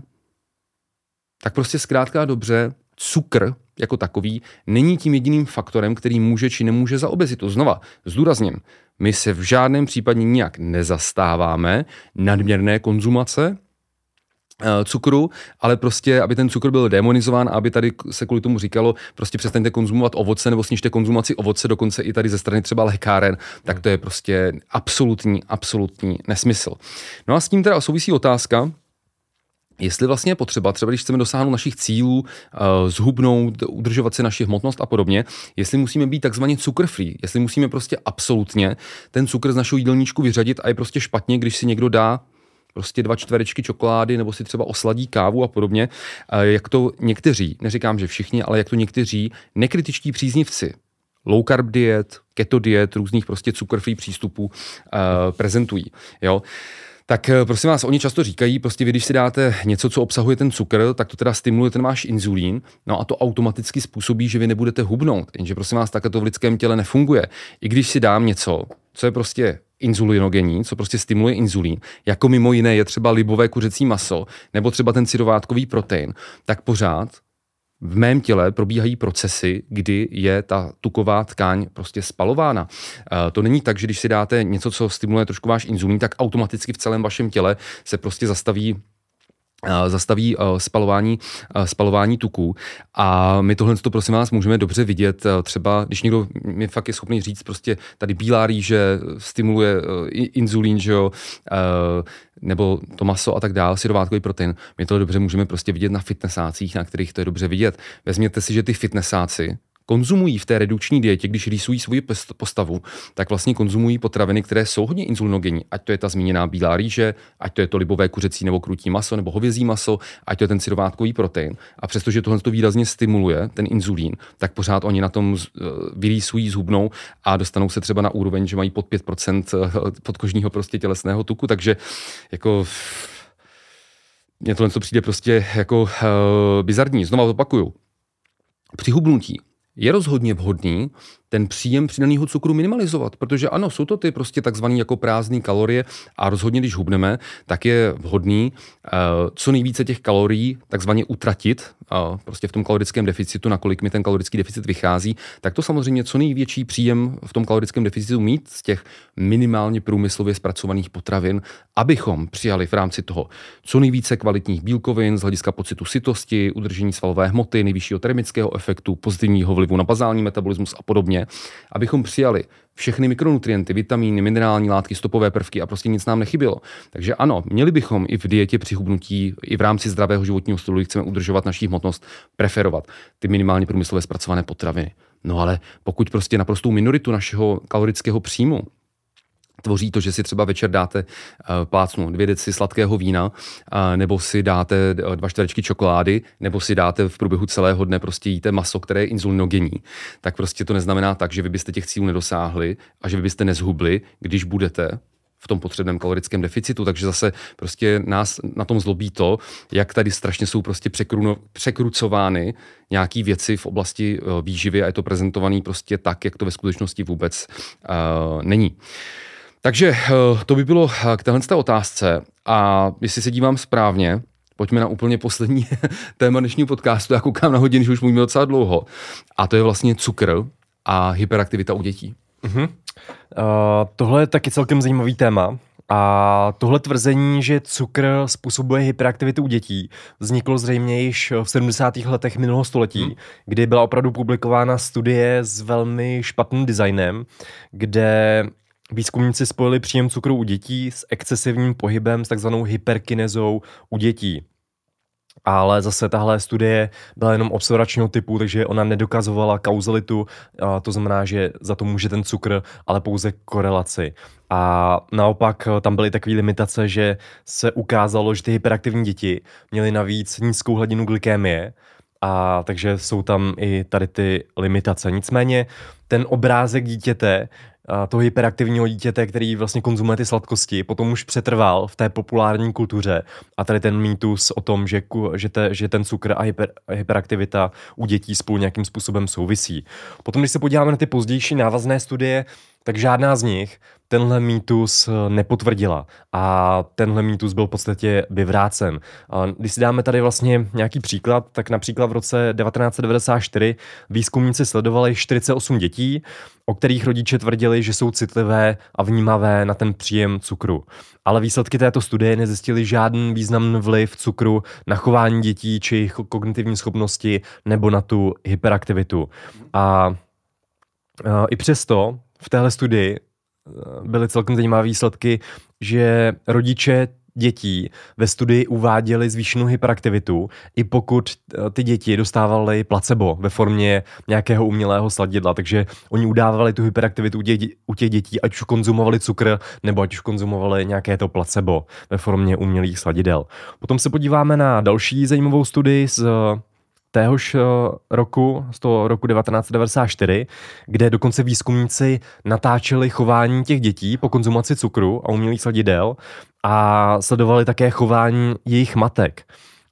tak prostě zkrátka a dobře cukr jako takový není tím jediným faktorem, který může či nemůže za obezitu. Znova zdůrazním, my se v žádném případě nijak nezastáváme nadměrné konzumace cukru, ale prostě, aby ten cukr byl demonizován a aby tady se kvůli tomu říkalo, prostě přestaňte konzumovat ovoce nebo snižte konzumaci ovoce, dokonce i tady ze strany třeba lékáren, tak to je prostě absolutní nesmysl. No a s tím teda souvisí otázka, jestli vlastně je potřeba, třeba když chceme dosáhnout našich cílů, zhubnout, udržovat si naši hmotnost a podobně, jestli musíme být takzvaně cukr free, jestli musíme prostě absolutně ten cukr z našeho jídelníčku vyřadit a je prostě špatně, když si někdo dá prostě 2 čtverečky čokolády nebo si třeba osladí kávu a podobně, jak to někteří, neříkám, že všichni, ale jak to někteří nekritičtí příznivci low carb diet, keto diet, různých prostě cukr free přístupů prezentují, jo. Tak prosím vás, oni často říkají, prostě vy, když si dáte něco, co obsahuje ten cukr, tak to teda stimuluje ten váš inzulín, no a to automaticky způsobí, že vy nebudete hubnout. Jenže prosím vás, takhle to v lidském těle nefunguje. I když si dám něco, co je prostě inzulinogenní, co prostě stimuluje inzulín, jako mimo jiné je třeba libové kuřecí maso, nebo třeba ten syrovátkový protein, tak pořád v mém těle probíhají procesy, kdy je ta tuková tkáň prostě spalována. To není tak, že když si dáte něco, co stimuluje trošku váš inzulín, tak automaticky v celém vašem těle se prostě zastaví spalování tuků. A my tohle to, prosím vás, můžeme dobře vidět třeba, když někdo mi fakt je schopný říct prostě tady bílá rýže stimuluje inzulín, že jo, nebo to maso a tak dále, syrovátkový protein. My to dobře můžeme prostě vidět na fitnessácích, na kterých to je dobře vidět. Vezměte si, že ty fitnessáci konzumují v té redukční dietě, když rýsují svoji postavu, tak vlastně konzumují potraviny, které jsou hodně inzulinogenní. Ať to je ta zmíněná bílá rýže, ať to je to libové kuřecí nebo krůtí maso nebo hovězí maso, ať to je ten syrovátkový protein. A přestože tohle to výrazně stimuluje ten inzulín, tak pořád oni na tom vyrýsují, zhubnou a dostanou se třeba na úroveň, že mají pod 5% podkožního prostě tělesného tuku, takže jako mně tohle přijde prostě jako bizarní. Znova opakuju. Při hubnutí je rozhodně vhodný ten příjem přidaného cukru minimalizovat, protože ano, jsou to ty prostě takzvané jako prázdné kalorie a rozhodně, když hubneme, tak je vhodný co nejvíce těch kalorií takzvaně utratit prostě v tom kalorickém deficitu, nakolik mi ten kalorický deficit vychází, tak to samozřejmě co největší příjem v tom kalorickém deficitu mít z těch minimálně průmyslově zpracovaných potravin, abychom přijali v rámci toho co nejvíce kvalitních bílkovin z hlediska pocitu sytosti, udržení svalové hmoty, nejvyššího termického efektu, pozitivního vlivu na bazální metabolismus a podobně, abychom přijali všechny mikronutrienty, vitamíny, minerální látky, stopové prvky a prostě nic nám nechybělo. Takže ano, měli bychom i v dietě při hubnutí, i v rámci zdravého životního stylu, když chceme udržovat naši hmotnost, preferovat ty minimálně průmyslově zpracované potraviny. No ale pokud prostě naprostou minoritu našeho kalorického příjmu tvoří to, že si třeba večer dáte plácnu 2 deci sladkého vína, nebo si dáte 2 čtverečky čokolády, nebo si dáte v průběhu celého dne prostě jíte maso, které je inzulinogenní, tak prostě to neznamená tak, že vy byste těch cílů nedosáhli a že vy byste nezhubli, když budete v tom potřebném kalorickém deficitu, takže zase prostě nás na tom zlobí to, jak tady strašně jsou prostě překrucovány nějaký věci v oblasti výživy a je to prezentovaný prostě tak, jak to ve skutečnosti vůbec není. Takže to by bylo k téhle otázce a jestli se dívám správně, pojďme na úplně poslední téma dnešního podcastu. Já koukám na hodiny, že už mluvíme docela dlouho. A to je vlastně cukr a hyperaktivita u dětí. Tohle je taky celkem zajímavý téma. A tohle tvrzení, že cukr způsobuje hyperaktivitu u dětí, vzniklo zřejmě již v 70. letech minulého století, kdy byla opravdu publikována studie s velmi špatným designem, kde výzkumníci spojili příjem cukru u dětí s excesivním pohybem, s takzvanou hyperkinezou u dětí. Ale zase tahle studie byla jenom observačního typu, takže ona nedokazovala kauzalitu, to znamená, že za to může ten cukr, ale pouze korelaci. A naopak tam byly takové limitace, že se ukázalo, že ty hyperaktivní děti měly navíc nízkou hladinu glykémie, a takže jsou tam i tady ty limitace. Nicméně ten obrázek dítěte, toho hyperaktivního dítěte, který vlastně konzumuje ty sladkosti, potom už přetrval v té populární kultuře a tady ten mýtus o tom, že ten cukr a hyperaktivita u dětí spolu nějakým způsobem souvisí. Potom, když se podíváme na ty pozdější návazné studie, tak žádná z nich tenhle mýtus nepotvrdila a tenhle mýtus byl v podstatě vyvrácen. Když si dáme tady vlastně nějaký příklad, tak například v roce 1994 výzkumníci sledovali 48 dětí, o kterých rodiče tvrdili, že jsou citlivé a vnímavé na ten příjem cukru. Ale výsledky této studie nezjistily žádný významný vliv cukru na chování dětí či jejich kognitivní schopnosti nebo na tu hyperaktivitu. A i přesto v téhle studii byly celkem zajímavé výsledky, že rodiče dětí ve studii uváděli zvýšenou hyperaktivitu, i pokud ty děti dostávaly placebo ve formě nějakého umělého sladidla. Takže oni udávali tu hyperaktivitu u těch dětí, ať už konzumovali cukr, nebo ať už konzumovali nějaké to placebo ve formě umělých sladidel. Potom se podíváme na další zajímavou studii z téhož roku, z toho roku 1994, kde dokonce výzkumníci natáčeli chování těch dětí po konzumaci cukru a umělých sladidel a sledovali také chování jejich matek.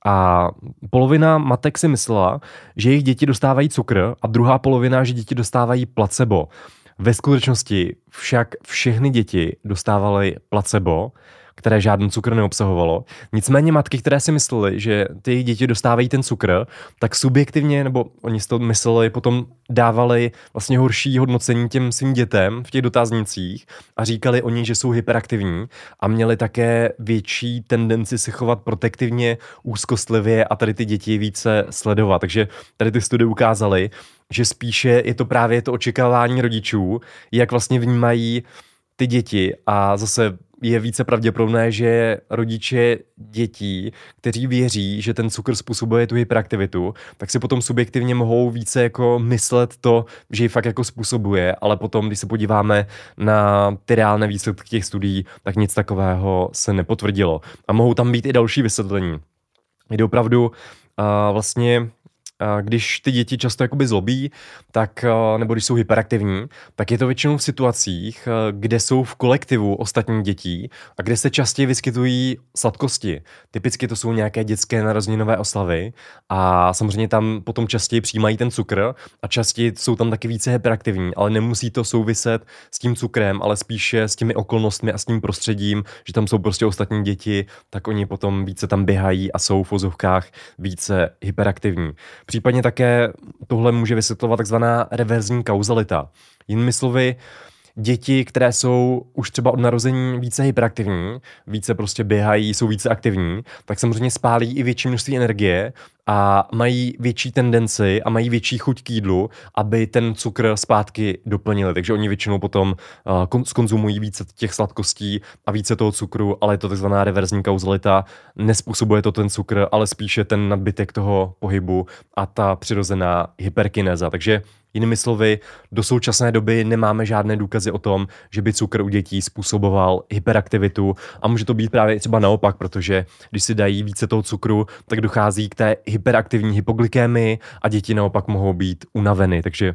A polovina matek si myslela, že jejich děti dostávají cukr a druhá polovina, že děti dostávají placebo. Ve skutečnosti však všechny děti dostávaly placebo, které žádný cukr neobsahovalo. Nicméně matky, které si myslely, že ty jejich děti dostávají ten cukr, tak subjektivně, nebo oni si to mysleli, potom dávali vlastně horší hodnocení těm svým dětem v těch dotaznicích a říkali oni, že jsou hyperaktivní a měli také větší tendenci se chovat protektivně, úzkostlivě a tady ty děti více sledovat. Takže tady ty studie ukázaly, že spíše je to právě to očekávání rodičů, jak vlastně vnímají ty děti a zase je více pravděpodobné, že rodiče dětí, kteří věří, že ten cukr způsobuje tu hyperaktivitu, tak si potom subjektivně mohou více jako myslet to, že ji fakt jako způsobuje, ale potom, když se podíváme na ty reálné výsledky těch studií, tak nic takového se nepotvrdilo. A mohou tam být i další vysvětlení. Jde opravdu vlastně když ty děti často jakoby zlobí, tak, nebo když jsou hyperaktivní, tak je to většinou v situacích, kde jsou v kolektivu ostatních dětí a kde se častěji vyskytují sladkosti. Typicky to jsou nějaké dětské narozeninové oslavy a samozřejmě tam potom častěji přijímají ten cukr a častěji jsou tam taky více hyperaktivní, ale nemusí to souviset s tím cukrem, ale spíše s těmi okolnostmi a s tím prostředím, že tam jsou prostě ostatní děti, tak oni potom více tam běhají a jsou v vozovkách více hyperaktivní. Případně také tohle může vysvětlovat takzvaná reverzní kauzalita. Jinými slovy, děti, které jsou už třeba od narození více hyperaktivní, více prostě běhají, jsou více aktivní, tak samozřejmě spálí i větší množství energie a mají větší tendenci a mají větší chuť k jídlu, aby ten cukr zpátky doplnili. Takže oni většinou potom skonzumují více těch sladkostí a více toho cukru, ale je to takzvaná reverzní kauzalita. Nespůsobuje to ten cukr, ale spíše ten nadbytek toho pohybu a ta přirozená hyperkinéza. Takže jinými slovy, do současné doby nemáme žádné důkazy o tom, že by cukr u dětí způsoboval hyperaktivitu a může to být právě třeba naopak, protože když si dají více toho cukru, tak dochází k té hyperaktivní hypoglykémii a děti naopak mohou být unaveny, takže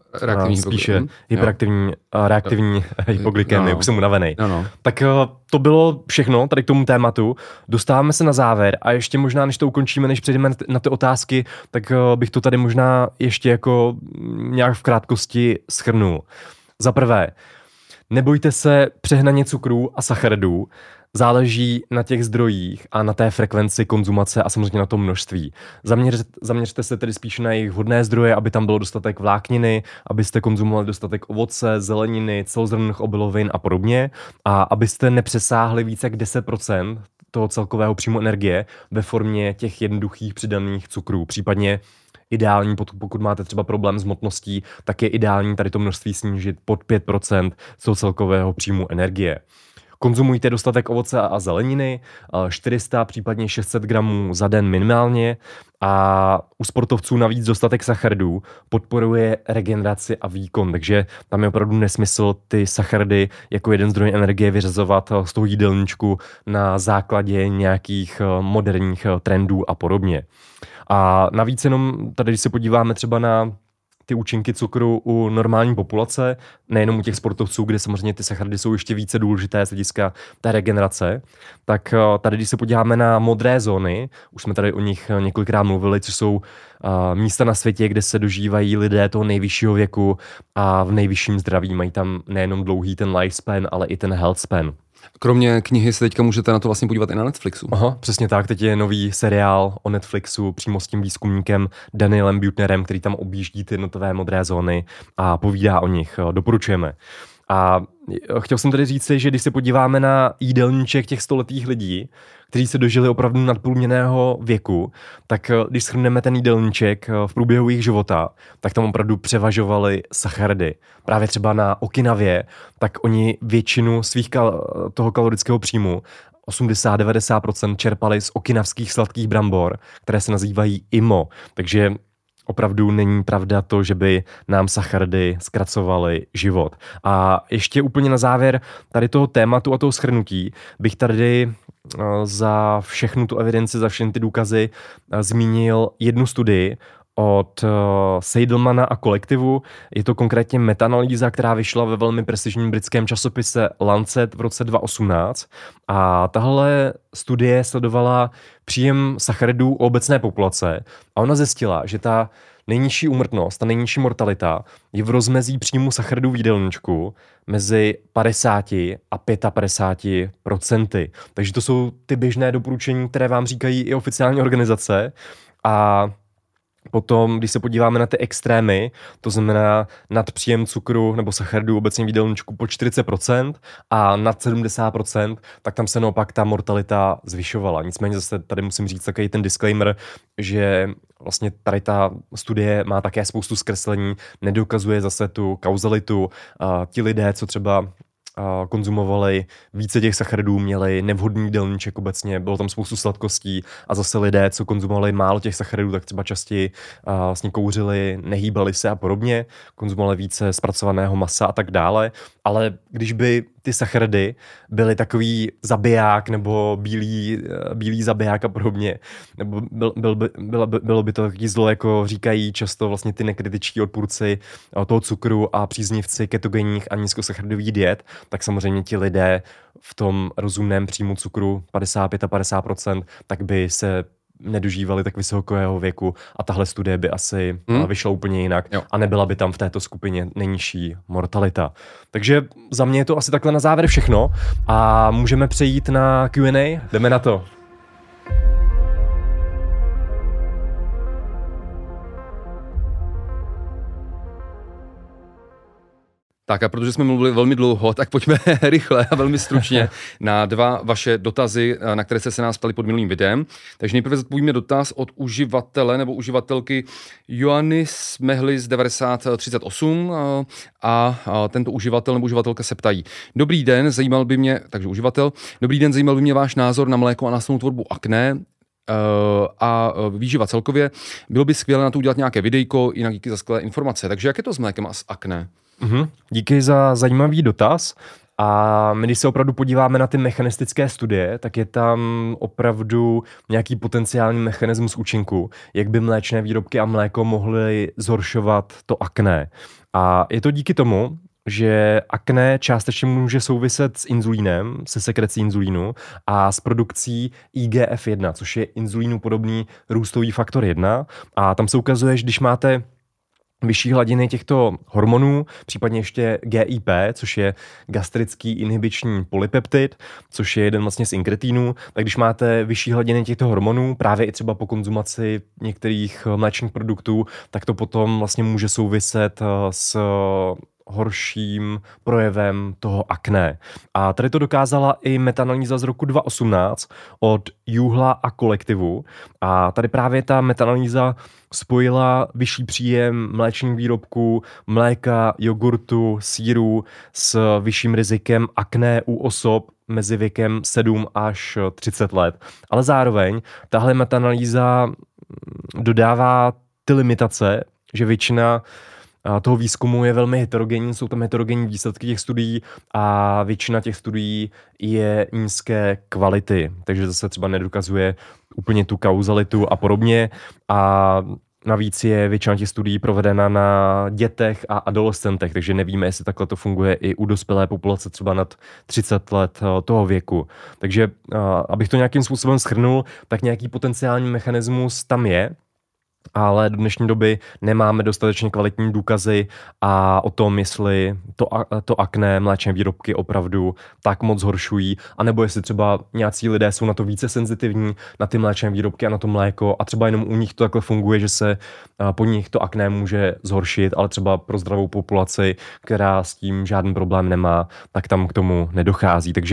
spíše hyperaktivní, reaktivní hypoglykémie, už jsem unavený. Tak to bylo všechno tady k tomu tématu. Dostáváme se na závěr a ještě možná, než to ukončíme, než přejdeme na ty otázky, tak bych to tady možná ještě jako nějak v krátkosti shrnul. Za prvé, nebojte se přehnaně cukrů a sacharidů. Záleží na těch zdrojích a na té frekvenci konzumace a samozřejmě na tom množství. Zaměřte se tedy spíše na jejich vhodné zdroje, aby tam bylo dostatek vlákniny, abyste konzumovali dostatek ovoce, zeleniny, celozrnných obilovin a podobně a abyste nepřesáhli více jak 10% toho celkového příjmu energie ve formě těch jednoduchých přidaných cukrů. Případně ideální, pokud máte třeba problém s hmotností, tak je ideální tady to množství snížit pod 5% z toho celkového příjmu energie. Konzumujte dostatek ovoce a zeleniny, 400, případně 600 gramů za den minimálně a u sportovců navíc dostatek sacharidů podporuje regeneraci a výkon, takže tam je opravdu nesmysl ty sacharidy jako jeden zdroj energie vyřazovat z toho jídelníčku na základě nějakých moderních trendů a podobně. A navíc jenom tady, když se podíváme třeba na ty účinky cukru u normální populace, nejenom u těch sportovců, kde samozřejmě ty sacharidy jsou ještě více důležité z hlediska té regenerace, tak tady, když se podíváme na modré zóny, už jsme tady o nich několikrát mluvili, což jsou místa na světě, kde se dožívají lidé toho nejvyššího věku a v nejvyšším zdraví, mají tam nejenom dlouhý ten lifespan, ale i ten health span. Kromě knihy se teďka můžete na to vlastně podívat i na Netflixu. Aha, přesně tak, teď je nový seriál o Netflixu přímo s tím výzkumníkem Danielem Buettnerem, který tam objíždí ty jednotlivé modré zóny a povídá o nich. Doporučujeme. A chtěl jsem tady říct, že když se podíváme na jídelníček těch 100letých lidí, kteří se dožili opravdu nadprůměrného věku, tak když shrneme ten jídelníček v průběhu jejich života, tak tam opravdu převažovaly sacharidy. Právě třeba na Okinavě, tak oni většinu svých toho kalorického příjmu 80-90% čerpali z okinavských sladkých brambor, které se nazývají IMO. Takže opravdu není pravda to, že by nám sacharidy zkracovaly život. A ještě úplně na závěr tady toho tématu a toho shrnutí bych tady za všechnu tu evidenci, za všechny ty důkazy zmínil jednu studii od Seidelmana a kolektivu. Je to konkrétně metaanalýza, která vyšla ve velmi prestižním britském časopise Lancet v roce 2018. A tahle studie sledovala příjem sacharidů u obecné populace a ona zjistila, že ta nejnižší úmrtnost, ta nejnižší mortalita je v rozmezí příjmu sacharidů v jídelníčku mezi 50 a 55%. Takže to jsou ty běžné doporučení, které vám říkají i oficiální organizace. A potom, když se podíváme na ty extrémy, to znamená nad příjem cukru nebo sacharidů obecně v jídelníčku po 40% a nad 70%, tak tam se naopak ta mortalita zvyšovala. Nicméně zase tady musím říct takový ten disclaimer, že vlastně tady ta studie má také spoustu zkreslení, nedokazuje zase tu kauzalitu. Ti lidé, co třeba konzumovali více těch sacharidů, měli nevhodný jídelníček obecně, bylo tam spoustu sladkostí a zase lidé, co konzumovali málo těch sacharidů, tak třeba častěji vlastně kouřili, nehýbali se a podobně, konzumovali více zpracovaného masa a tak dále, ale když by ty sacharidy byly takový zabiják nebo bílý zabiják a podobně, nebo bylo by to takový zlo, jako říkají často vlastně ty nekritičtí odpůrci toho cukru a příznivci ketogenních a nízkosacharidových diet, tak samozřejmě ti lidé v tom rozumném příjmu cukru 55 a 50%, tak by se nedožívali tak vysokého věku a tahle studie by asi vyšla úplně jinak a nebyla by tam v této skupině nejnižší mortalita. Takže za mě je to asi takhle na závěr všechno a můžeme přejít na Q&A. Jdeme na to. Tak a protože jsme mluvili velmi dlouho, tak pojďme rychle a velmi stručně na dva vaše dotazy, na které jste se nás ptali pod minulým videem. Takže nejprve zodpovíme dotaz od uživatele nebo uživatelky Ioannis Mehlis 9038 a tento uživatel nebo uživatelka se ptají. Dobrý den, zajímal by mě váš názor na mléko a následnou tvorbu akné a výživa celkově. Bylo by skvělé na to udělat nějaké videjko, jinak díky za skvělé informace. Takže jak je to s mlékem a s akné? Díky za zajímavý dotaz. A my, když se opravdu podíváme na ty mechanistické studie, tak je tam opravdu nějaký potenciální mechanismus účinku, jak by mléčné výrobky a mléko mohly zhoršovat to akné. A je to díky tomu, že akné částečně může souviset s inzulínem, se sekrecí inzulínu a s produkcí IGF-1, což je inzulínu podobný růstový faktor 1. A tam se ukazuje, že když máte vyšší hladiny těchto hormonů, případně ještě GIP, což je gastrický inhibiční polypeptid, což je jeden vlastně z inkretínů, tak když máte vyšší hladiny těchto hormonů, právě i třeba po konzumaci některých mléčných produktů, tak to potom vlastně může souviset s horším projevem toho akné. A tady to dokázala i metaanalýza z roku 2018 od Juhla a kolektivu. A tady právě ta metaanalýza spojila vyšší příjem mléčných výrobků, mléka, jogurtu, sýru s vyšším rizikem akné u osob mezi věkem 7 až 30 let. Ale zároveň tahle metaanalýza dodává ty limitace, že většina toho výzkumu je velmi heterogenní, jsou tam heterogenní výsledky těch studií a většina těch studií je nízké kvality, takže zase třeba nedokazuje úplně tu kauzalitu a podobně a navíc je většina těch studií provedena na dětech a adolescentech, takže nevíme, jestli takhle to funguje i u dospělé populace třeba nad 30 let toho věku. Takže abych to nějakým způsobem shrnul, tak nějaký potenciální mechanismus tam je, ale do dnešní doby nemáme dostatečně kvalitní důkazy a o tom, jestli to akné mléčné výrobky opravdu tak moc zhoršují, anebo jestli třeba nějací lidé jsou na to více senzitivní, na ty mléčné výrobky a na to mléko a třeba jenom u nich to takhle funguje, že se po nich to akné může zhoršit, ale třeba pro zdravou populaci, která s tím žádný problém nemá, tak tam k tomu nedochází. Takže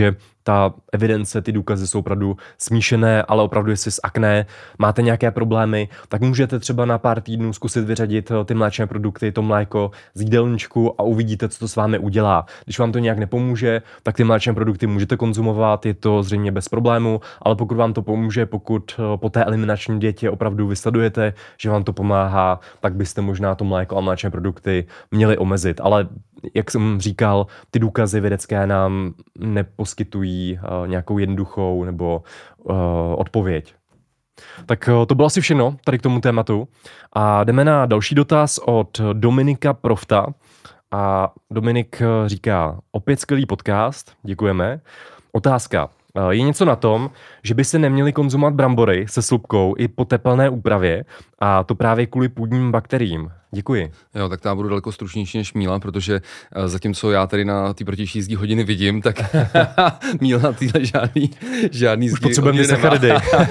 ta evidence, ty důkazy jsou opravdu smíšené, ale opravdu jestli z akné máte nějaké problémy, tak můžete třeba na pár týdnů zkusit vyřadit ty mléčné produkty, to mléko z jídelníčku a uvidíte, co to s vámi udělá. Když vám to nějak nepomůže, tak ty mléčné produkty můžete konzumovat, je to zřejmě bez problému, ale pokud vám to pomůže, pokud po té eliminační dietě opravdu vysledujete, že vám to pomáhá, tak byste možná to mléko a mléčné produkty měli omezit. Ale jak jsem říkal, ty důkazy vědecké nám neposkytují nějakou jednoduchou nebo odpověď. Tak to bylo asi všechno tady k tomu tématu. A jdeme na další dotaz od Dominika Profta. A Dominik říká, opět skvělý podcast, děkujeme. Otázka. Je něco na tom, že by se neměly konzumovat brambory se slupkou i po tepelné úpravě a to právě kvůli půdním bakteriím. Děkuji. Jo, tak já budu daleko stručnější než Míla, protože zatímco já tady na ty protiší jízdní hodiny vidím, tak Míla na týhle žádný už potřebujeme sacharidy.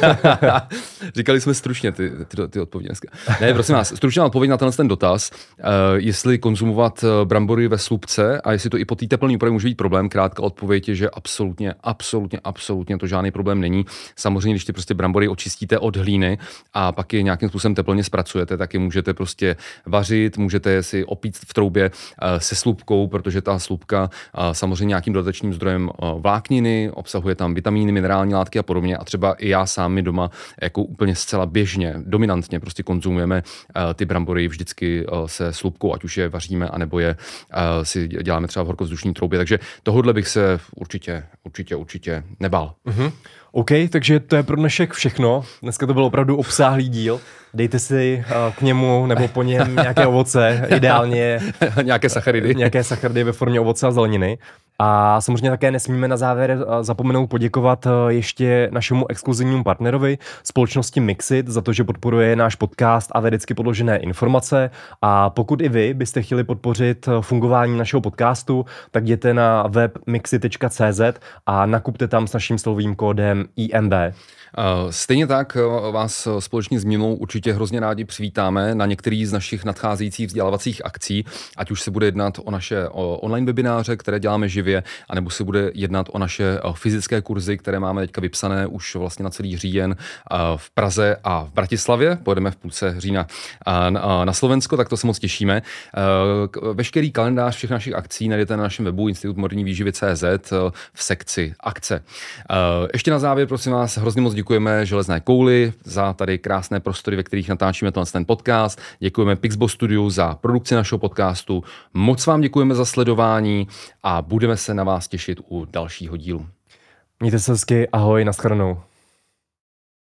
Říkali jsme stručně ty odpovědi dneska. Ne, prosím vás, stručná odpověď na ten dotaz, jestli konzumovat brambory ve slupce a jestli to i po té teplné úpravě může být problém, krátká odpověď je, že absolutně to žádný problém není. Samozřejmě, když ty prostě brambory očistíte od hlíny a pak je nějakým způsobem teplně zpracujete, tak je můžete prostě vařit, můžete si opít v troubě se slupkou, protože ta slupka samozřejmě nějakým dodatečným zdrojem vlákniny, obsahuje tam vitamíny, minerální látky a podobně a třeba i já sám mi doma jako úplně zcela běžně, dominantně prostě konzumujeme ty brambory vždycky se slupkou, ať už je vaříme, anebo je si děláme třeba v horkovzdušní troubě, takže tohodle bych se určitě nebál. Mm-hmm. OK, takže to je pro dnešek všechno. Dneska to byl opravdu obsáhlý díl. Dejte si k němu nebo po něm nějaké ovoce, ideálně nějaké sacharidy ve formě ovoce a zeleniny. A samozřejmě také nesmíme na závěr zapomenout poděkovat ještě našemu exkluzivnímu partnerovi, společnosti Mixit, za to, že podporuje náš podcast a vědecky podložené informace. A pokud i vy byste chtěli podpořit fungování našeho podcastu, tak jděte na web mixit.cz a nakupte tam s naším slovým kódem IMB. Stejně tak vás společně s Mílou určitě hrozně rádi přivítáme na některý z našich nadcházejících vzdělávacích akcí, ať už se bude jednat o naše online webináře, které děláme živě, anebo se bude jednat o naše fyzické kurzy, které máme teďka vypsané už vlastně na celý říjen v Praze a v Bratislavě. Pojedeme v půlce října na Slovensko, tak to se moc těšíme. Veškerý kalendář všech našich akcí najdete na našem webu Institut moderní výživy CZ v sekci akce. Ještě na závěr, prosím vás, hrozně moc děkujeme Železné kouli za tady krásné prostory, ve kterých natáčíme ten podcast. Děkujeme Pixbo Studiu za produkci našeho podcastu. Moc vám děkujeme za sledování a budeme se na vás těšit u dalšího dílu. Mějte se hezky, ahoj, nashledanou.